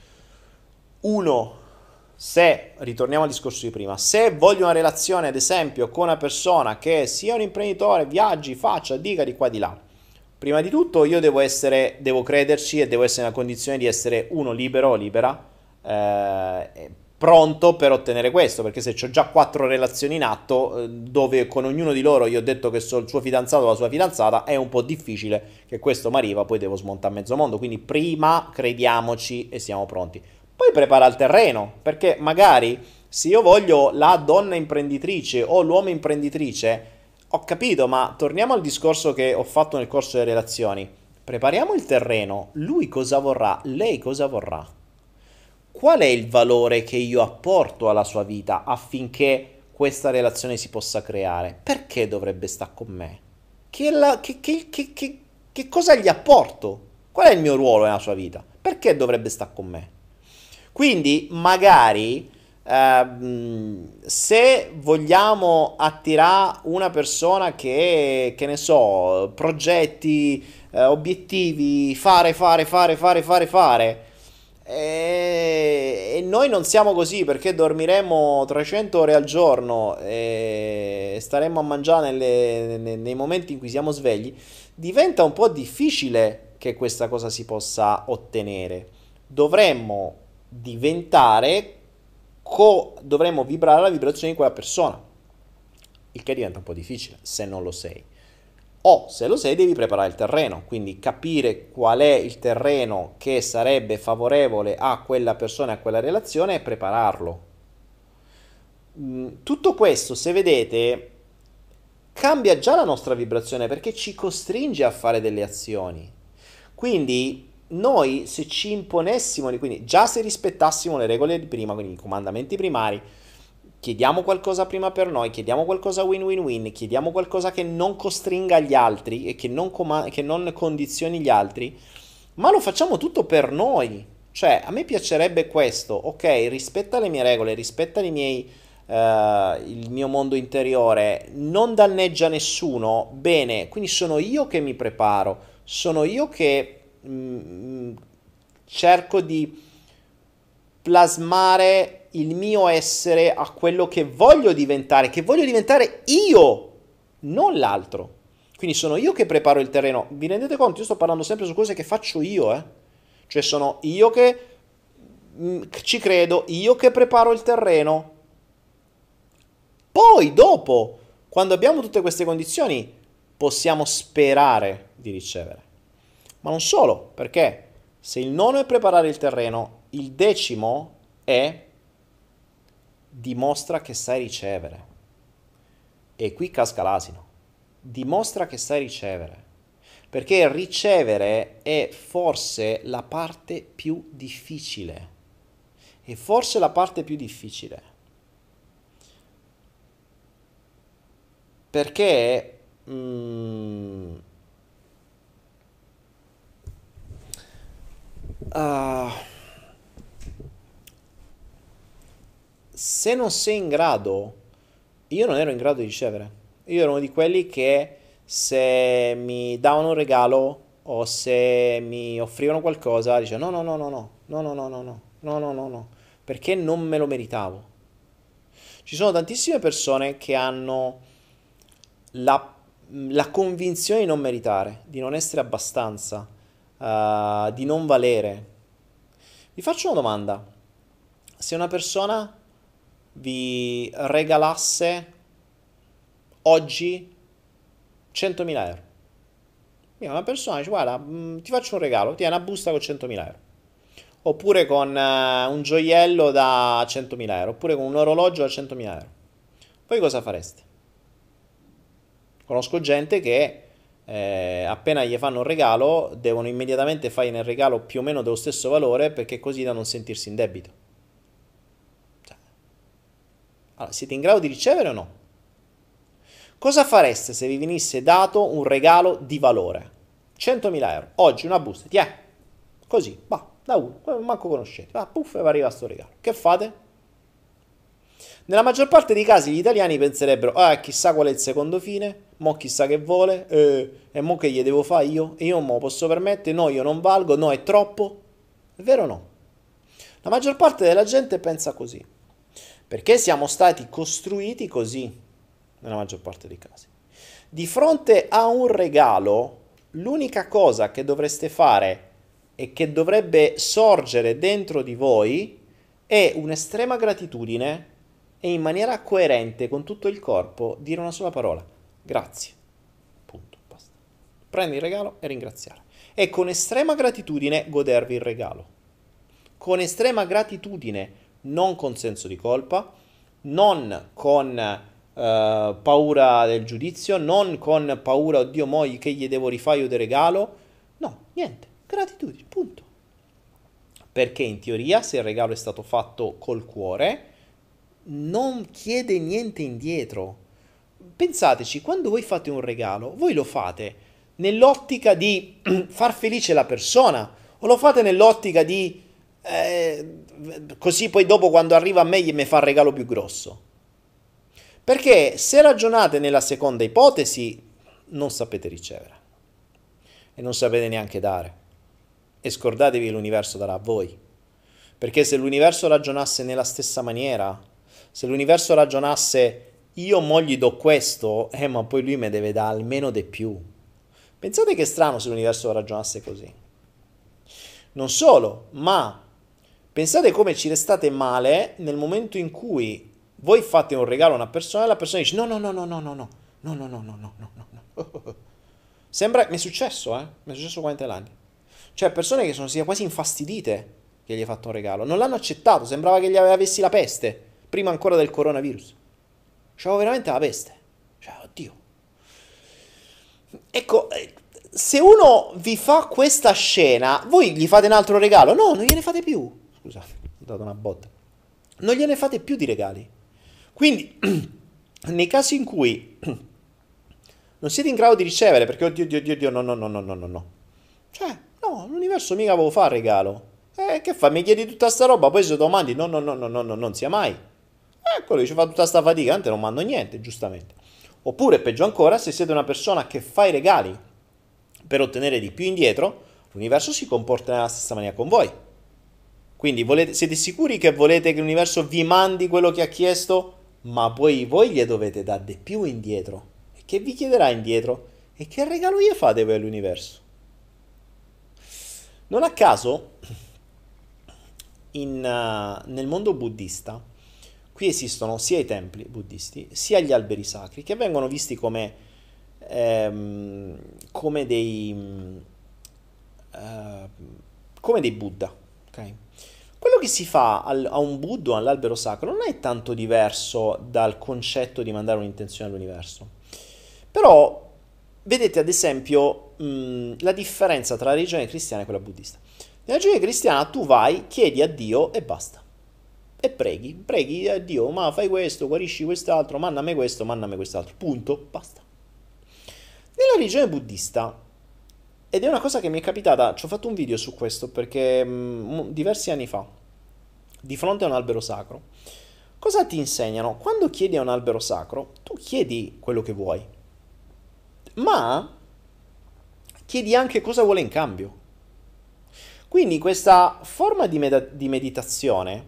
Uno, se, ritorniamo al discorso di prima, se voglio una relazione, ad esempio, con una persona che sia un imprenditore, viaggi, faccia, dica di qua di là, prima di tutto io devo essere, devo crederci e devo essere nella condizione di essere uno libero o libera, eh, pronto per ottenere questo, perché se ho già quattro relazioni in atto, eh, dove con ognuno di loro io ho detto che sono il suo fidanzato o la sua fidanzata, è un po' difficile che questo mi arriva, poi devo smontare mezzo mondo, quindi prima crediamoci e siamo pronti. Poi prepara il terreno, perché magari se io voglio la donna imprenditrice o l'uomo imprenditrice, ho capito, ma torniamo al discorso che ho fatto nel corso delle relazioni. Prepariamo il terreno, lui cosa vorrà, lei cosa vorrà. Qual è il valore che io apporto alla sua vita affinché questa relazione si possa creare? Perché dovrebbe stare con me? Che, la, che, che, che, che, che cosa gli apporto? Qual è il mio ruolo nella sua vita? Perché dovrebbe stare con me? Quindi magari ehm, se vogliamo attirare una persona che, che ne so, progetti, eh, obiettivi, fare, fare, fare, fare, fare, fare, e, e noi non siamo così perché dormiremo trecento ore al giorno e staremo a mangiare nelle- ne- nei momenti in cui siamo svegli, diventa un po' difficile che questa cosa si possa ottenere. Dovremmo diventare, co- dovremmo vibrare la vibrazione di quella persona, il che diventa un po' difficile se non lo sei. O se lo sei devi preparare il terreno, quindi capire qual è il terreno che sarebbe favorevole a quella persona e a quella relazione e prepararlo. Mm, Tutto questo, se vedete, cambia già la nostra vibrazione perché ci costringe a fare delle azioni. Quindi noi se ci imponessimo, quindi già se rispettassimo le regole di prima, quindi i comandamenti primari, chiediamo qualcosa prima per noi, chiediamo qualcosa win-win-win, chiediamo qualcosa che non costringa gli altri e che non, coma- che non condizioni gli altri, ma lo facciamo tutto per noi. Cioè, a me piacerebbe questo, ok, rispetta le mie regole, rispetta i miei, eh, il mio mondo interiore, non danneggia nessuno, bene, quindi sono io che mi preparo, sono io che mm, cerco di plasmare il mio essere a quello che voglio diventare, che voglio diventare io, non l'altro. Quindi sono io che preparo il terreno. Vi rendete conto? Io sto parlando sempre su cose che faccio io, eh? Cioè sono io che mm, ci credo, io che preparo il terreno. Poi, dopo, quando abbiamo tutte queste condizioni, possiamo sperare di ricevere. Ma non solo, perché se il nono è preparare il terreno, il decimo è dimostra che sai ricevere. E qui casca l'asino. Dimostra che sai ricevere. Perché ricevere è forse la parte più difficile. È forse la parte più difficile. Perché mm, ah, se non sei in grado, io non ero in grado di ricevere. Io ero uno di quelli che se mi davano un regalo o se mi offrivano qualcosa, dicevo no, no, no, no, no, no, no, no, no, no, no, no, no, perché non me lo meritavo. Ci sono tantissime persone che hanno la, la convinzione di non meritare, di non essere abbastanza, eh, di non valere. Vi faccio una domanda. Se una persona vi regalasse oggi centomila euro, quindi una persona dice guarda, mh, ti faccio un regalo, ti hai una busta con centomila euro, oppure con eh, un gioiello da centomila euro, oppure con un orologio da centomila euro, voi cosa fareste? Conosco gente che eh, appena gli fanno un regalo devono immediatamente fargli nel regalo più o meno dello stesso valore perché così da non sentirsi in debito. Cioè, allora, siete in grado di ricevere o no? Cosa fareste se vi venisse dato un regalo di valore? centomila euro. Oggi una busta, ti è. Così, va, da uno, manco conoscete. Va, puff, e va arriva sto regalo. Che fate? Nella maggior parte dei casi gli italiani penserebbero, ah, chissà qual è il secondo fine, mo chissà che vuole, eh, e mo che gli devo fare io? E io non me lo posso permettere, no, io non valgo, no, è troppo. È vero o no? La maggior parte della gente pensa così, perché siamo stati costruiti così, nella maggior parte dei casi. Di fronte a un regalo, l'unica cosa che dovreste fare e che dovrebbe sorgere dentro di voi è un'estrema gratitudine e in maniera coerente con tutto il corpo dire una sola parola: grazie. Punto, basta. Prendi il regalo e ringraziare. E con estrema gratitudine godervi il regalo. Con estrema gratitudine, non con senso di colpa, non con eh, paura del giudizio, non con paura, oddio, mo che gli devo rifare io del regalo. No, niente, gratitudine, punto. Perché in teoria, se il regalo è stato fatto col cuore, non chiede niente indietro. Pensateci, quando voi fate un regalo, voi lo fate nell'ottica di far felice la persona o lo fate nell'ottica di eh, così poi dopo quando arriva a me gli mi fa il regalo più grosso? Perché se ragionate nella seconda ipotesi non sapete ricevere e non sapete neanche dare, e scordatevi che l'universo darà a voi, perché se l'universo ragionasse nella stessa maniera, se l'universo ragionasse io mo gli do questo, eh ma poi lui mi deve dare almeno di più. Pensate che è strano se l'universo ragionasse così. Non solo, ma pensate come ci restate male nel momento in cui voi fate un regalo a una persona e la persona dice no no no no no no no no no no no no no no no. Sembra, mi è successo, eh? Mi è successo quaranta anni. Cioè persone che sono sia quasi infastidite che gli hai fatto un regalo, non l'hanno accettato, sembrava che gli avessi la peste, prima ancora del coronavirus. C'avevo veramente la peste. Cioè, oddio. Ecco, se uno vi fa questa scena, voi gli fate un altro regalo? No, non gliene fate più. Scusate, ho dato una botta. Non gliene fate più di regali. Quindi, nei casi in cui non siete in grado di ricevere, perché oddio, oddio, oddio, oddio, no, no, no, no, no, no, no. Cioè, no, l'universo mica ve lo fa il regalo. Eh, che fa? Mi chiedi tutta sta roba, poi se domandi, no, no, no, no, no, no, non sia mai. Eccolo, ci fa tutta sta fatica, anche non mando niente, giustamente. Oppure, peggio ancora, se siete una persona che fa i regali per ottenere di più indietro, l'universo si comporta nella stessa maniera con voi. Quindi volete, siete sicuri che volete che l'universo vi mandi quello che ha chiesto, ma poi voi gli dovete dare di più indietro. E che vi chiederà indietro? E che regalo gli fate voi all'universo? Non a caso, in, uh, nel mondo buddista, qui esistono sia i templi buddisti, sia gli alberi sacri, che vengono visti come, ehm, come dei, uh, come dei Buddha, ok? Quello che si fa al, a un Buddha o all'albero sacro non è tanto diverso dal concetto di mandare un'intenzione all'universo. Però, vedete ad esempio mh, la differenza tra la religione cristiana e quella buddista. Nella religione cristiana tu vai, chiedi a Dio e basta. E preghi, preghi a Dio, ma fai questo, guarisci quest'altro, manda a me questo, manda a me quest'altro, punto, basta. Nella religione buddista, ed è una cosa che mi è capitata, ci ho fatto un video su questo perché mh, diversi anni fa, di fronte a un albero sacro, cosa ti insegnano? Quando chiedi a un albero sacro, tu chiedi quello che vuoi, ma chiedi anche cosa vuole in cambio. Quindi questa forma di, med- di meditazione,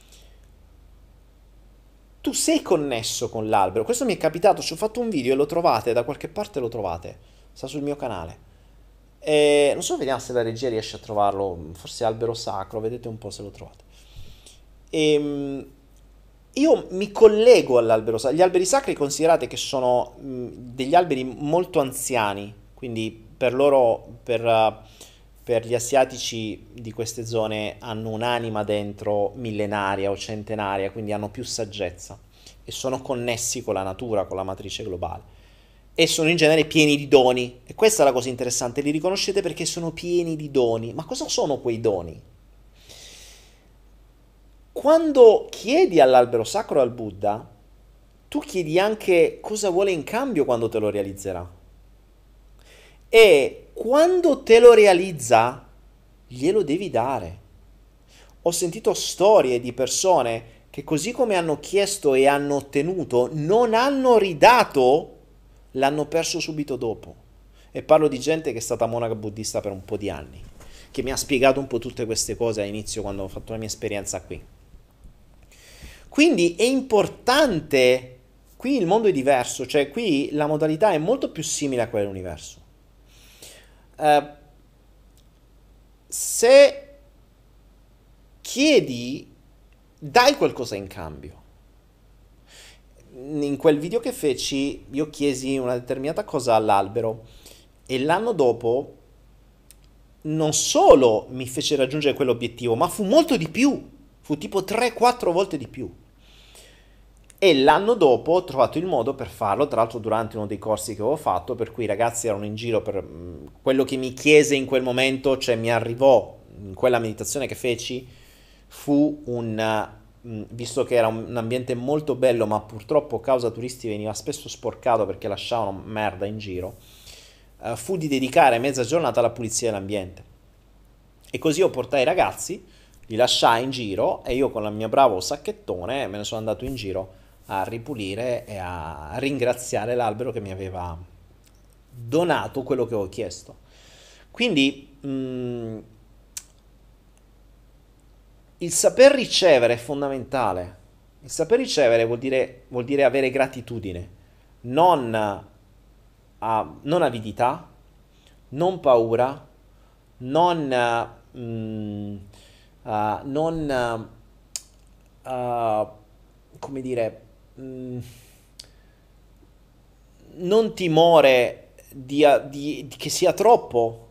tu sei connesso con l'albero. Questo mi è capitato, ci ho fatto un video e lo trovate, da qualche parte lo trovate, sta sul mio canale. E non so, vediamo se la regia riesce a trovarlo, forse albero sacro, vedete un po' se lo trovate. E, io mi collego all'albero sacro. Gli alberi sacri considerate che sono mh, degli alberi molto anziani, quindi per loro, per, uh, per gli asiatici di queste zone hanno un'anima dentro millenaria o centenaria, quindi hanno più saggezza e sono connessi con la natura, con la matrice globale. E sono in genere pieni di doni. E questa è la cosa interessante, li riconoscete perché sono pieni di doni. Ma cosa sono quei doni? Quando chiedi all'albero sacro al Buddha, tu chiedi anche cosa vuole in cambio quando te lo realizzerà. E quando te lo realizza, glielo devi dare. Ho sentito storie di persone che così come hanno chiesto e hanno ottenuto, non hanno ridato, l'hanno perso subito dopo. E parlo di gente che è stata monaca buddista per un po' di anni, che mi ha spiegato un po' tutte queste cose all'inizio quando ho fatto la mia esperienza qui. Quindi è importante, qui il mondo è diverso, cioè qui la modalità è molto più simile a quella dell'universo. Uh, se chiedi, dai qualcosa in cambio. In quel video che feci io chiesi una determinata cosa all'albero e l'anno dopo non solo mi fece raggiungere quell'obiettivo, ma fu molto di più, fu tipo tre quattro volte di più. E l'anno dopo ho trovato il modo per farlo, tra l'altro durante uno dei corsi che avevo fatto, per cui i ragazzi erano in giro per quello che mi chiese in quel momento, cioè mi arrivò in quella meditazione che feci, fu un, visto che era un ambiente molto bello, ma purtroppo a causa turisti veniva spesso sporcato perché lasciavano merda in giro, uh, fu di dedicare mezza giornata alla pulizia dell'ambiente. E così io portai i ragazzi, li lasciai in giro e io con il mio bravo sacchettone me ne sono andato in giro a ripulire e a ringraziare l'albero che mi aveva donato quello che ho chiesto. Quindi mh, il saper ricevere è fondamentale. Il saper ricevere vuol dire, vuol dire avere gratitudine, non, uh, non avidità, non paura, non, uh, mh, uh, non uh, uh, come dire, non timore di, di, di che sia troppo.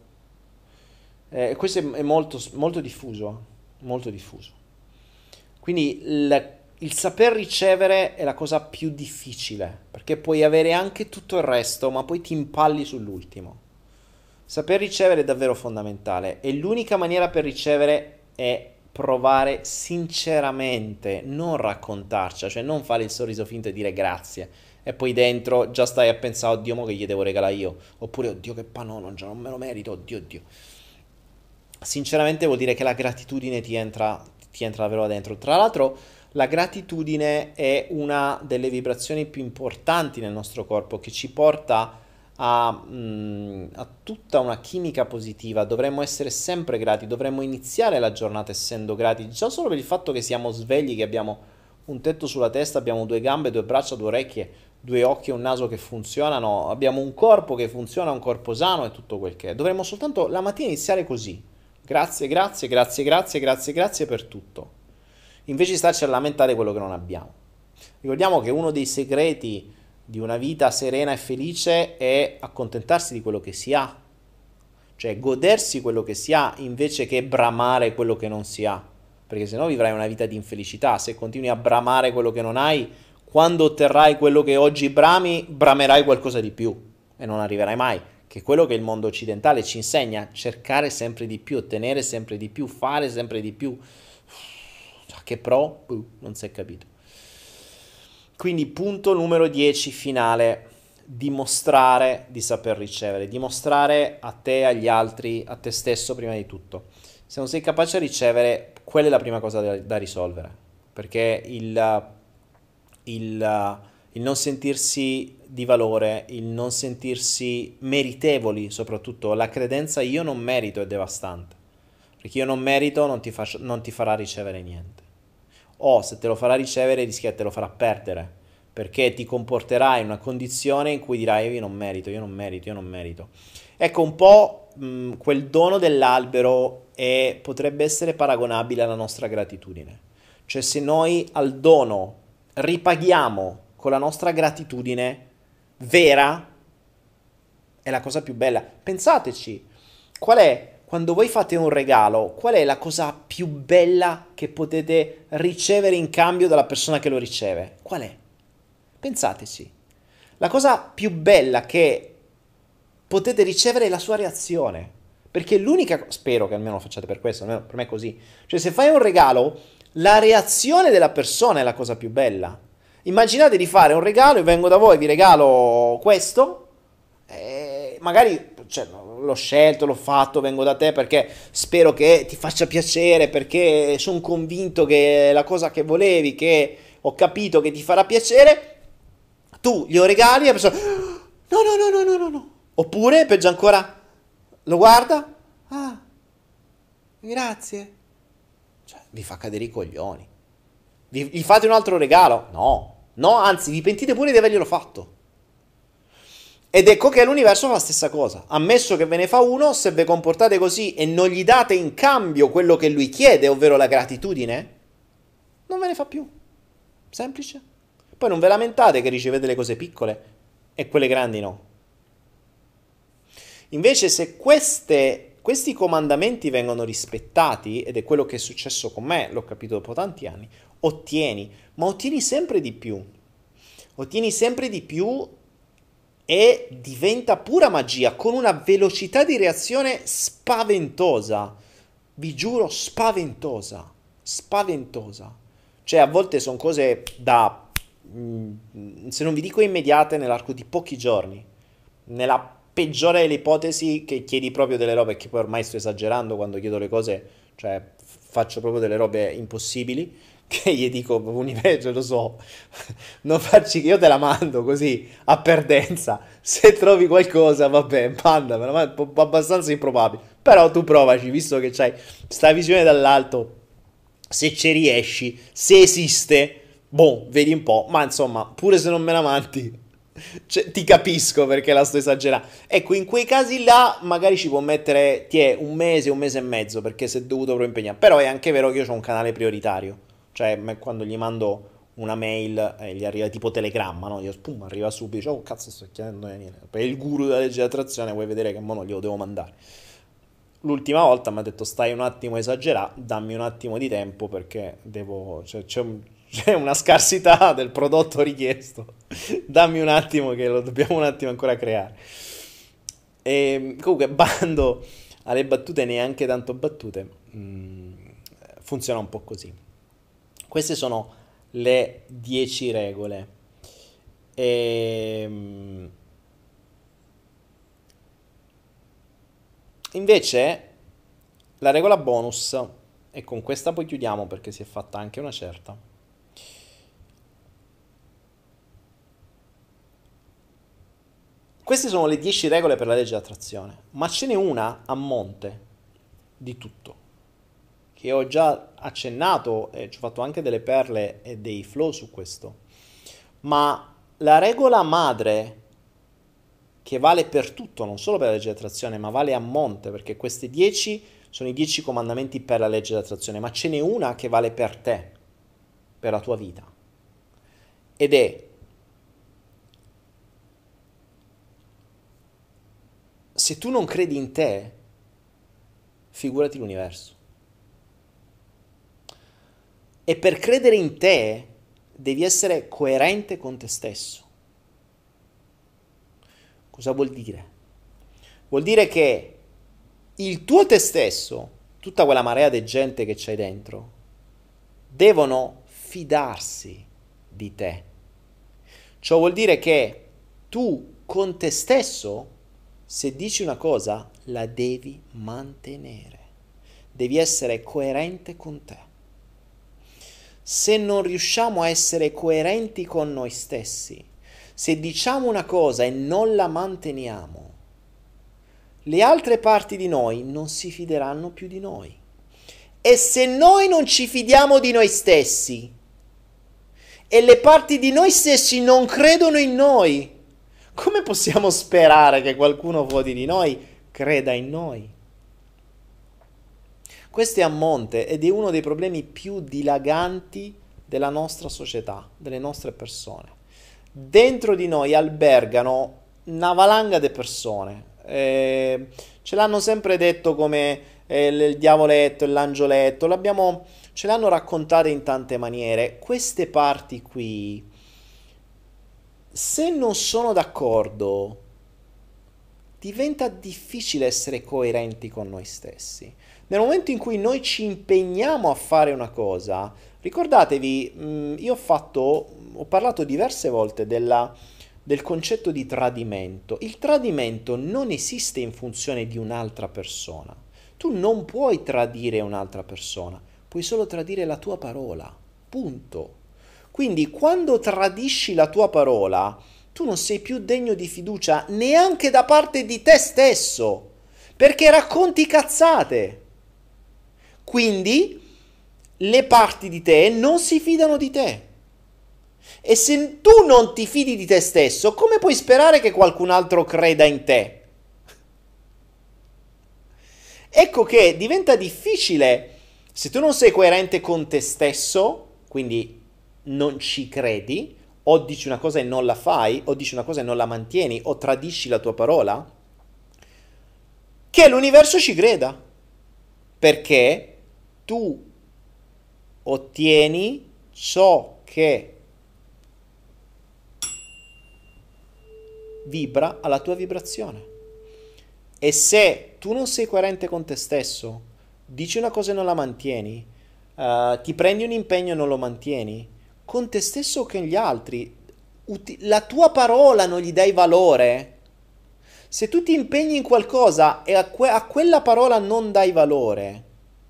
Eh, questo è, è molto, molto diffuso, molto diffuso. Quindi il, il saper ricevere è la cosa più difficile, perché puoi avere anche tutto il resto, ma poi ti impalli sull'ultimo. Saper ricevere è davvero fondamentale e l'unica maniera per ricevere è provare sinceramente, non raccontarci, cioè non fare il sorriso finto e dire grazie e poi dentro già stai a pensare oddio mo che gli devo regalare io, oppure oddio che panno, non, non me lo merito, oddio oddio. Sinceramente vuol dire che la gratitudine ti entra, ti entra davvero dentro. Tra l'altro la gratitudine è una delle vibrazioni più importanti nel nostro corpo che ci porta A, mh, a tutta una chimica positiva. Dovremmo essere sempre grati, dovremmo iniziare la giornata essendo grati, già solo per il fatto che siamo svegli, che abbiamo un tetto sulla testa, abbiamo due gambe, due braccia, due orecchie, due occhi e un naso che funzionano, abbiamo un corpo che funziona, un corpo sano e tutto quel che è. Dovremmo soltanto la mattina iniziare così, grazie, grazie, grazie, grazie, grazie, grazie per tutto, invece di starci a lamentare quello che non abbiamo. Ricordiamo che uno dei segreti di una vita serena e felice è accontentarsi di quello che si ha, cioè godersi quello che si ha invece che bramare quello che non si ha, perché sennò vivrai una vita di infelicità. Se continui a bramare quello che non hai, quando otterrai quello che oggi brami, bramerai qualcosa di più e non arriverai mai, che è quello che il mondo occidentale ci insegna, cercare sempre di più, ottenere sempre di più, fare sempre di più. Che pro? Uh, non si è capito. Quindi punto numero dieci finale, dimostrare di saper ricevere, dimostrare a te, agli altri, a te stesso prima di tutto. Se non sei capace a ricevere, quella è la prima cosa da, da risolvere, perché il, il, il non sentirsi di valore, il non sentirsi meritevoli, soprattutto la credenza io non merito è devastante, perché io non merito non ti, fa, non ti farà ricevere niente. O se te lo farà ricevere rischia che te lo farà perdere, perché ti comporterai in una condizione in cui dirai io non merito, io non merito, io non merito. Ecco un po' mh, quel dono dell'albero è, potrebbe essere paragonabile alla nostra gratitudine. Cioè se noi al dono ripaghiamo con la nostra gratitudine vera, è la cosa più bella. Pensateci, qual è? Quando voi fate un regalo, qual è la cosa più bella che potete ricevere in cambio dalla persona che lo riceve? Qual è? Pensateci. La cosa più bella che potete ricevere è la sua reazione. Perché l'unica... Spero che almeno lo facciate per questo, almeno per me è così. Cioè se fai un regalo, la reazione della persona è la cosa più bella. Immaginate di fare un regalo, io vengo da voi, vi regalo questo, e magari... Cioè, l'ho scelto, l'ho fatto, vengo da te perché spero che ti faccia piacere, perché sono convinto che è la cosa che volevi, che ho capito che ti farà piacere, tu glielo regali e la persona, no, no, no, no, no, no, no. Oppure, peggio ancora, lo guarda, ah, grazie. Cioè, vi fa cadere i coglioni. Vi, gli fate un altro regalo? No, no, anzi, vi pentite pure di averglielo fatto. Ed ecco che l'universo fa la stessa cosa. Ammesso che ve ne fa uno, se vi comportate così e non gli date in cambio quello che lui chiede, ovvero la gratitudine, non ve ne fa più. Semplice. Poi non ve lamentate che ricevete le cose piccole e quelle grandi no. Invece se queste, questi comandamenti vengono rispettati, ed è quello che è successo con me, l'ho capito dopo tanti anni, ottieni, ma ottieni sempre di più. Ottieni sempre di più e diventa pura magia, con una velocità di reazione spaventosa. Vi giuro, spaventosa. Spaventosa. Cioè, a volte sono cose da, mh, se non vi dico immediate, nell'arco di pochi giorni. Nella peggiore delle ipotesi, che chiedi proprio delle robe, che poi ormai sto esagerando quando chiedo le cose, cioè faccio proprio delle robe impossibili, che gli dico, universo, lo so, non farci che io te la mando così, a perdenza, se trovi qualcosa, vabbè, mandamela, ma è abbastanza improbabile, però tu provaci, visto che c'hai sta visione dall'alto, se ci riesci, se esiste, boh, vedi un po', ma insomma, pure se non me la mandi, cioè, ti capisco perché la sto esagerando. Ecco, in quei casi là magari ci può mettere, ti è un mese, un mese e mezzo, perché si è dovuto proprio impegnare, però è anche vero che io ho un canale prioritario. Cioè, quando gli mando una mail, eh, gli arriva tipo telegramma, no? Io, pum, arriva subito, dice, oh, cazzo, sto chiedendo Daniele. Per il guru della legge di attrazione, vuoi vedere che mo non glielo devo mandare. L'ultima volta mi ha detto, stai un attimo a esagerare, dammi un attimo di tempo, perché devo... Cioè, c'è, un, c'è una scarsità del prodotto richiesto. Dammi un attimo che lo dobbiamo un attimo ancora creare. E comunque, bando alle battute, neanche tanto battute, mh, funziona un po' così. Queste sono le dieci regole. E... Invece, la regola bonus, e con questa poi chiudiamo perché si è fatta anche una certa. Queste sono le dieci regole per la legge dell'attrazione, ma ce n'è una a monte di tutto, che ho già accennato e ci ho fatto anche delle perle e dei flow su questo. Ma la regola madre, che vale per tutto, non solo per la legge dell'attrazione, ma vale a monte, perché questi dieci sono i dieci comandamenti per la legge dell'attrazione, ma ce n'è una che vale per te, per la tua vita. Ed è: se tu non credi in te, figurati l'universo. E per credere in te devi essere coerente con te stesso. Cosa vuol dire? Vuol dire che il tuo te stesso, tutta quella marea di gente che c'hai dentro, devono fidarsi di te. Ciò vuol dire che tu con te stesso, se dici una cosa, la devi mantenere. Devi essere coerente con te. Se non riusciamo a essere coerenti con noi stessi, se diciamo una cosa e non la manteniamo, le altre parti di noi non si fideranno più di noi. E se noi non ci fidiamo di noi stessi e le parti di noi stessi non credono in noi, come possiamo sperare che qualcuno fuori di noi creda in noi? Questo è a monte ed è uno dei problemi più dilaganti della nostra società, delle nostre persone. Dentro di noi albergano una valanga di persone. Eh, ce l'hanno sempre detto come eh, il diavoletto, l'angioletto, l'abbiamo, ce l'hanno raccontate in tante maniere. Queste parti qui, se non sono d'accordo, diventa difficile essere coerenti con noi stessi. Nel momento in cui noi ci impegniamo a fare una cosa, ricordatevi, mh, io ho fatto, ho parlato diverse volte della, del concetto di tradimento. Il tradimento non esiste in funzione di un'altra persona. Tu non puoi tradire un'altra persona, puoi solo tradire la tua parola. Punto. Quindi quando tradisci la tua parola, tu non sei più degno di fiducia neanche da parte di te stesso, perché racconti cazzate. Quindi le parti di te non si fidano di te. E se tu non ti fidi di te stesso, come puoi sperare che qualcun altro creda in te? Ecco che diventa difficile se tu non sei coerente con te stesso, quindi non ci credi, o dici una cosa e non la fai, o dici una cosa e non la mantieni, o tradisci la tua parola, che l'universo ci creda, perché tu ottieni ciò che vibra alla tua vibrazione. E se tu non sei coerente con te stesso, dici una cosa e non la mantieni, uh, ti prendi un impegno e non lo mantieni, con te stesso o con gli altri, uti- la tua parola non gli dai valore. Se tu ti impegni in qualcosa e a, que- a quella parola non dai valore,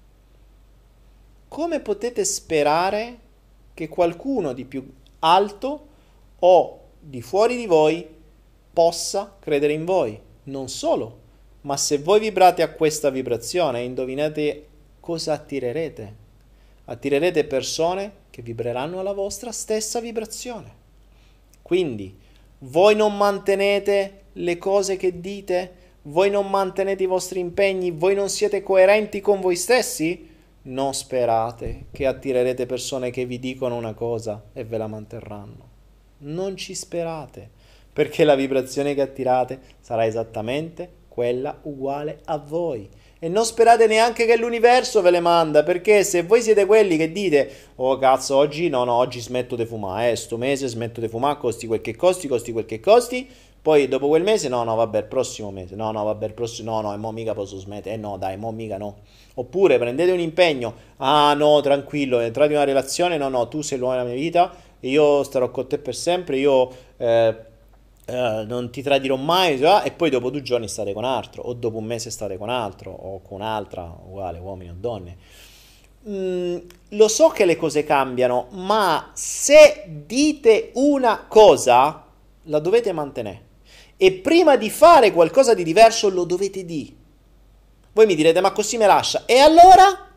come potete sperare che qualcuno di più alto o di fuori di voi possa credere in voi? Non solo, ma se voi vibrate a questa vibrazione, indovinate cosa attirerete? Attirerete persone che vibreranno alla vostra stessa vibrazione. Quindi, voi non mantenete le cose che dite? Voi non mantenete i vostri impegni? Voi non siete coerenti con voi stessi? Non sperate che attirerete persone che vi dicono una cosa e ve la manterranno. Non ci sperate, perché la vibrazione che attirate sarà esattamente quella uguale a voi. E non sperate neanche che l'universo ve le manda, perché se voi siete quelli che dite oh cazzo oggi no no oggi smetto di fumare, eh sto mese smetto di fumare, costi quel che costi, costi quel che costi, poi dopo quel mese no no vabbè il prossimo mese, no no vabbè il prossimo, no no e mo mica posso smettere, eh no dai mo mica no. Oppure prendete un impegno, ah no tranquillo, entrate in una relazione, no no tu sei l'uomo della mia vita, io starò con te per sempre, io eh, Uh, non ti tradirò mai, uh, e poi dopo due giorni state con altro, o dopo un mese state con altro, o con un'altra, uguale, uomini o donne. Mm, lo so che le cose cambiano, ma se dite una cosa, la dovete mantenere. E prima di fare qualcosa di diverso, lo dovete dire. Voi mi direte, ma così me lascia. E allora?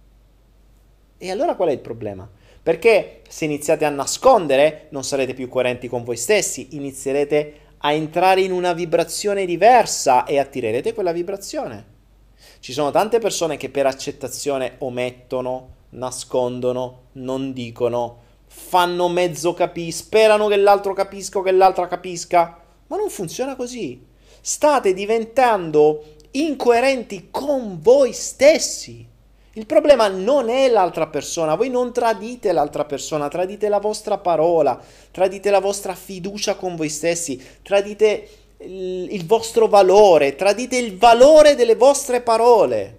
E allora qual è il problema? Perché se iniziate a nascondere non sarete più coerenti con voi stessi, inizierete a entrare in una vibrazione diversa e attirerete quella vibrazione. Ci sono tante persone che per accettazione omettono, nascondono, non dicono, fanno mezzo capire, sperano che l'altro capisca o che l'altra capisca, ma non funziona così. State diventando incoerenti con voi stessi. Il problema non è l'altra persona, voi non tradite l'altra persona, tradite la vostra parola, tradite la vostra fiducia con voi stessi, tradite il, il vostro valore, tradite il valore delle vostre parole.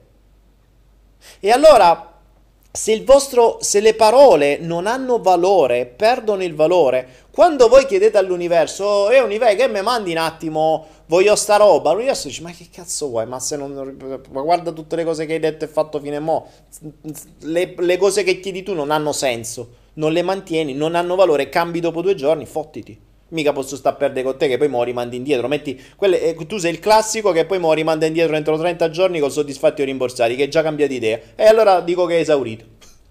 E allora, se, il vostro, se le parole non hanno valore, perdono il valore, quando voi chiedete all'universo, oh, eh universo, che mi mandi un attimo, voglio sta roba, l'universo dice, ma che cazzo vuoi, ma se non, ma guarda tutte le cose che hai detto e fatto fino a mo', le, le cose che chiedi tu non hanno senso, non le mantieni, non hanno valore, cambi dopo due giorni, fottiti. Mica posso stare a perdere con te che poi mo rimandi indietro. Metti, quelle, eh, tu sei il classico che poi mo rimanda indietro entro trenta giorni con soddisfatti o rimborsati, che hai già cambiato idea. E allora dico che è esaurito.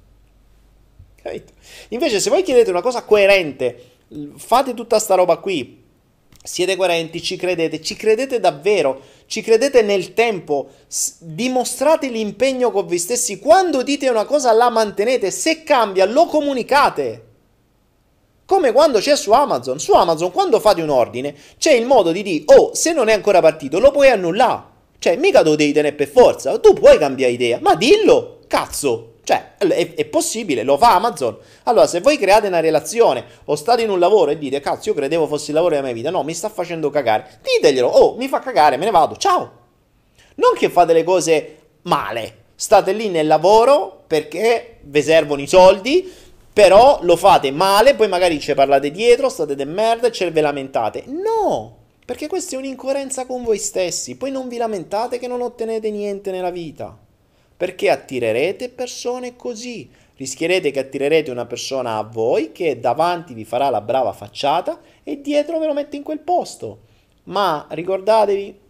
Capito? Invece se voi chiedete una cosa coerente, fate tutta sta roba qui, siete coerenti, ci credete, ci credete davvero, ci credete nel tempo, s- dimostrate l'impegno con voi stessi. Quando dite una cosa la mantenete, se cambia lo comunicate. Come quando c'è su Amazon. Su Amazon, quando fate un ordine, c'è il modo di dire, oh, se non è ancora partito, lo puoi annullare. Cioè, mica lo devi tenere per forza. Tu puoi cambiare idea, ma dillo, cazzo. Cioè, è, è possibile, lo fa Amazon. Allora, se voi create una relazione o state in un lavoro e dite, cazzo, io credevo fosse il lavoro della mia vita, no, mi sta facendo cagare, diteglielo, oh, mi fa cagare, me ne vado, ciao. Non che fate le cose male. State lì nel lavoro perché vi servono i soldi, Però lo fate male, poi magari ci parlate dietro, state de merda e ce ve lamentate. No, perché questa è un'incoerenza con voi stessi. Poi non vi lamentate che non ottenete niente nella vita, perché attirerete persone così. Rischierete che attirerete una persona a voi che davanti vi farà la brava facciata e dietro ve lo mette in quel posto. Ma ricordatevi,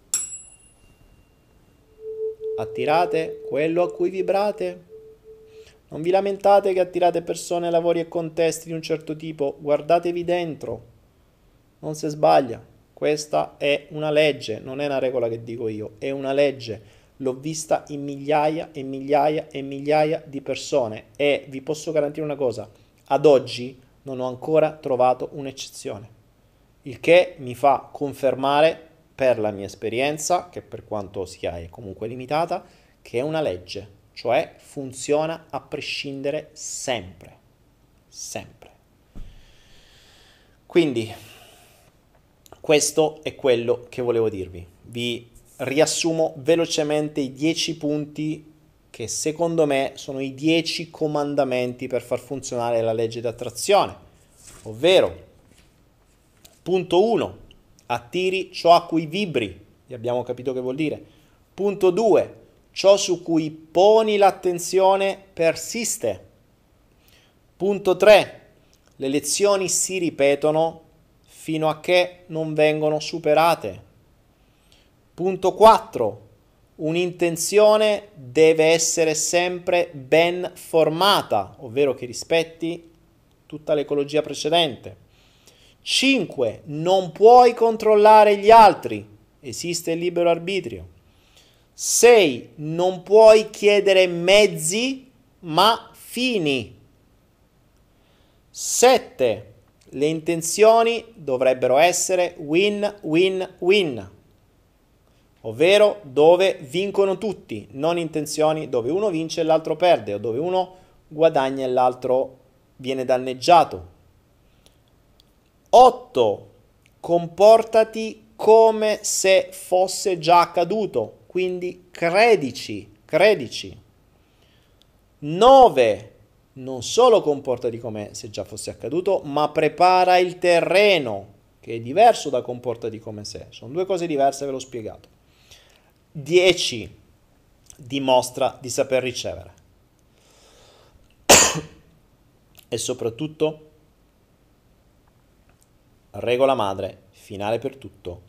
attirate quello a cui vibrate. Non vi lamentate che attirate persone, lavori e contesti di un certo tipo. Guardatevi dentro. Non si sbaglia. Questa è una legge, non è una regola che dico io, è una legge. L'ho vista in migliaia e migliaia e migliaia di persone e vi posso garantire una cosa. Ad oggi non ho ancora trovato un'eccezione. Il che mi fa confermare, per la mia esperienza, che per quanto sia è comunque limitata, che è una legge. Cioè funziona a prescindere sempre, sempre. Quindi questo è quello che volevo dirvi. Vi riassumo velocemente i dieci punti che secondo me sono i dieci comandamenti per far funzionare la legge d'attrazione. Ovvero, punto uno, attiri ciò a cui vibri. E abbiamo capito che vuol dire. Punto due, ciò su cui poni l'attenzione persiste. Punto tre. Le lezioni si ripetono fino a che non vengono superate. Punto quattro. Un'intenzione deve essere sempre ben formata, ovvero che rispetti tutta l'ecologia precedente. cinque. Non puoi controllare gli altri. Esiste il libero arbitrio. sei. Non puoi chiedere mezzi, ma fini. sette. Le intenzioni dovrebbero essere win-win-win, ovvero dove vincono tutti, non intenzioni dove uno vince e l'altro perde, o dove uno guadagna e l'altro viene danneggiato. otto. Comportati come se fosse già accaduto. Quindi credici, credici. nove. Non solo comportati come se già fosse accaduto, ma prepara il terreno, che è diverso da comportati come se. Sono due cose diverse, ve l'ho spiegato. dieci. Dimostra di saper ricevere. E soprattutto, regola madre, finale per tutto.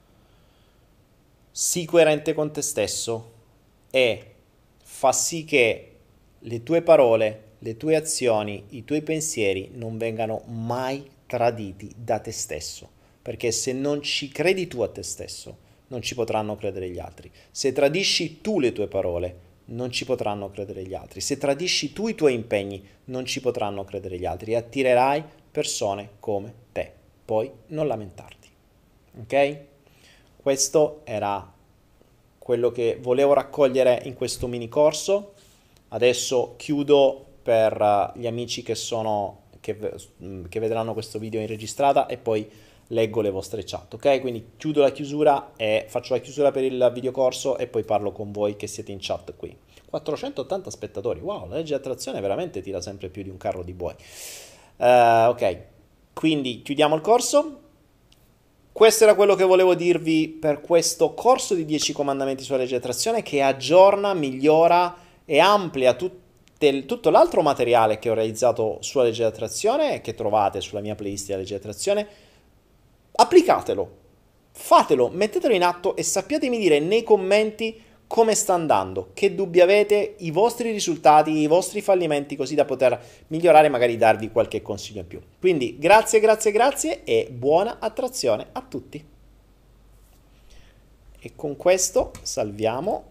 Sii coerente con te stesso e fa sì che le tue parole, le tue azioni, i tuoi pensieri non vengano mai traditi da te stesso, perché se non ci credi tu a te stesso, non ci potranno credere gli altri. Se tradisci tu le tue parole, non ci potranno credere gli altri. Se tradisci tu i tuoi impegni, non ci potranno credere gli altri e attirerai persone come te. Poi non lamentarti. Ok? Questo era quello che volevo raccogliere in questo mini corso. Adesso chiudo per gli amici che sono che, che vedranno questo video in registrata e poi leggo le vostre chat, ok? Quindi chiudo la chiusura e faccio la chiusura per il videocorso e poi parlo con voi che siete in chat qui. quattrocentottanta spettatori, wow, la legge di attrazione veramente tira sempre più di un carro di buoi. Uh, ok, quindi chiudiamo il corso. Questo era quello che volevo dirvi per questo corso di dieci comandamenti sulla legge di attrazione, che aggiorna, migliora e amplia tutte, tutto l'altro materiale che ho realizzato sulla legge di attrazione e che trovate sulla mia playlist della legge di attrazione. Applicatelo, fatelo, mettetelo in atto e sappiatemi dire nei commenti come sta andando, che dubbi avete, i vostri risultati, i vostri fallimenti, così da poter migliorare e magari darvi qualche consiglio in più. Quindi grazie, grazie, grazie e buona attrazione a tutti. E con questo salviamo.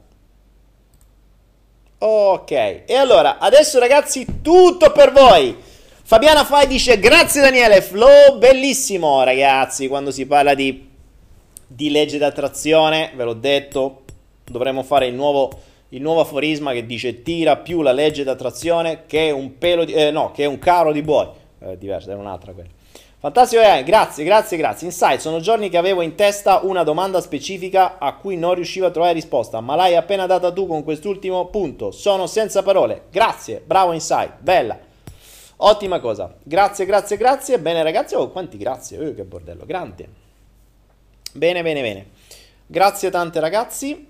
Ok, e allora, adesso ragazzi, tutto per voi. Fabiana Fai dice, grazie Daniele, flow bellissimo. Ragazzi, quando si parla di, di legge d'attrazione, ve l'ho detto, dovremmo fare il nuovo, il nuovo aforisma che dice tira più la legge d'attrazione che un pelo di, eh, no, che un carro di buoi. Eh, diverso, era un'altra quella. Fantastico, eh, grazie, grazie, grazie. Insight, sono giorni che avevo in testa una domanda specifica a cui non riuscivo a trovare risposta, ma l'hai appena data tu con quest'ultimo punto. Sono senza parole. Grazie, bravo Insight, bella. Ottima cosa. Grazie, grazie, grazie. Bene ragazzi, oh quanti grazie. Oh, che bordello, grande. Bene, bene, bene. Grazie tante ragazzi.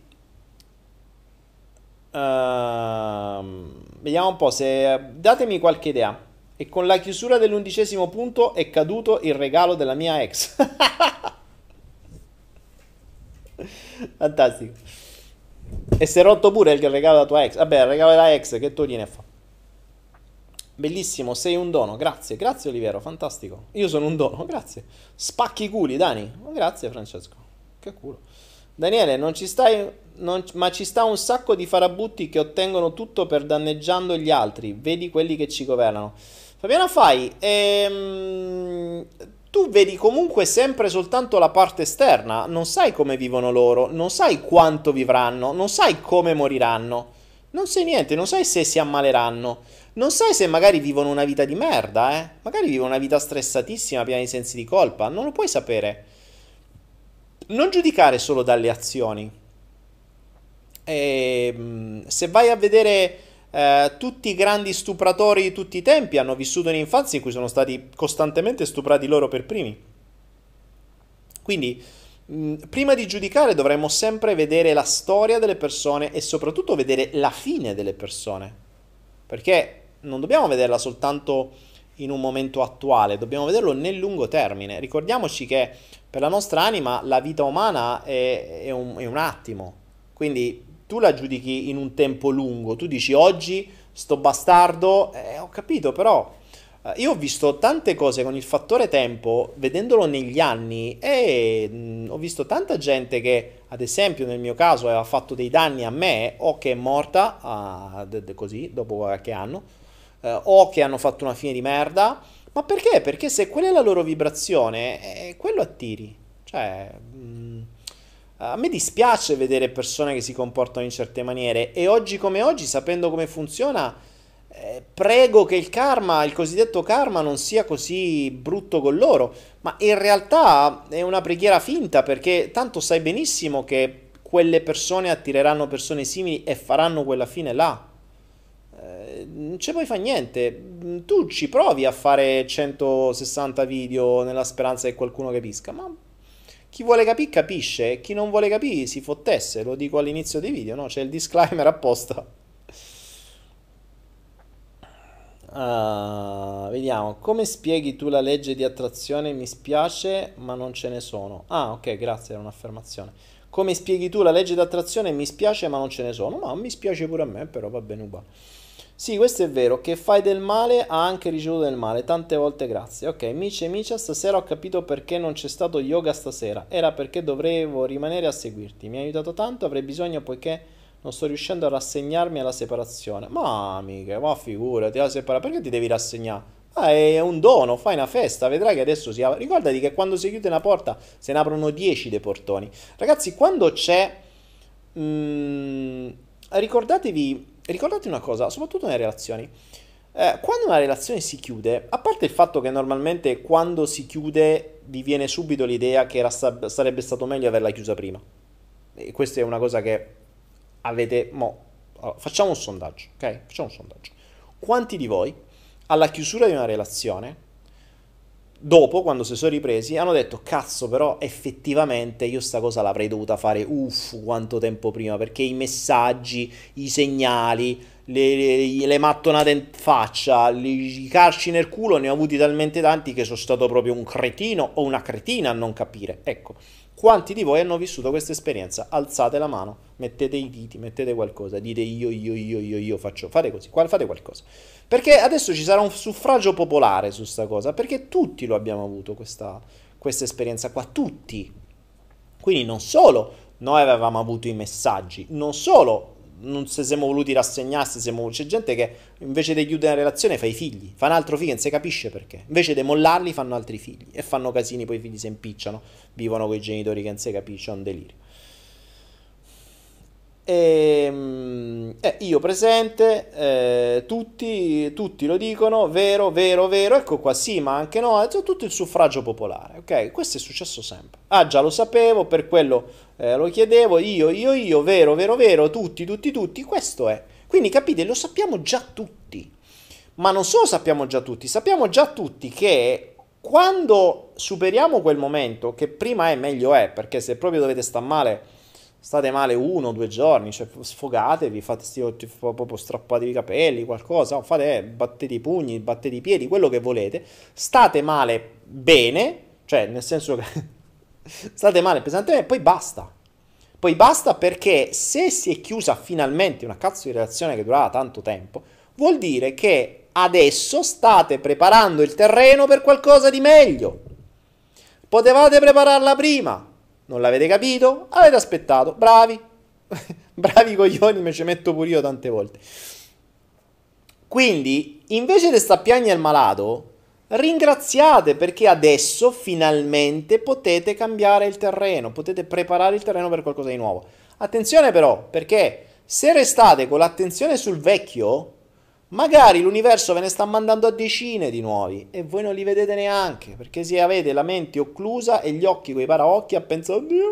Ehm, vediamo un po' se... Datemi qualche idea. E con la chiusura dell'undicesimo punto è caduto il regalo della mia ex. Fantastico. E si è rotto pure il regalo della tua ex. Vabbè, il regalo della ex che tu gliene fa. Bellissimo, sei un dono. Grazie, grazie Olivero, fantastico. Io sono un dono, grazie. Spacchi i culi, Dani. Oh, grazie Francesco. Che culo. Daniele, non ci stai, non- ma ci sta un sacco di farabutti che ottengono tutto per danneggiando gli altri. Vedi quelli che ci governano. Fabiano Fai, ehm, tu vedi comunque sempre soltanto la parte esterna. Non sai come vivono loro, non sai quanto vivranno, non sai come moriranno. Non sai niente, non sai se si ammaleranno. Non sai se magari vivono una vita di merda, eh? Magari vivono una vita stressatissima, piena di sensi di colpa. Non lo puoi sapere. Non giudicare solo dalle azioni. E, mh, se vai a vedere eh, tutti i grandi stupratori di tutti i tempi hanno vissuto un'infanzia in cui sono stati costantemente stuprati loro per primi. Quindi, mh, prima di giudicare dovremmo sempre vedere la storia delle persone e soprattutto vedere la fine delle persone. Perché non dobbiamo vederla soltanto in un momento attuale, dobbiamo vederlo nel lungo termine. Ricordiamoci che per la nostra anima la vita umana è, è un, è un attimo, quindi tu la giudichi in un tempo lungo, tu dici oggi sto bastardo, eh, ho capito però, eh, io ho visto tante cose con il fattore tempo, vedendolo negli anni e mh, ho visto tanta gente che ad esempio nel mio caso aveva fatto dei danni a me o che è morta ah, d- d- così dopo qualche anno eh, o che hanno fatto una fine di merda. Ma perché? Perché se quella è la loro vibrazione, eh, quello attiri. Cioè, mh, a me dispiace vedere persone che si comportano in certe maniere e oggi come oggi, sapendo come funziona, eh, prego che il karma, il cosiddetto karma, non sia così brutto con loro. Ma in realtà è una preghiera finta perché tanto sai benissimo che quelle persone attireranno persone simili e faranno quella fine là. Eh, non ci puoi fare niente. Tu ci provi a fare centosessanta video nella speranza che qualcuno capisca, ma chi vuole capire capisce, e chi non vuole capire si fottesse, lo dico all'inizio dei video, no? C'è il disclaimer apposta. Ah, vediamo, come spieghi tu la legge di attrazione? Mi spiace, ma non ce ne sono. Ah, ok, grazie, era un'affermazione. Come spieghi tu la legge di attrazione? Mi spiace, ma non ce ne sono. Ma mi spiace pure a me, però va bene uguale. Sì, questo è vero, che fai del male ha anche ricevuto del male, tante volte grazie. Ok, Mice Micia, stasera ho capito perché non c'è stato yoga stasera, era perché dovevo rimanere a seguirti, mi ha aiutato tanto, avrei bisogno poiché non sto riuscendo a rassegnarmi alla separazione. Ma amica, ma figurati, la separa, perché ti devi rassegnare? Ah, è un dono, fai una festa, vedrai che adesso si apre. Ricordati che quando si chiude una porta se ne aprono dieci dei portoni. Ragazzi, quando c'è... mm, ricordatevi... Ricordate una cosa, soprattutto nelle relazioni, eh, quando una relazione si chiude, a parte il fatto che normalmente quando si chiude vi viene subito l'idea che era sta- sarebbe stato meglio averla chiusa prima. E questa è una cosa che avete... Mo, allora, facciamo un sondaggio, ok? Facciamo un sondaggio. Quanti di voi, alla chiusura di una relazione, dopo, quando si sono ripresi, hanno detto, cazzo, però effettivamente io sta cosa l'avrei dovuta fare, uff, quanto tempo prima, perché i messaggi, i segnali, le, le, le mattonate in faccia, le- i calci nel culo, ne ho avuti talmente tanti che sono stato proprio un cretino o una cretina a non capire. Ecco, quanti di voi hanno vissuto questa esperienza? Alzate la mano, mettete i diti, mettete qualcosa, dite io, io, io, io, io faccio, fate così, qual- fate qualcosa. Perché adesso ci sarà un suffragio popolare su sta cosa, perché tutti lo abbiamo avuto questa, questa esperienza qua, tutti. Quindi non solo noi avevamo avuto i messaggi, non solo non ci siamo voluti rassegnare, se siamo- c'è gente che invece di chiudere la relazione fa i figli, fa un altro figlio, non si capisce perché. Invece di mollarli fanno altri figli e fanno casini, poi i figli si impicciano, vivono con i genitori che non si capisce, è un delirio. E, eh, io presente, eh, tutti, tutti lo dicono, vero, vero, vero, ecco qua, sì, ma anche no, è tutto il suffragio popolare, ok? Questo è successo sempre. Ah, già lo sapevo, per quello eh, lo chiedevo, io, io, io, vero, vero, vero, tutti, tutti, tutti, questo è. Quindi capite, lo sappiamo già tutti. Ma non solo sappiamo già tutti, sappiamo già tutti che quando superiamo quel momento, che prima è meglio è, perché se proprio dovete stare male, state male uno o due giorni, cioè sfogatevi, fate sti, proprio strappatevi i capelli, qualcosa, fate, battete i pugni, battete i piedi, quello che volete, state male bene, cioè nel senso che state male pesantemente, poi basta. Poi basta, perché se si è chiusa finalmente una cazzo di relazione che durava tanto tempo, vuol dire che adesso state preparando il terreno per qualcosa di meglio. Potevate prepararla prima, non l'avete capito, avete aspettato, bravi, bravi coglioni, me ci metto pure io tante volte. Quindi, invece di sta a piagne il malato, ringraziate, perché adesso finalmente potete cambiare il terreno, potete preparare il terreno per qualcosa di nuovo. Attenzione però, perché se restate con l'attenzione sul vecchio, magari l'universo ve ne sta mandando a decine di nuovi e voi non li vedete neanche, perché se avete la mente occlusa e gli occhi coi paraocchi a pensare, oddio,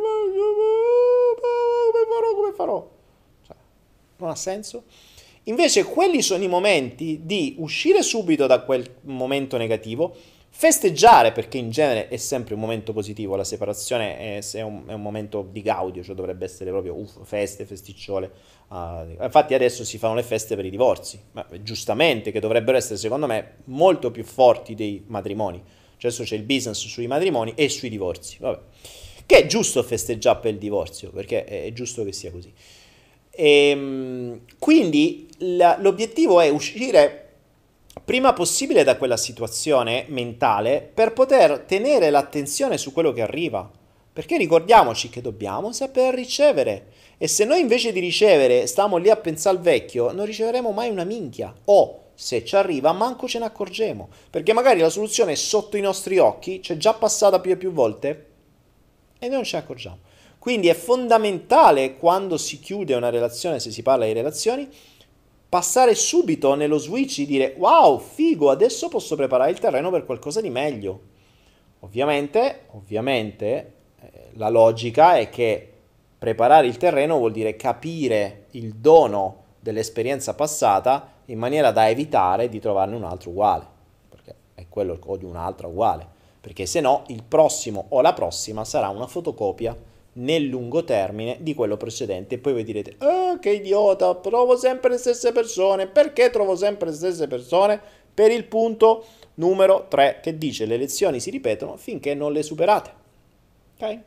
come farò, come farò? Cioè, non ha senso. Invece quelli sono i momenti di uscire subito da quel momento negativo, festeggiare, perché in genere è sempre un momento positivo, la separazione è, è, un, è un momento di gaudio, cioè dovrebbe essere proprio uff, feste, festicciole. Uh, infatti adesso si fanno le feste per i divorzi, ma giustamente, che dovrebbero essere secondo me molto più forti dei matrimoni. Cioè adesso c'è il business sui matrimoni e sui divorzi, vabbè. Che è giusto festeggiare per il divorzio, perché è, è giusto che sia così. E, quindi la, l'obiettivo è uscire prima possibile da quella situazione mentale per poter tenere l'attenzione su quello che arriva, perché ricordiamoci che dobbiamo saper ricevere, e se noi invece di ricevere stiamo lì a pensare al vecchio, non riceveremo mai una minchia, o se ci arriva manco ce ne accorgiamo, perché magari la soluzione è sotto i nostri occhi, c'è già passata più e più volte e noi non ce ne accorgiamo. Quindi è fondamentale, quando si chiude una relazione, se si parla di relazioni, passare subito nello switch e dire wow, figo, adesso posso preparare il terreno per qualcosa di meglio. Ovviamente, ovviamente, eh, la logica è che preparare il terreno vuol dire capire il dono dell'esperienza passata in maniera da evitare di trovarne un altro uguale, perché è quello, o di un'altra uguale, perché se no il prossimo o la prossima sarà una fotocopia nel lungo termine di quello precedente, e poi voi direte oh, che idiota, trovo sempre le stesse persone. Perché trovo sempre le stesse persone? Per il punto numero tre, che dice le lezioni si ripetono finché non le superate. Ok?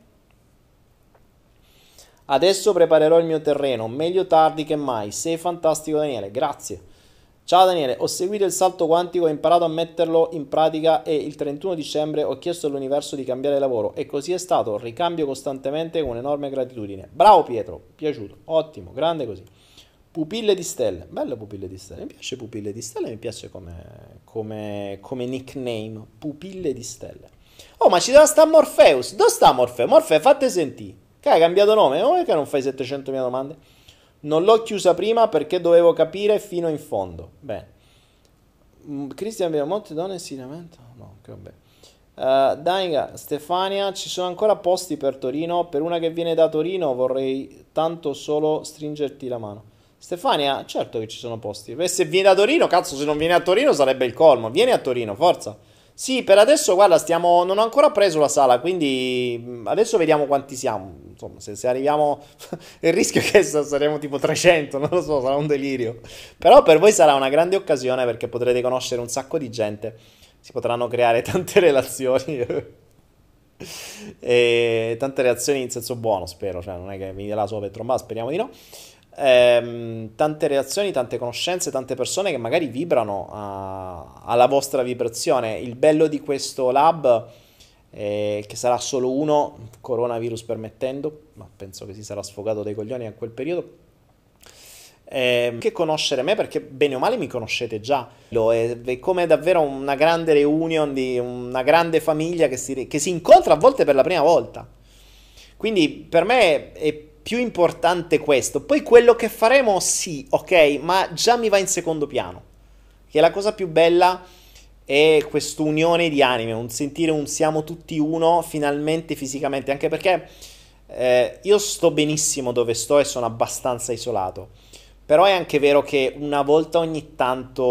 Adesso preparerò il mio terreno, meglio tardi che mai. Sei fantastico Daniele, grazie. Ciao Daniele, ho seguito il salto quantico, ho imparato a metterlo in pratica e il trentuno dicembre ho chiesto all'universo di cambiare lavoro e così è stato, ricambio costantemente con enorme gratitudine. Bravo Pietro, piaciuto, ottimo, grande così. Pupille di stelle, bello Pupille di stelle, mi piace Pupille di stelle, mi piace come, come, come nickname, Pupille di stelle. Oh, ma ci deve stare Morpheus, dove sta Morpheus? Morpheus, fate sentire, che hai cambiato nome, come oh, che non fai settecentomila domande? Non l'ho chiusa prima perché dovevo capire fino in fondo. Bene. Cristian abbiamo molte donne si lamentano? No, che vabbè. Uh, Daiga, Stefania, ci sono ancora posti per Torino? Per una che viene da Torino vorrei tanto solo stringerti la mano. Stefania, certo che ci sono posti. E se vieni da Torino, cazzo, se non vieni a Torino sarebbe il colmo. Vieni a Torino, forza. Sì, per adesso, guarda, stiamo... non ho ancora preso la sala, quindi adesso vediamo quanti siamo. Insomma, se, se arriviamo... il rischio è che saremo tipo trecento, non lo so, sarà un delirio. Però per voi sarà una grande occasione perché potrete conoscere un sacco di gente. Si potranno creare tante relazioni. E tante reazioni in senso buono, spero. Cioè, non è che venite là solo per trombare, speriamo di no. Ehm, tante reazioni, tante conoscenze, tante persone che magari vibrano a, alla vostra vibrazione. Il bello di questo lab è che sarà solo uno, coronavirus permettendo, ma penso che si sarà sfogato dai coglioni a quel periodo. Ehm, che conoscere me, perché bene o male mi conoscete già. È, è come davvero una grande reunion di una grande famiglia che si, che si incontra a volte per la prima volta. Quindi per me è più importante questo. Poi quello che faremo sì, ok, ma già mi va in secondo piano. Che la cosa più bella è questa unione di anime, un sentire un siamo tutti uno finalmente fisicamente, anche perché eh, io sto benissimo dove sto e sono abbastanza isolato. Però è anche vero che una volta ogni tanto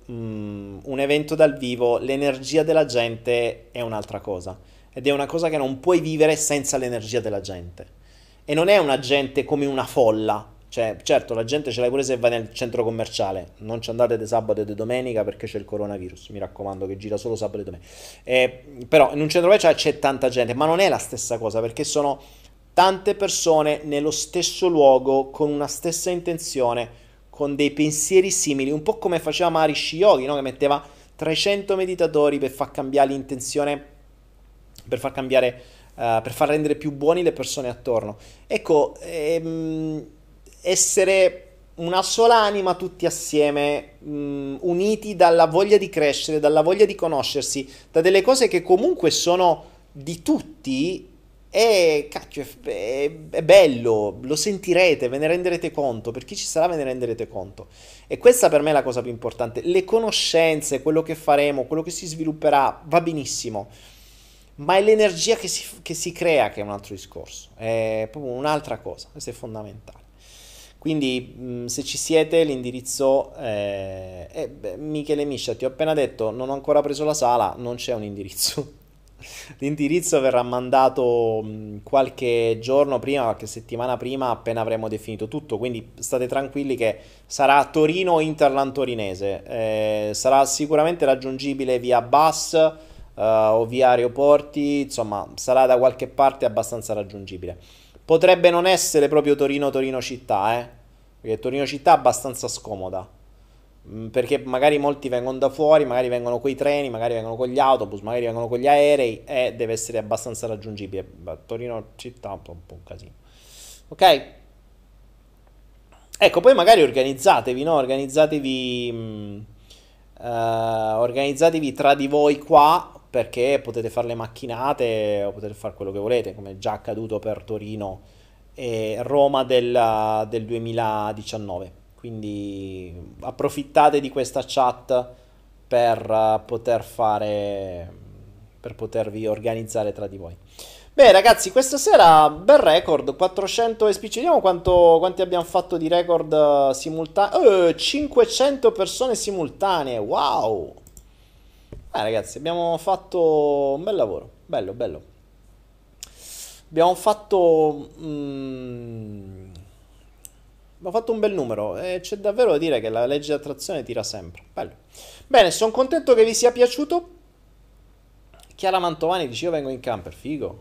mh, un evento dal vivo, l'energia della gente è un'altra cosa. Ed è una cosa che non puoi vivere senza l'energia della gente. E non è una gente come una folla. Cioè, certo, la gente ce l'hai pure se vai nel centro commerciale. Non ci andate di sabato e di domenica perché c'è il coronavirus. Mi raccomando, che gira solo sabato e domenica. Eh, però in un centro commerciale c'è tanta gente, ma non è la stessa cosa perché sono tante persone nello stesso luogo, con una stessa intenzione, con dei pensieri simili, un po' come faceva Maharishi Yogi, no? Che metteva trecento meditatori per far cambiare l'intenzione, per far cambiare, uh, per far rendere più buoni le persone attorno. Ecco, ehm, essere una sola anima tutti assieme, mh, uniti dalla voglia di crescere, dalla voglia di conoscersi, da delle cose che comunque sono di tutti. E cacchio, è, è bello, lo sentirete, ve ne renderete conto, per chi ci sarà ve ne renderete conto. E questa per me è la cosa più importante. Le conoscenze, quello che faremo, quello che si svilupperà, va benissimo, ma è l'energia che si, che si crea che è un altro discorso, è proprio un'altra cosa, questo è fondamentale. Quindi mh, se ci siete l'indirizzo è, è beh, Michele Miscia, ti ho appena detto, non ho ancora preso la sala, non c'è un indirizzo. L'indirizzo verrà mandato mh, qualche giorno prima, qualche settimana prima, appena avremo definito tutto, quindi state tranquilli che sarà Torino Interland Torinese, eh, sarà sicuramente raggiungibile via bus eh, o via aeroporti, insomma sarà da qualche parte abbastanza raggiungibile. Potrebbe non essere proprio Torino-Torino città, eh, perché Torino città è abbastanza scomoda. Perché magari molti vengono da fuori, magari vengono coi treni, magari vengono con gli autobus, magari vengono con gli aerei e deve essere abbastanza raggiungibile. Torino città è un po' un, po' un casino. Ok? Ecco, poi magari organizzatevi, no? Organizzatevi, mh, eh, organizzatevi tra di voi qua perché potete fare le macchinate o potete fare quello che volete, come è già accaduto per Torino e Roma del, del duemiladiciannove. Quindi approfittate di questa chat per uh, poter fare, per potervi organizzare tra di voi. Beh ragazzi, questa sera bel record, quattrocento e spicci, vediamo quanto, quanti abbiamo fatto di record uh, simultanei, uh, cinquecento persone simultanee, wow! Eh ragazzi, abbiamo fatto un bel lavoro, bello, bello. Abbiamo fatto... Mm, Abbiamo fatto un bel numero e c'è davvero da dire che la legge di attrazione tira sempre. Bello. Bene, sono contento che vi sia piaciuto. Chiara Mantovani dice io vengo in camper, figo.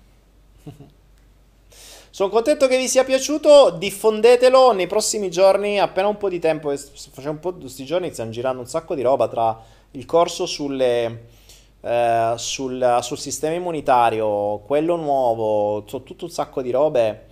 Sono contento che vi sia piaciuto, diffondetelo nei prossimi giorni, appena un po' di tempo, facciamo un po' di questi giorni, stiamo girando un sacco di roba tra il corso sulle, eh, sul, sul sistema immunitario, quello nuovo, so, tutto un sacco di robe.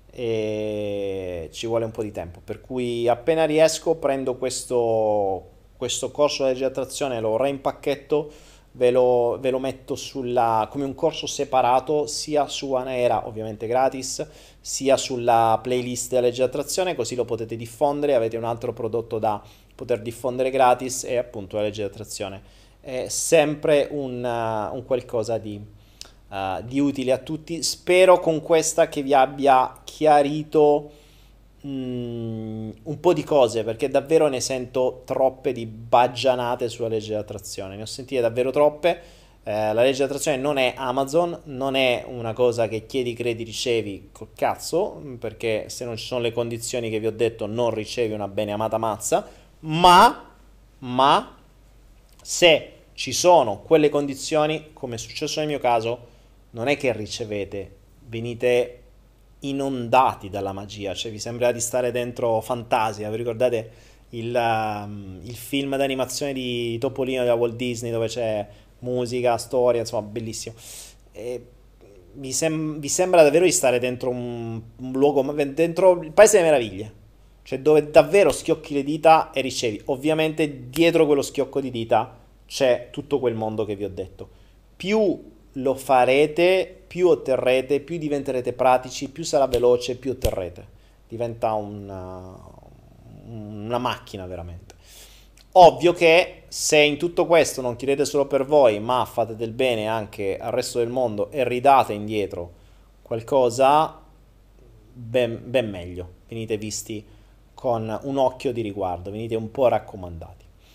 E ci vuole un po' di tempo, per cui appena riesco prendo questo, questo corso di legge di attrazione, lo reimpacchetto, ve lo, ve lo metto sulla, come un corso separato sia su Anaera, ovviamente gratis, sia sulla playlist della legge di attrazione, così lo potete diffondere, avete un altro prodotto da poter diffondere gratis e appunto la legge di attrazione è sempre un, uh, un qualcosa di Uh, di utile a tutti. Spero con questa che vi abbia chiarito mm, un po' di cose, perché davvero ne sento troppe di baggianate sulla legge di attrazione, ne ho sentite davvero troppe. Eh, la legge di attrazione non è Amazon, non è una cosa che chiedi, credi, ricevi col cazzo, perché se non ci sono le condizioni che vi ho detto non ricevi una bene amata mazza, ma ma se ci sono quelle condizioni, come è successo nel mio caso, non è che ricevete, venite inondati dalla magia, cioè vi sembra di stare dentro Fantasia. Vi ricordate il, um, il film d'animazione di Topolino della Walt Disney dove c'è musica, storia, insomma bellissimo. E vi, sem- vi sembra davvero di stare dentro un, un luogo, dentro il Paese delle Meraviglie, cioè dove davvero schiocchi le dita e ricevi. Ovviamente dietro quello schiocco di dita c'è tutto quel mondo che vi ho detto. Più lo farete, più otterrete, più diventerete pratici, più sarà veloce, più otterrete. Diventa una, una macchina veramente. Ovvio che se in tutto questo non chiedete solo per voi, ma fate del bene anche al resto del mondo e ridate indietro qualcosa, ben, ben meglio. Venite visti con un occhio di riguardo, venite un po' raccomandati.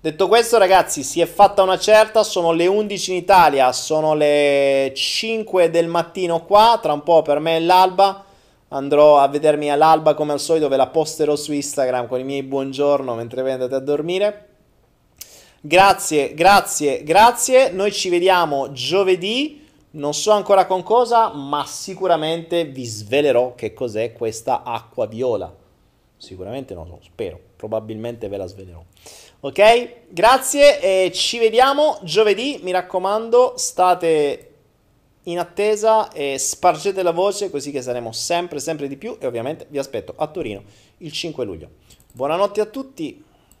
Detto questo, ragazzi, si è fatta una certa, sono le undici in Italia, sono le cinque del mattino qua, tra un po' per me è l'alba, andrò a vedermi all'alba come al solito, ve la posterò su Instagram con i miei buongiorno mentre voi andate a dormire. Grazie, grazie, grazie, noi ci vediamo giovedì, non so ancora con cosa, ma sicuramente vi svelerò che cos'è questa acqua viola. Sicuramente no, no, spero, probabilmente ve la svelerò. Ok, grazie e ci vediamo giovedì, mi raccomando, state in attesa e spargete la voce così che saremo sempre, sempre di più e ovviamente vi aspetto a Torino il cinque luglio. Buonanotte a tutti.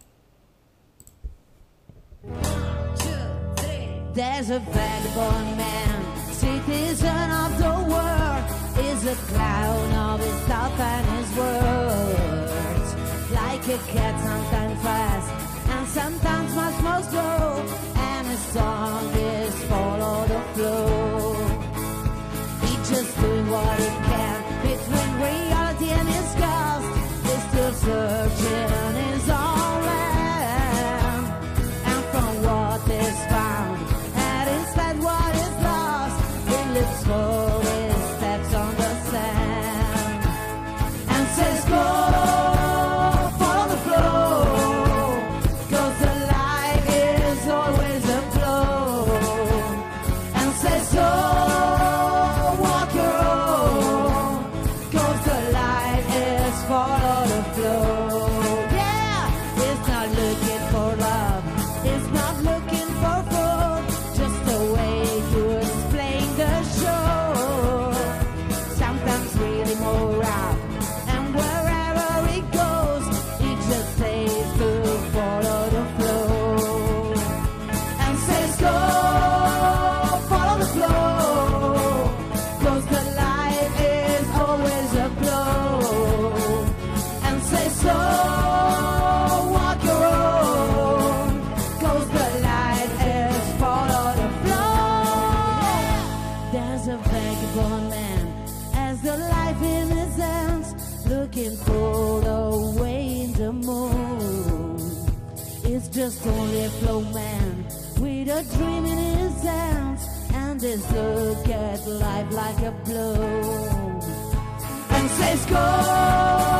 There's a vagabond man, citizen of the world, is a clown of his thought and his words. Like a cat, sometimes fast, and sometimes much more slow, and his song is follow the flow. He's just doing what he can, between reality and his ghost. He's still searching his own land, and from what is found, and instead what is lost, he lives for his steps on the sand, and says go. Just only a flow man with a dream in his hands, and this look at life like a blow, and says go.